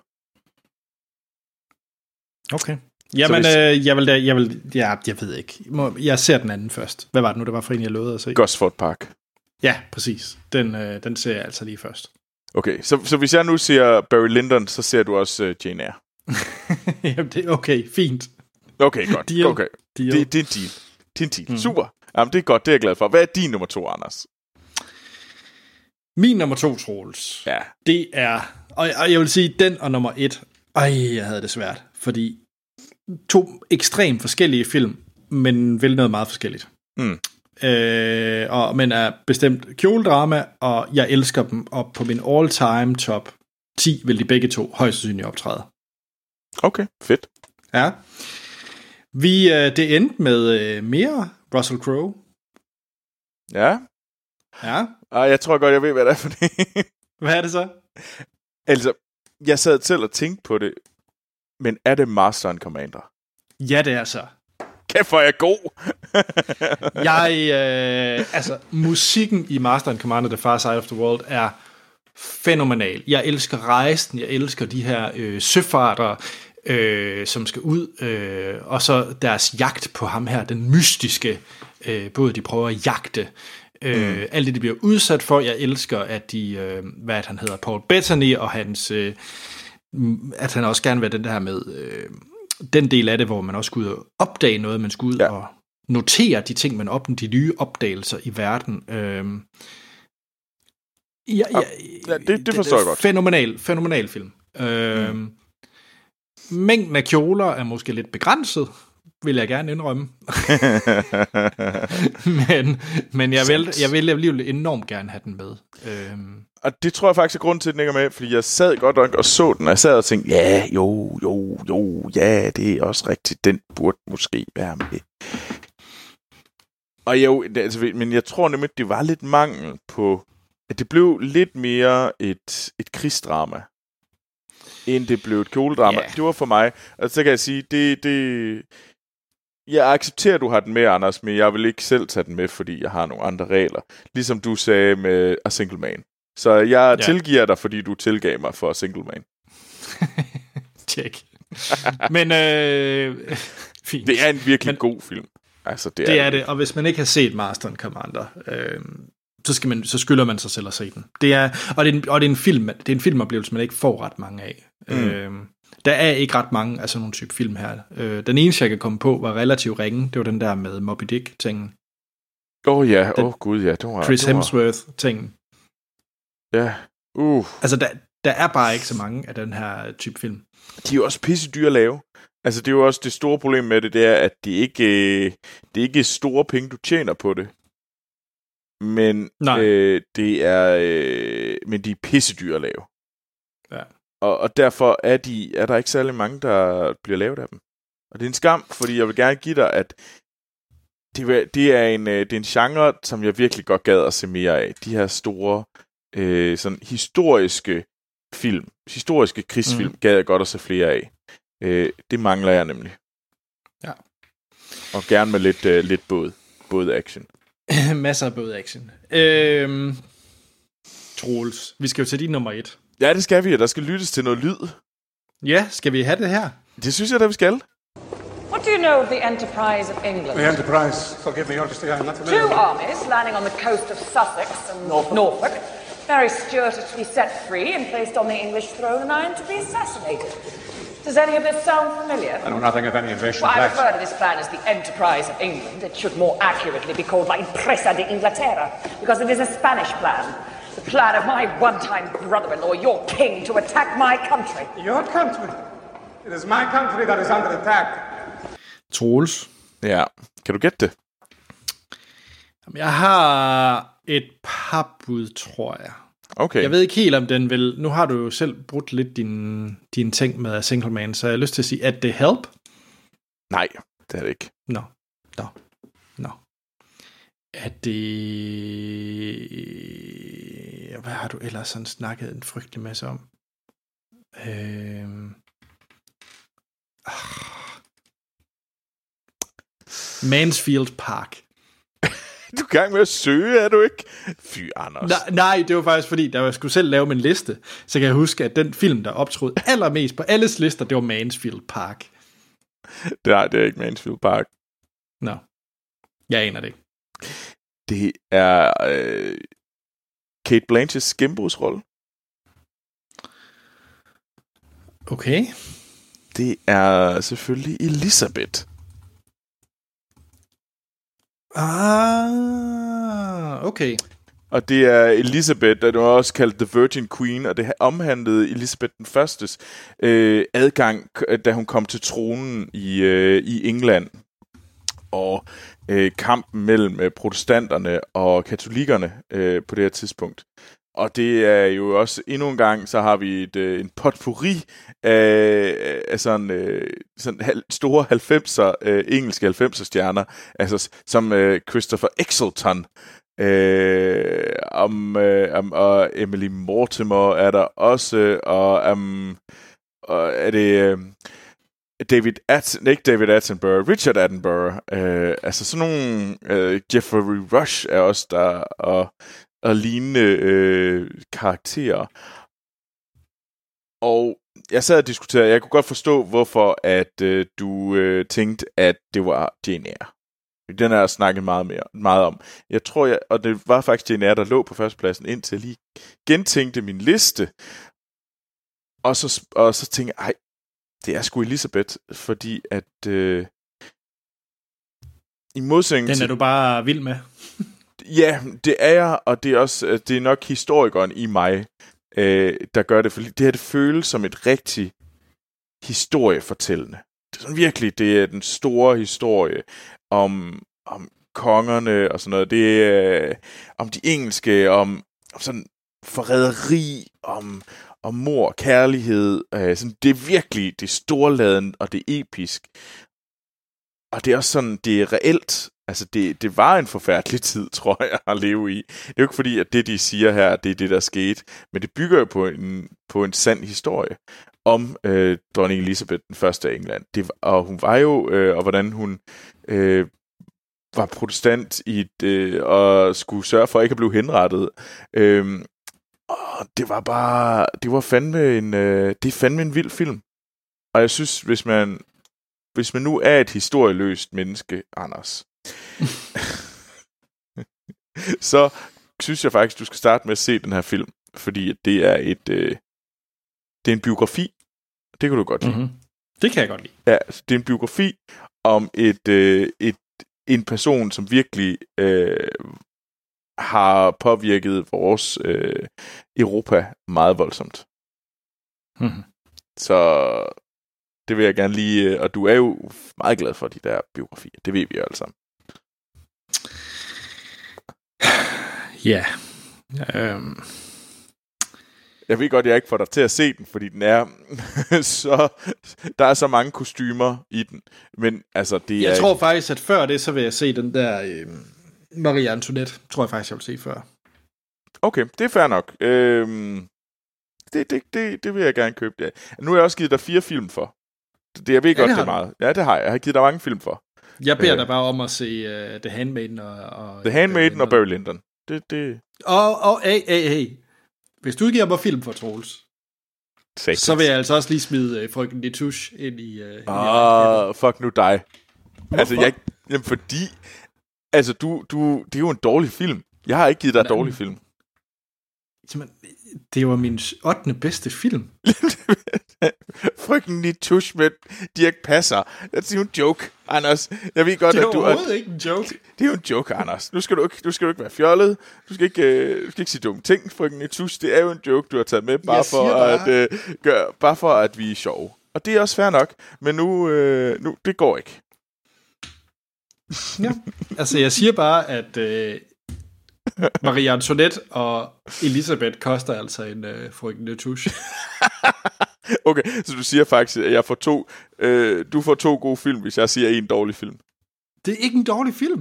Okay. Jamen, jeg ved ikke. Jeg ser den anden først. Hvad var det nu, der var for en, jeg lovede at se? Gosford Park. Ja, præcis. Den ser jeg altså lige først. Okay, så hvis jeg nu siger Barry Lyndon, så ser du også Jane Eyre. Jamen, det er okay. Fint. Okay, godt. Deal. Okay. Det er en deal. Mm. Super. Jamen, det er godt. Det er jeg glad for. Hvad er din nummer 2, Anders? Min nummer 2, Troels. Ja. Det er... Og jeg vil sige, den og nummer 1. Jeg havde det svært. Fordi 2 ekstremt forskellige film, men vel noget meget forskelligt. Mm. Men er bestemt kjoledrama, og jeg elsker dem, og på min all-time top 10 vil de begge 2 højst sandsynligt optræde. Okay, fedt. Ja. Det endte med mere Russell Crowe. Ja. Ja. Jeg tror godt, jeg ved, hvad det er for det. Hvad er det så? Altså, jeg sad selv og tænkte på det, men er det Master and Commander? Ja, det er så. Kæft, hvor er jeg god! Musikken i Master and Commander The Far Side of the World er fænomenal. Jeg elsker rejsen, jeg elsker de her søfartere, som skal ud, og så deres jagt på ham her, den mystiske båd, de prøver at jagte. Alt det, de bliver udsat for. Jeg elsker, at han hedder, Paul Bettany, og hans... at han også gerne vil den der med den del af det, hvor man også skulle ud og opdage noget, man skulle ud og notere de ting, man opnår, de nye opdagelser i verden. Det forstår jeg godt. Fænomenal film. Mængden af kjoler er måske lidt begrænset, vil jeg gerne indrømme. men jeg vil alligevel enormt gerne have den med. Og det tror jeg faktisk er grunden til, at den ikke er med, fordi jeg sad godt nok og så den, og jeg sad og tænkte, det er også rigtigt, den burde måske være med. Og men jeg tror nemlig, at det var lidt mangel på, at det blev lidt mere et krigsdrama, end det blev et kjoledrama. Yeah. Det var for mig, og så kan jeg sige, jeg accepterer, at du har den med, Anders, men jeg vil ikke selv tage den med, fordi jeg har nogle andre regler. Ligesom du sagde med A Single Man. Så jeg tilgiver dig, fordi du tilgav mig for A Single Man. Tjek. Men fint. Det er en virkelig god film. Altså, det er det, og hvis man ikke har set Master and Commander, så skylder man sig selv at se den. Det er en film, det er en filmoplevelse, man ikke får ret mange af. Der er ikke ret mange af sådan nogle type film her. Den eneste, jeg kan komme på, var relativt ringe. Det var den der med Moby Dick-tingen. Gud ja. Det var, Chris Hemsworth-tingen. Ja. Altså, der er bare ikke så mange af den her type film. De er jo også pisse dyre at lave. Altså, det er jo også det store problem med det, det er, at det ikke er store penge, du tjener på det. Men det er men de er pissedyre at lave. Ja. Og derfor er der ikke særlig mange, der bliver lavet af dem. Og det er en skam, fordi jeg vil gerne give dig, at det er en genre, som jeg virkelig godt gad at se mere af. De her store sådan historiske krigsfilm, gad jeg godt at se flere af. Det mangler jeg nemlig. Ja. Og gerne med lidt både action. Masser af både action. Troels, vi skal jo til din nummer 1. Ja, det skal vi, og der skal lyttes til noget lyd. Ja, skal vi have det her? Det synes jeg, da vi skal. What do you know of the Enterprise of England? The Enterprise, forgive me, honestly, I'm not familiar. Two armies landing on the coast of Sussex and Norfolk. Mary Stuart is to be set free and placed on the English throne, and I am to be assassinated. Does any of this sound familiar? I know nothing of any invasion Well, I plans. refer to this plan as the Enterprise of England. It should more accurately be called La Impresa de Inglaterra, because it is a Spanish plan. The plan of my one-time brother-in-law, your king, to attack my country. Your country? It is my country that is under attack. Troels. Ja, kan du gætte det? Jeg har et par bud, tror jeg. Okay. Jeg ved ikke helt, om den vil... Nu har du jo selv brudt lidt din ting med Single Man, så jeg har lyst til at sige, at det Help? Nej, det er det ikke. Nå. Er det... Hvad har du ellers sådan snakket en frygtelig masse om? Mansfield Park. Du er i gang med at søge, er du ikke? Fy, Anders. Nej, det var faktisk fordi, da jeg skulle selv lave min liste, så kan jeg huske, at den film, der optrådte allermest på alles lister, det var Mansfield Park. Det er ikke Mansfield Park. Nå, jeg aner det ikke. Det er Cate Blanchetts gennembrudsrolle. Okay. Det er selvfølgelig Elizabeth. Okay. Og det er Elizabeth, der var også kaldt The Virgin Queen, og det omhandlede Elizabeth den Førstes adgang, da hun kom til tronen i England. Og kampen mellem protestanterne og katolikkerne på det her tidspunkt. Og det er jo også endnu en gang, så har vi en potpourri af sådan store 90'er, engelske 90'er stjerner, altså som Christopher Eccleston, og Emily Mortimer er der også, og er det David Attenborough, Richard Attenborough, altså sådan nogle, Jeffrey Rush er også der, og lignende karakterer. Og jeg sad og diskuterede, jeg kunne godt forstå, hvorfor at du tænkte, at det var Jane Eyre. Den har jeg snakket meget om. Jeg tror, og det var faktisk Jane Eyre, der lå på førstepladsen, indtil jeg lige gentænkte min liste. Og så tænkte jeg, det er sgu Elizabeth, fordi at i modsætning den er du bare vild med. Ja, det er jeg, og det er også det er nok historikeren i mig, der gør det, for det her det føles som et rigtig historiefortællende. Det er sådan virkelig, det er den store historie om kongerne og sådan noget. Det er om de engelske, om sådan forræderi, om mord, kærlighed. Sådan, det er virkelig det storladen, og det er episk. Og det er også sådan, det er reelt. Altså, det var en forfærdelig tid, tror jeg, at leve i. Det er jo ikke fordi, at det, de siger her, det er det, der skete. Men det bygger jo på en sand historie om dronning Elizabeth den første af England. Og hun var jo, og hvordan hun var protestant og skulle sørge for ikke at blive henrettet. Og det var fandme en vild film. Og jeg synes, hvis man nu er et historieløst menneske, Anders, så synes jeg faktisk, du skal starte med at se den her film, fordi det er det er en biografi. Det kan du godt lide. Mm-hmm. Det kan jeg godt lide. Ja, det er en biografi om en person, som virkelig har påvirket vores Europa meget voldsomt. Mm-hmm. Så Det vil jeg gerne lige... Og du er jo meget glad for de der biografier. Det ved vi jo alle sammen. Ja. Jeg ved godt, jeg ikke får dig til at se den, fordi den er så... Der er så mange kostymer i den. Men altså, det er... Jeg tror faktisk, at før det, så vil jeg se den der Marie Antoinette. Tror jeg faktisk, jeg vil se før. Okay, det er fair nok. Det vil jeg gerne købe. Ja. Nu har jeg også givet dig 4 film for. Jeg ved godt, det er meget. Ja, det har jeg. Jeg har givet dig mange film for. Jeg beder dig bare om at se The Handmaiden og The Handmaiden og Barry Lyndon. Og hey. Hvis du giver mig film for, Troels, så vil jeg altså også lige smide frøken Nitouche ind i... fuck nu dig. Altså, fordi... Altså, det er jo en dårlig film. Jeg har ikke givet dig en dårlig film. Det var min 8. bedste film. Frygten Nitouche med Dirch Passer. Det er jo en joke, Anders. Jeg ved godt, det er at du... overhovedet ikke en joke. Det er jo en joke, Anders. Nu skal du ikke være fjollet. Du skal ikke sige dumme ting, Frygten Nitouche. Det er jo en joke, du har taget med, bare for at vi er sjove. Og det er også fair nok. Men nu det går ikke. Ja. Altså, jeg siger bare, at... Marie Antoinette og Elisabeth koster altså en frøken Nitouche. Okay, så du siger faktisk, at jeg får du får 2 gode film, hvis jeg siger 1 dårlig film. Det er ikke en dårlig film.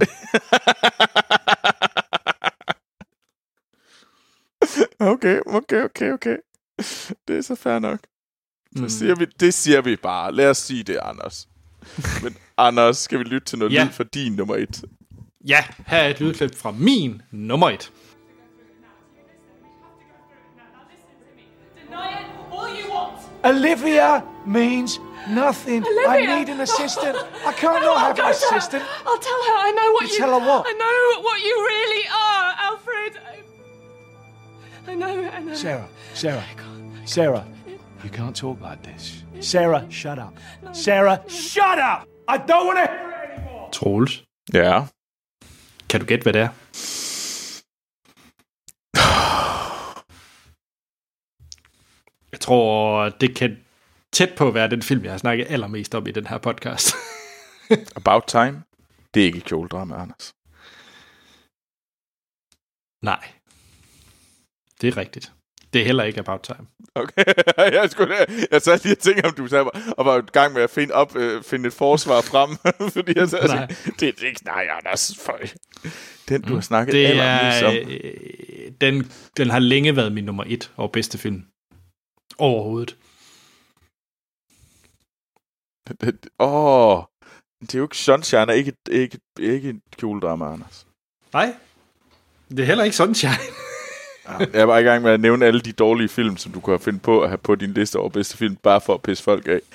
Okay. Det er så fair nok. Det siger vi bare. Lad os sige det, Anders. Men Anders, skal vi lytte til noget lyd for din nummer 1? Ja, her er et lydklip fra min nummer 1. Olivia means nothing. Olivia. I need an assistant. I can't not have an assistant. I'll tell her. I know what you tell her what? I know what you really are, Alfred. I know. Sarah, you can't talk like this. Sarah, shut up. No. Sarah, shut up! I don't want to hear it anymore. Troels. Ja. Kan du gætte, hvad det er? Jeg tror, det kan tæt på at være den film, jeg har snakket allermest om i den her podcast. About Time? Det er ikke kjoledrama, Anders. Nej. Det er rigtigt. Det er heller ikke About Time. Okay, jeg sad lige og tænkte, om du sagde, og var i gang med at finde et forsvar frem, fordi jeg sagde, det er ikke, nej, Anders, føj. Den, du har snakket allermest om. Den har længe været min nummer 1 og bedste film. Overhovedet. Det er jo ikke Sunshine, ikke et kjoledrama, Anders. Nej, det er heller ikke Sunshine. Jeg er bare i gang med at nævne alle de dårlige film, som du kunne finde på at have på din liste over bedste film, bare for at pisse folk af.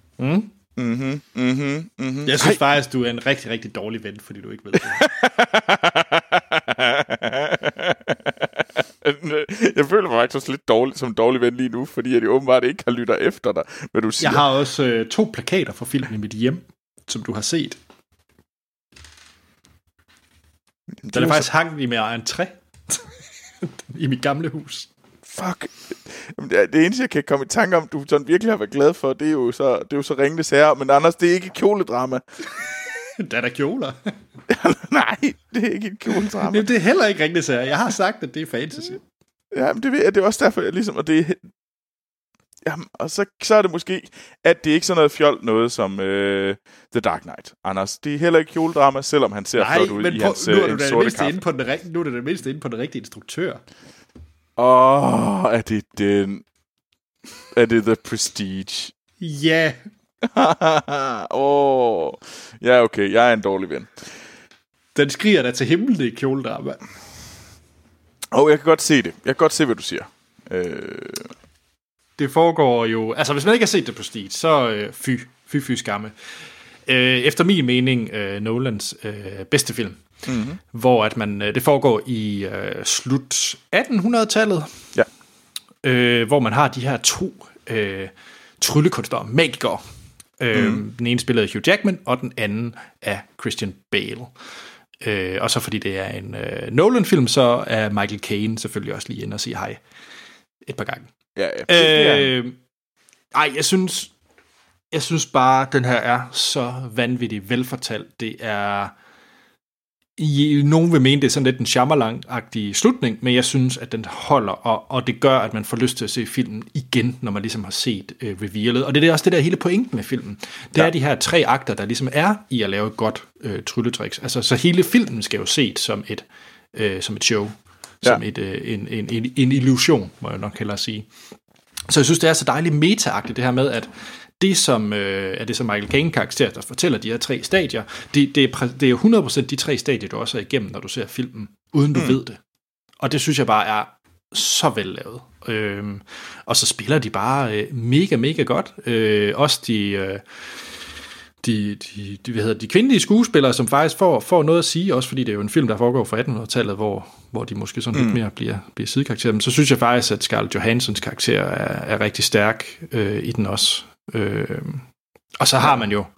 Jeg synes faktisk, du er en rigtig, rigtig dårlig ven, fordi du ikke ved det. Jeg føler mig faktisk lidt dårlig, som dårlig ven lige nu, fordi jeg åbenbart ikke har lyttet efter dig, hvad du siger. Jeg har også 2 plakater fra filmen i mit hjem, som du har set. Den er faktisk hængt i mere en træ i mit gamle hus. Fuck. Det eneste, jeg kan komme i tanke om, du sådan virkelig har været glad for, det er jo så Ringenes Herre, men Anders, det er ikke et kjoledrama. Der er der kjoler. Nej, det er ikke et kjoledrama. Det er heller ikke Ringenes Herre. Jeg har sagt, at det er fantasy. Ja, men det ved jeg, det er også derfor, jeg ligesom, og det jamen, og så er det måske, at det ikke er sådan noget fjol, noget som The Dark Knight. Anders, det er heller ikke kjoledrama, selvom han ser flot ud i hans sorte kaffe. Nu er det mindst inde på den rigtige instruktør. Er det The Prestige? Ja. Ja, okay, jeg er en dårlig ven. Den skriger da til himlen, det er kjoledrama. Jeg kan godt se det. Jeg kan godt se, hvad du siger. Det foregår jo... Altså, hvis man ikke har set The Prestige, så fy skamme. Efter min mening, Nolans bedste film. Mm-hmm. Hvor at det foregår i slut 1800-tallet. Ja. Hvor man har de her 2 tryllekunstnere, magikere. Den ene spiller Hugh Jackman, og den anden er Christian Bale. Og så fordi det er en Nolan-film, så er Michael Caine selvfølgelig også lige inde og sige hej et par gange. Ja. Jeg synes Jeg synes bare, den her er så vanvittigt velfortalt. Det er... Nogen vil mene, det er sådan lidt en Shyamalan-agtig slutning, men jeg synes, at den holder, og det gør, at man får lyst til at se filmen igen, når man ligesom har set revealet. Og det er også det der hele pointen med filmen. Det er de her 3 akter, der ligesom er i at lave et godt trylletricks. Altså, så hele filmen skal jo set som et show, som en illusion, må jeg nok hellere sige. Så jeg synes, det er så dejligt meta-agtigt, det her med, at det som Michael Caine-karakter, der fortæller de her 3 stadier, det er 100% de 3 stadier, du også er igennem, når du ser filmen, uden du ved det. Og det synes jeg bare er så vellavet. Og så spiller de bare mega godt. Også de kvindelige skuespillere, som faktisk får noget at sige, også fordi det er jo en film, der foregår fra 1800-tallet, hvor de måske sådan lidt mere bliver sidekarakterer. Men så synes jeg faktisk, at Scarlett Johanssons karakter er rigtig stærk i den også. Og så har man jo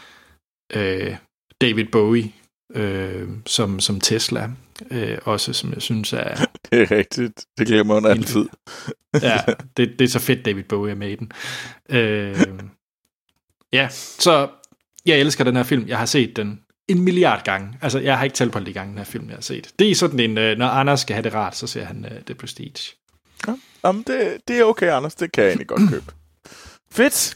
David Bowie som Tesla, også som jeg synes er... Det er rigtigt. Det glemmer man altid. Ja, det er så fedt, David Bowie er med i den. Ja, så jeg elsker den her film. Jeg har set den 1 milliard gange. Altså, jeg har ikke talt på de gange, den her film, jeg har set. Det er sådan en, når Anders skal have det rart, så ser han The Prestige. Ja, jamen det er okay, Anders. Det kan jeg egentlig godt købe. Fedt!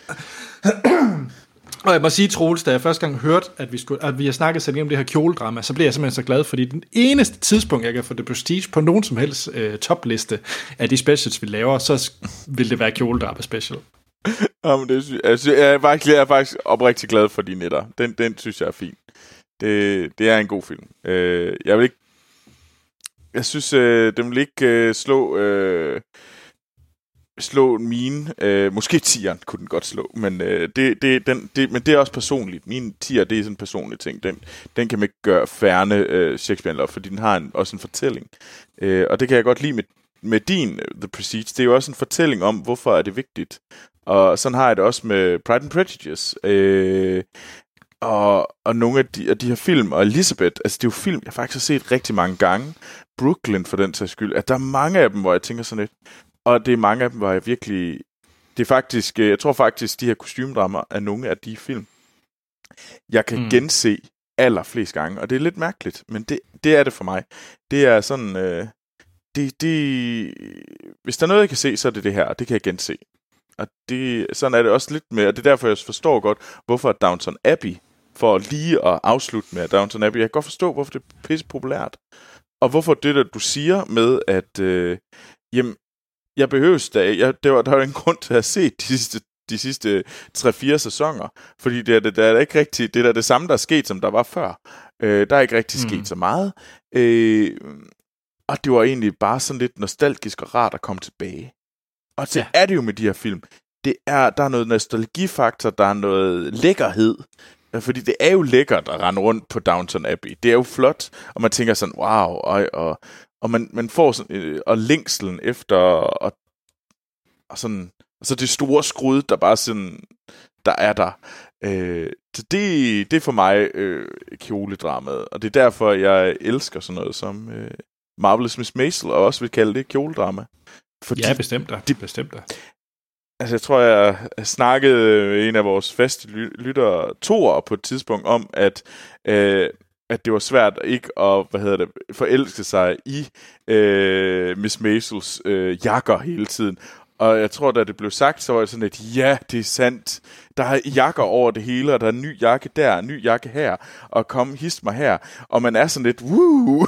Og jeg må sige, Troels, da jeg første gang hørte, at vi har snakket sig om det her kjoledrama, så blev jeg simpelthen så glad, fordi den eneste tidspunkt, jeg kan få The Prestige på nogen som helst topliste af de specials, vi laver, så vil det være kjoledrama special. Jamen, jeg er faktisk oprigtig glad for de netter. Den synes jeg er fin. Det er en god film. Jeg synes, den vil ikke slå mine. Måske 10'eren kunne den godt slå, men men det er også personligt. Mine 10'er, det er sådan en personlig ting. Den kan man ikke gøre færne Shakespeare Love, fordi den har også en fortælling. Og det kan jeg godt lide med din The Prestige. Det er jo også en fortælling om, hvorfor er det vigtigt. Og sådan har jeg det også med Pride and Prejudice. Og nogle af de her film, og Elizabeth, altså det er jo film, jeg faktisk har set rigtig mange gange. Brooklyn for den sags skyld. At der er mange af dem, hvor jeg tænker sådan lidt. Og det er mange af dem, hvor jeg virkelig... Det er faktisk... Jeg tror faktisk, de her kostymedramer er nogle af de film, jeg kan gense allerflest gange. Og det er lidt mærkeligt, men det er det for mig. Det er sådan... hvis der er noget, jeg kan se, så er det her, og det kan jeg gense. Og sådan er det også lidt med, og det er derfor, jeg forstår godt, hvorfor Downton Abbey, for lige at afslutte med Downton Abbey, jeg kan godt forstå, hvorfor det er pisse populært. Og hvorfor det, der du siger med, at jamen, jeg behøves da, der var en grund til at have set de sidste 3-4 sæsoner, fordi det er ikke rigtigt, det er det samme, der er sket, som der var før. Der er ikke rigtig sket så meget. Og det var egentlig bare sådan lidt nostalgisk og rart at komme tilbage. Og så er det jo med de her film. Der er noget nostalgifaktor, der er noget lækkerhed. Fordi det er jo lækkert at rende rundt på Downton Abbey. Det er jo flot, og man tænker sådan, wow, og man får sådan, og længselen efter, og sådan, og så det store skrud, der bare sådan, der er der. Så det er for mig kjoledramaet, og det er derfor, jeg elsker sådan noget som Marvelous Miss Maisel, og også vil kalde det kjoledrama. Fordi ja, bestemt da. Altså, jeg tror, jeg snakkede med en af vores faste lyttere, Thor, på et tidspunkt om, at det var svært ikke at, forelske sig i Miss Maisels jakker hele tiden. Og jeg tror, da det blev sagt, så var det sådan et, ja, det er sandt. Der er jakker over det hele, og der er en ny jakke der, en ny jakke her, og kom, hist mig her. Og man er sådan lidt, woo!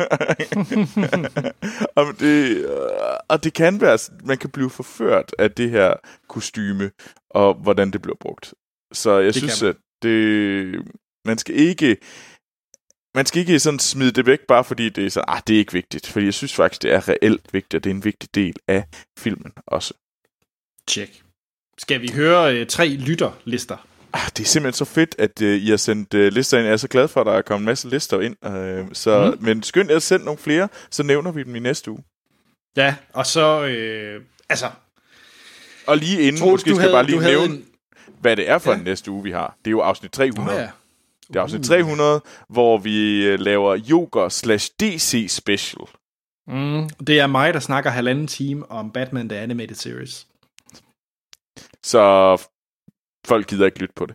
og det kan være, man kan blive forført af det her kostyme, og hvordan det bliver brugt. Så jeg synes, at man skal ikke sådan smide det væk, bare fordi det er sådan, det er ikke vigtigt. Fordi jeg synes faktisk, det er reelt vigtigt, og det er en vigtig del af filmen også. Check. Skal vi høre 3 lytterlister? Det er simpelthen så fedt, at I har sendt lister ind. Jeg er så glad for, at der er kommet en masse lister ind. Men skynd jer at sende nogle flere, så nævner vi dem i næste uge. Ja, og så... Og lige inden, Troels, måske skal bare lige nævne, hvad det er for en næste uge, vi har. Det er jo afsnit 300. Ja. Det er afsnit 300, hvor vi laver Joker/DC special. Det er mig, der snakker 1,5 time om Batman The Animated Series. Så folk gider ikke lytte på det.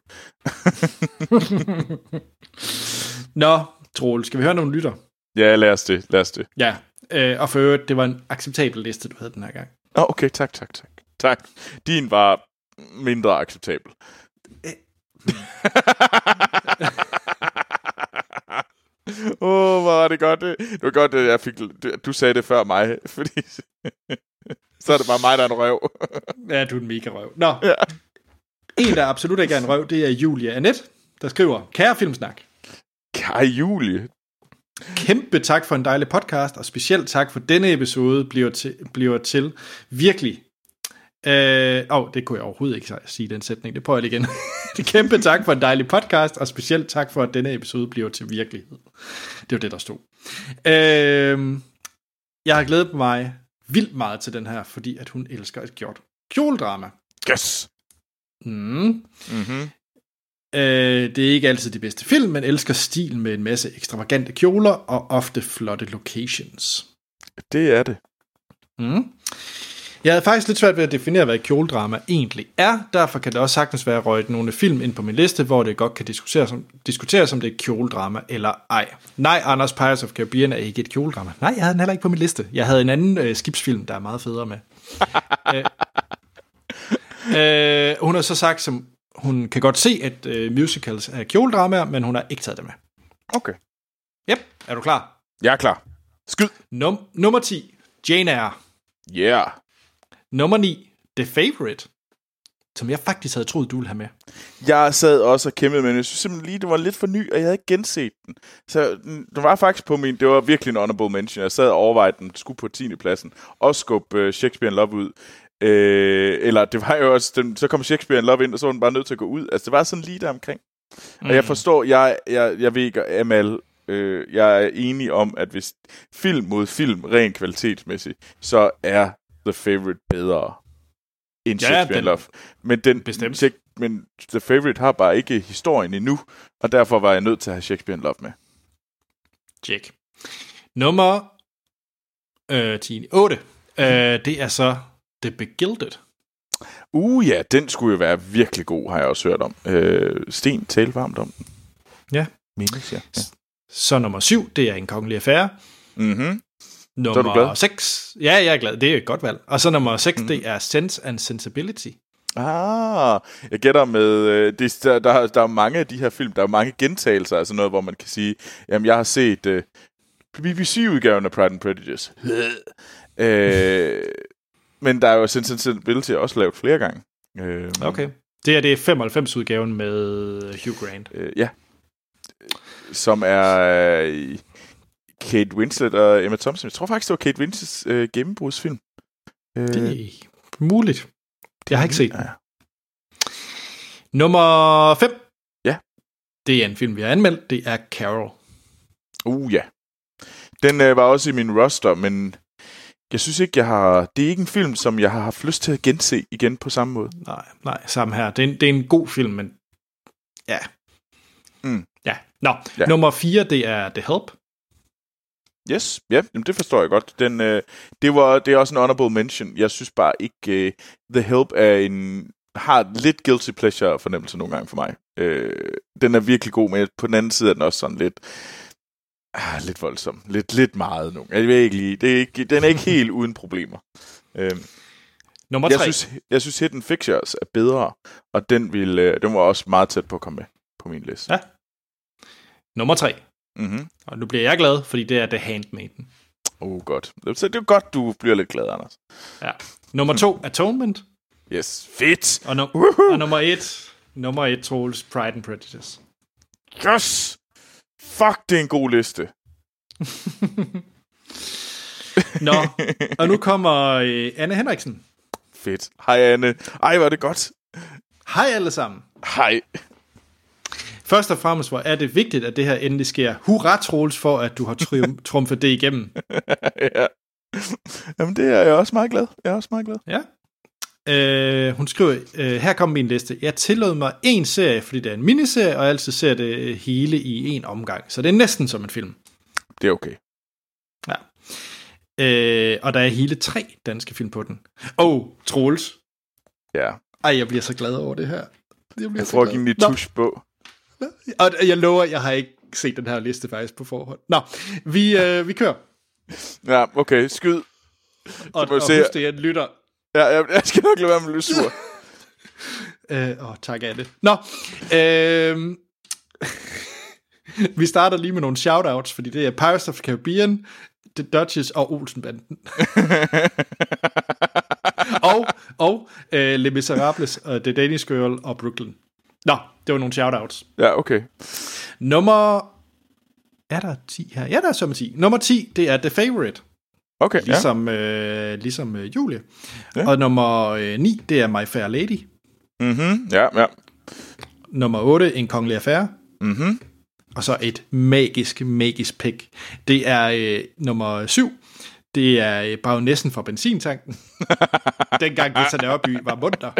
Nå, Troel, skal vi høre nogle lytter? Ja, lad os det. Ja, og for øvrigt, det var en acceptabel liste, du havde den her gang. Okay, tak. Din var mindre acceptabel. Hvor var det godt. Det var godt, at jeg fik... Du sagde det før mig, fordi... Så er det bare mig, der er en røv. Ja, du er en mega røv. Nå, ja. En, der absolut ikke er en røv, det er Julia Annette, der skriver, kære Filmsnak. Kære Julie. Kæmpe tak for en dejlig podcast, og specielt tak for denne episode bliver til virkelig. Det kunne jeg overhovedet ikke sige, den sætning. Det prøver jeg igen. Kæmpe tak for en dejlig podcast, og specielt tak for, at denne episode bliver til virkelighed. Det var det, der stod. Jeg har glædet mig vildt meget til den her, fordi at hun elsker et kjoledrama. Yes! Mm. Mm-hmm. Det er ikke altid de bedste film, men elsker stilen med en masse ekstravagante kjoler og ofte flotte locations. Det er det. Mm. Jeg havde faktisk lidt svært ved at definere, hvad et kjoledrama egentlig er. Derfor kan det også sagtens være røget nogle film ind på min liste, hvor det godt kan diskuteres om det er et kjoledrama eller ej. Nej, Anders, Pirates of Caribbean er ikke et kjoledrama. Nej, jeg havde den heller ikke på min liste. Jeg havde en anden skibsfilm, der er meget federe med. Hun har så sagt, som hun kan godt se, at musicals er kjoledramaer, men hun har ikke taget det med. Okay. Yep, er du klar? Jeg er klar. Skyd. Nummer 10, Jane Eyre. Yeah. Nummer 9, The Favourite, som jeg faktisk havde troet, du ville have med. Jeg sad også og kæmpede med den. Jeg synes simpelthen lige, det var lidt for ny, og jeg havde ikke genset den. Så den var faktisk på min, det var virkelig en honorable mention. Jeg sad og overvejede den, skulle på 10. pladsen, og skubbe Shakespeare in Love ud. Eller det var jo også, så kom Shakespeare in Love ind, og så var den bare nødt til at gå ud. Altså det var sådan lige der omkring. Og jeg forstår, jeg ved ikke, Amal, jeg er enig om, at hvis film mod film, rent kvalitetsmæssigt, så er The Favourite bedre end Shakespeare in Love. Men men The Favourite har bare ikke historien endnu, og derfor var jeg nødt til at have Shakespeare in Love med. Check. Nummer 8. Det er så The Begilded. Ja, den skulle jo være virkelig god, har jeg også hørt om. Sten talte varmt om den. Ja. Mindes, ja. Så nummer 7, det er En Kongelig Affære. Mhm. Nummer 6, ja, jeg er glad, det er et godt valg. Og så nummer 6, det er Sense and Sensibility. Jeg gætter med, der er mange af de her film, der er mange gentagelser, altså noget, hvor man kan sige, jamen jeg har set BBC-udgaven af Pride and Prejudice. Men der er jo Sense and Sensibility også lavet flere gange. Okay. Det er 95-udgaven med Hugh Grant. Ja. Som er Kate Winslet og Emma Thompson. Jeg tror faktisk, det var Kate Winslets gennembrudsfilm. Det er muligt. Jeg har ikke set den. Ja. Nummer 5. Ja. Det er en film, vi har anmeldt. Det er Carol. Ja. Den var også i min roster, men jeg synes ikke, det er ikke en film, som jeg har haft lyst til at gense igen på samme måde. Nej, samme her. Det er en god film, men ja. Ja. Nå, ja. Nummer 4, det er The Help. Yes, ja, det forstår jeg godt. Det er også en honorable mention. Jeg synes bare ikke, The Help har lidt guilty pleasure fornemmelse nogle gange for mig. Den er virkelig god, men på den anden side er den også sådan lidt voldsom. Lidt meget nogle. Jeg ved ikke lige. Den er ikke helt uden problemer. Nummer 3. Jeg synes Hidden Fixtures er bedre, og den var også meget tæt på at komme med på min liste. Ja. Nummer 3. Mm-hmm. Og nu bliver jeg glad, fordi det er The Handmaiden. Godt. Så det er godt, du bliver lidt glad, Anders. Ja. Nummer 2, Atonement. Yes, fedt. Og nummer 1, Troels, Pride and Prejudice. Yes! Fuck, det er en god liste. Nå, og nu kommer Anne Henriksen. Fedt. Hej Anne. Ej, hvor er det godt. Hej alle sammen. Hej. Først og fremmest, hvor er det vigtigt, at det her endelig sker. Hurra, Troels, for at du har trumfet det igennem. Ja. Jamen, det er jeg også meget glad. Ja. Hun skriver, her kommer min liste. Jeg tillod mig en serie, fordi det er en miniserie, og jeg altid ser det hele i en omgang. Så det er næsten som en film. Det er okay. Ja. Og der er hele 3 danske film på den. Troels. Ja. Ej, jeg bliver så glad over det her. Jeg får ikke en lille tusch på. Og jeg lover, jeg har ikke set den her liste faktisk på forhånd. Nå, vi kører. Ja, okay, skyd. Og husk det, jeg lytter. Ja, jeg skal nok lade være med at blive sur. Tak, Anne. Nå, vi starter lige med nogle shoutouts, fordi det er Pirates of the Caribbean, The Duchess og Olsenbanden. og Les Miserables, The Danish Girl og Brooklyn. Nå, det var nogle shoutouts. Ja, okay. Er der 10 her? Ja, der er så 10. Nummer 10, det er The Favourite. Okay, ligesom Julie. Ja. Og nummer 9, det er My Fair Lady. Mhm, ja. Nummer 8, En Kongelig Affære. Mhm. Og så et magisk pick. Det er nummer 7. Det er Baronessen fra benzintanken. Dengang Gita Nørby var munter.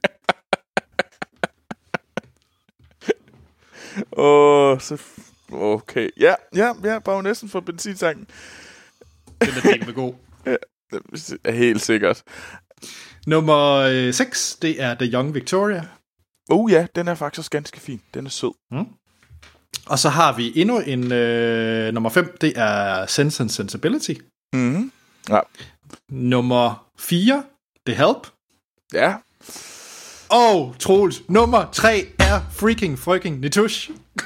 Okay. Ja, Baronessen fra benzintanken. Den er ikke god. Ja, det er helt sikkert. Nummer 6, det er The Young Victoria. Ja, den er faktisk ganske fin. Den er sød. Og så har vi endnu en nummer 5, det er Sense and Sensibility. Mhm. Ja. Nummer 4, The Help. Ja. Og Troels, nummer 3 er Frøken Nitouche.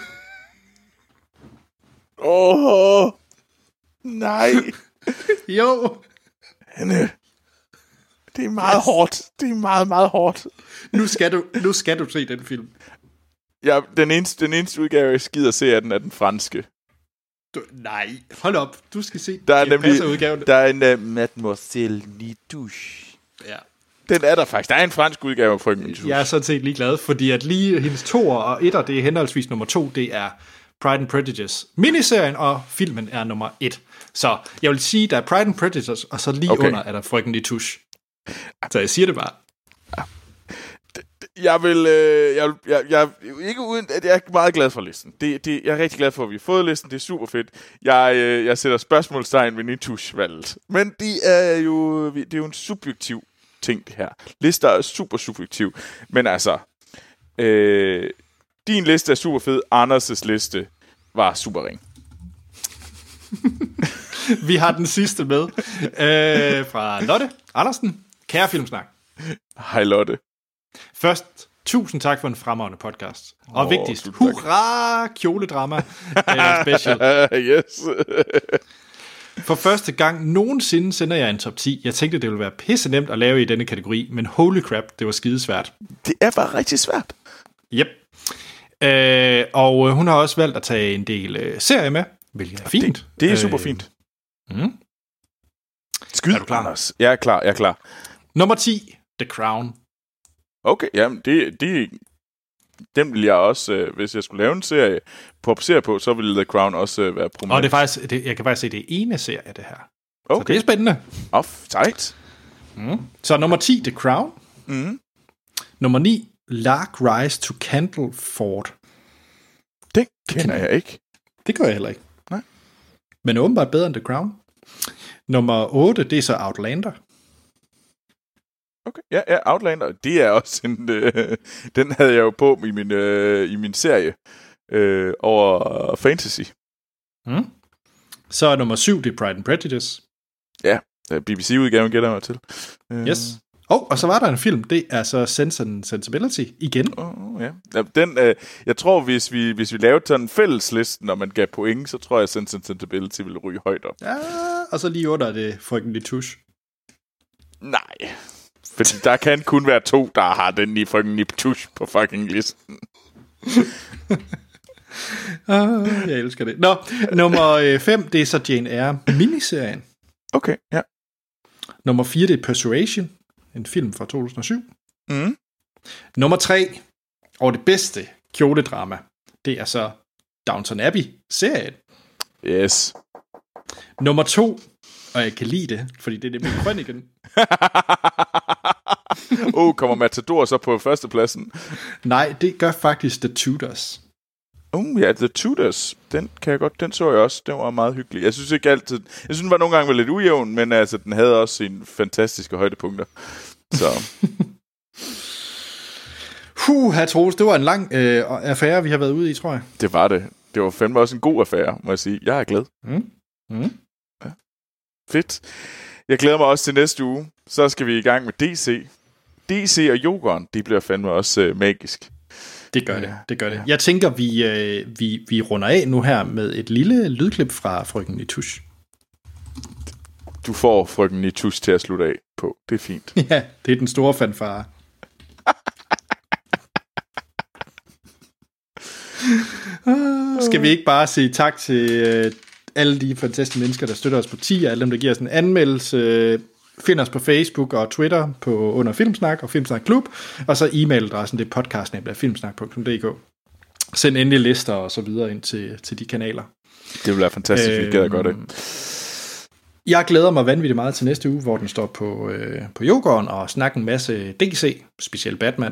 Nej. Jo. Hanne. Det er meget hårdt. Det er meget, meget hårdt. Nu skal du se den film. Ja, den eneste udgave, jeg gider se, er den franske. Nej, hold op. Du skal se der er nemlig der er en Mademoiselle Nitouche. Ja. Den er der faktisk. Der er en fransk udgave af Frøken Nitouche. Jeg er sådan set ligeglad, fordi at lige hendes 2'er og 1'er, det er henholdsvis nummer 2, det er Pride and Prejudice miniserien, og filmen er nummer 1. Så jeg vil sige, der er Pride and Prejudice, og så lige under er der Frøken Nitouche. Så jeg siger det bare. Jeg ikke uden, at jeg er meget glad for listen. Jeg er rigtig glad for, at vi har fået listen. Det er super fedt. Jeg sætter spørgsmålstegn ved Nitouche-valget. Men det er jo en subjektiv ting, det her. Lister er super subjektiv. Men altså, din liste er super fed. Anders' liste var super ring. Vi har den sidste med fra Lotte Andersen. Kære Filmsnak. Hej Lotte. Først, tusind tak for en fremragende podcast. Og vigtigst, hurra, kjoledrama special. Yes. For første gang nogensinde sender jeg en top 10. Jeg tænkte, det ville være pisse nemt at lave i denne kategori, men holy crap, det var skidesvært. Det er bare rigtig svært. Yep. Og hun har også valgt at tage en del serier med, hvilket er fint. Det er super fint. Skyd. Er du klar, Anders? Jeg er klar. Nummer 10, The Crown. Okay, jamen den vil jeg også, hvis jeg skulle lave en serie, popserie på, så ville The Crown også være prominent. Og det er faktisk, jeg kan faktisk se, det er ene serie, det her. Okay. Så det er spændende. Tight. Så nummer 10, The Crown. Nummer 9, Lark Rise to Candleford. Den kender jeg ikke. Det gør jeg heller ikke. Nej. Men åbenbart bedre end The Crown. Nummer 8, det er så Outlander. Okay, ja, Outlander, det er også en... den havde jeg jo på i min serie over fantasy. Så er nummer 7, det er Pride and Prejudice. Ja, BBC-udgaven gætter mig til. Yes. Og så var der en film, det er så Sense and Sensibility igen. Ja. Den, jeg tror, hvis vi lavede sådan en fællesliste, når man gav point, så tror jeg, Sense and Sensibility ville ryge højt op. Ja, og så lige under det Frøken Nitouche. Nej, fordi der kan kun være 2, der har den i Frøken Nitouche på fucking listen. Jeg elsker det. Nå, nummer 5, det er så Jane Eyre miniserien. Okay, ja. Nummer 4, det er Persuasion, en film fra 2007. Nummer 3, og det bedste kjoledrama, det er så Downton Abbey-serien. Yes. Nummer 2, og jeg kan lide det, fordi det er nemlig Krøniken. Kommer Matador så på førstepladsen? Nej, det gør faktisk The Tudors. Ja, The Tudors, den så jeg også. Den var meget hyggelig. Jeg synes ikke altid... Jeg synes, den var nogle gange lidt ujævn, men altså, den havde også sine fantastiske højdepunkter. Så... Troels, det var en lang affære, vi har været ude i, tror jeg. Det var det. Det var fandme også en god affære, må jeg sige. Jeg er glad. Ja. Fedt. Jeg glæder mig også til næste uge. Så skal vi i gang med DC. DC og yoghurt, de bliver fandme også magisk. Det gør det. Jeg tænker, vi runder af nu her med et lille lydklip fra Frøken Nitouche. Du får Frøken Nitouche til at slutte af på. Det er fint. Ja, det er den store fanfare. Skal vi ikke bare sige tak til alle de fantastiske mennesker, der støtter os på 10, og alle dem, der giver os en anmeldelse. Find os på Facebook og Twitter under Filmsnak og Filmsnak Klub, og så e-mailadressen, det er podcast@filmsnak.dk. Send endelig lister og så videre ind til de kanaler. Det vil være fantastisk, vi gæder godt det. Jeg glæder mig vanvittigt meget til næste uge, hvor den står på yoghurten og snakker en masse DC, specielt Batman.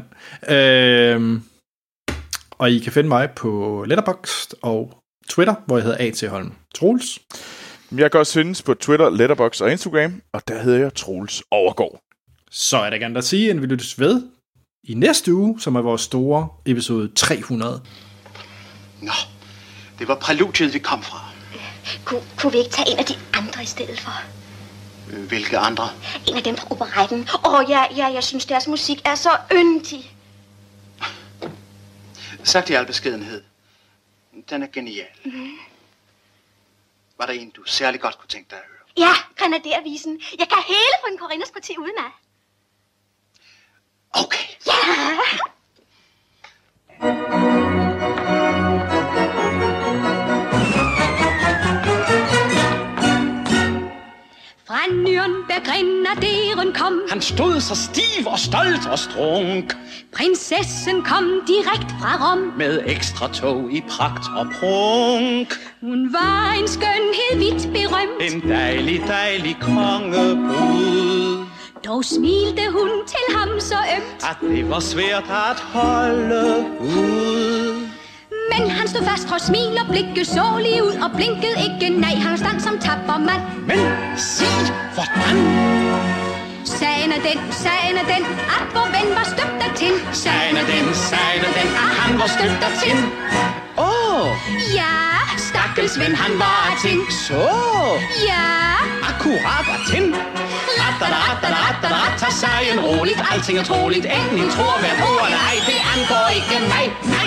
Og I kan finde mig på Letterboxd og Twitter, hvor jeg hedder A.T. Holm. Troels? Jeg kan også findes på Twitter, Letterboxd og Instagram, og der hedder jeg Troels Overgaard. Så er der gerne at sige, at vi lyttes ved i næste uge, som er vores store episode 300. Nå, det var præludiet, vi kom fra. Kunne vi ikke tage en af de andre i stedet for? Hvilke andre? En af dem fra operetten. Jeg synes, deres musik er så yndig. Sagt i al beskedenhed. Den er genial. Var der en, du særlig godt kunne tænke dig at høre? Ja, Grenadiervisen. Jeg kan hele Frøken Corinnas parti udenad. Okay. Ja! Fra Nürnberg grenaderen kom. Han stod så stiv og stolt og strunk. Prinsessen kom direkt fra Rom. Med ekstra tog i pragt og prunk. Hun var en skønhed vidt berømt. En dejlig kongebrud. Dog smilte hun til ham så ømt, at det var svært at holde ud. Men han stod fast for smil og blikke så lige ud og blinkede ikke nej. Han stand som tapper mand. Men sig hvordan? Sagen er den, at vor ven var støbt dertil. Sagen er den, at han var støbt dertil. Ja, stakkels ven, han var til. Så? Ja, akkurat er til. Tag sagen roligt, alting er troligt. Enten en tror hvert ord eller ej, det angår ikke mig. Nej.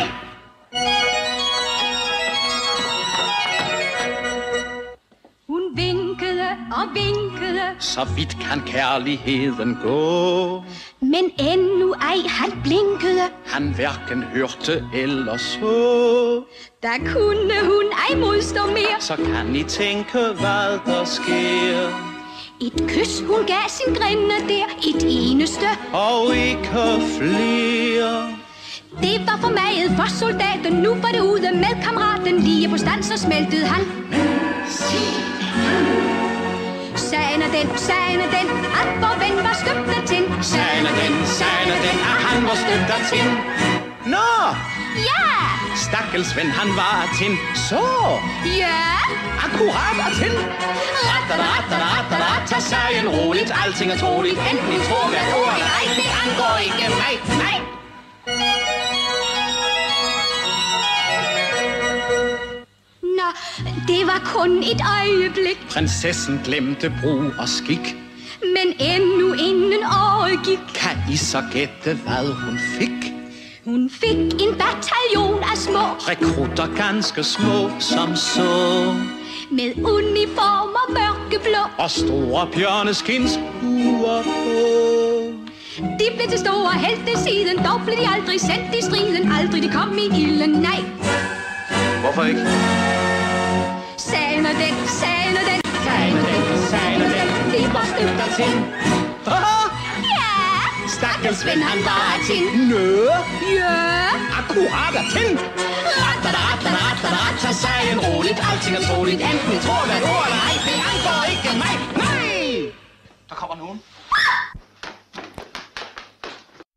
Hun vinkede og vinkede, så vidt kan kærligheden gå. men endnu ej han blinkede. Han hverken hørte eller så. Der kunne hun ej modstå mere. Så kan I tænke, hvad der sker. Et kys hun gav sin grenadier, et eneste, og ikke flere. Det var for meget for soldaten, nu var det ude med kammeraten. Lige på stand, så smeltede han. Sagen er den, at vor ven var støbt dertil. Sagen er den, at han var støbt dertil. Nå! Ja! Stakkels ven, han var til. Så! Ja! Akkurat er til. Tag sagen roligt, alting er troligt. Enten I tror hvert ord eller ej, det angår ikke mig. Nej! Nå, det var kun et øjeblik. Prinsessen glemte brug og skik. Men endnu inden året gik. Kan I så gætte, hvad hun fik? Hun fik en bataljon af små rekrutter, ganske små som så. Med uniformer mørkeblå og store bjørneskins-huer på. De blev til store helte siden, dog blev de aldrig sendt i striden. Aldrig de kom i ilden, nej. Hvorfor ikke? Sagen er den. Det var støbt dertil. Ja! Stakkels ven, han var til. Nø? Ja! Akkurat er til. Tag sagen roligt, alting er troligt. Enten I tror hvert ord eller ej, det angår ikke mig. Nej! Der kommer nogen.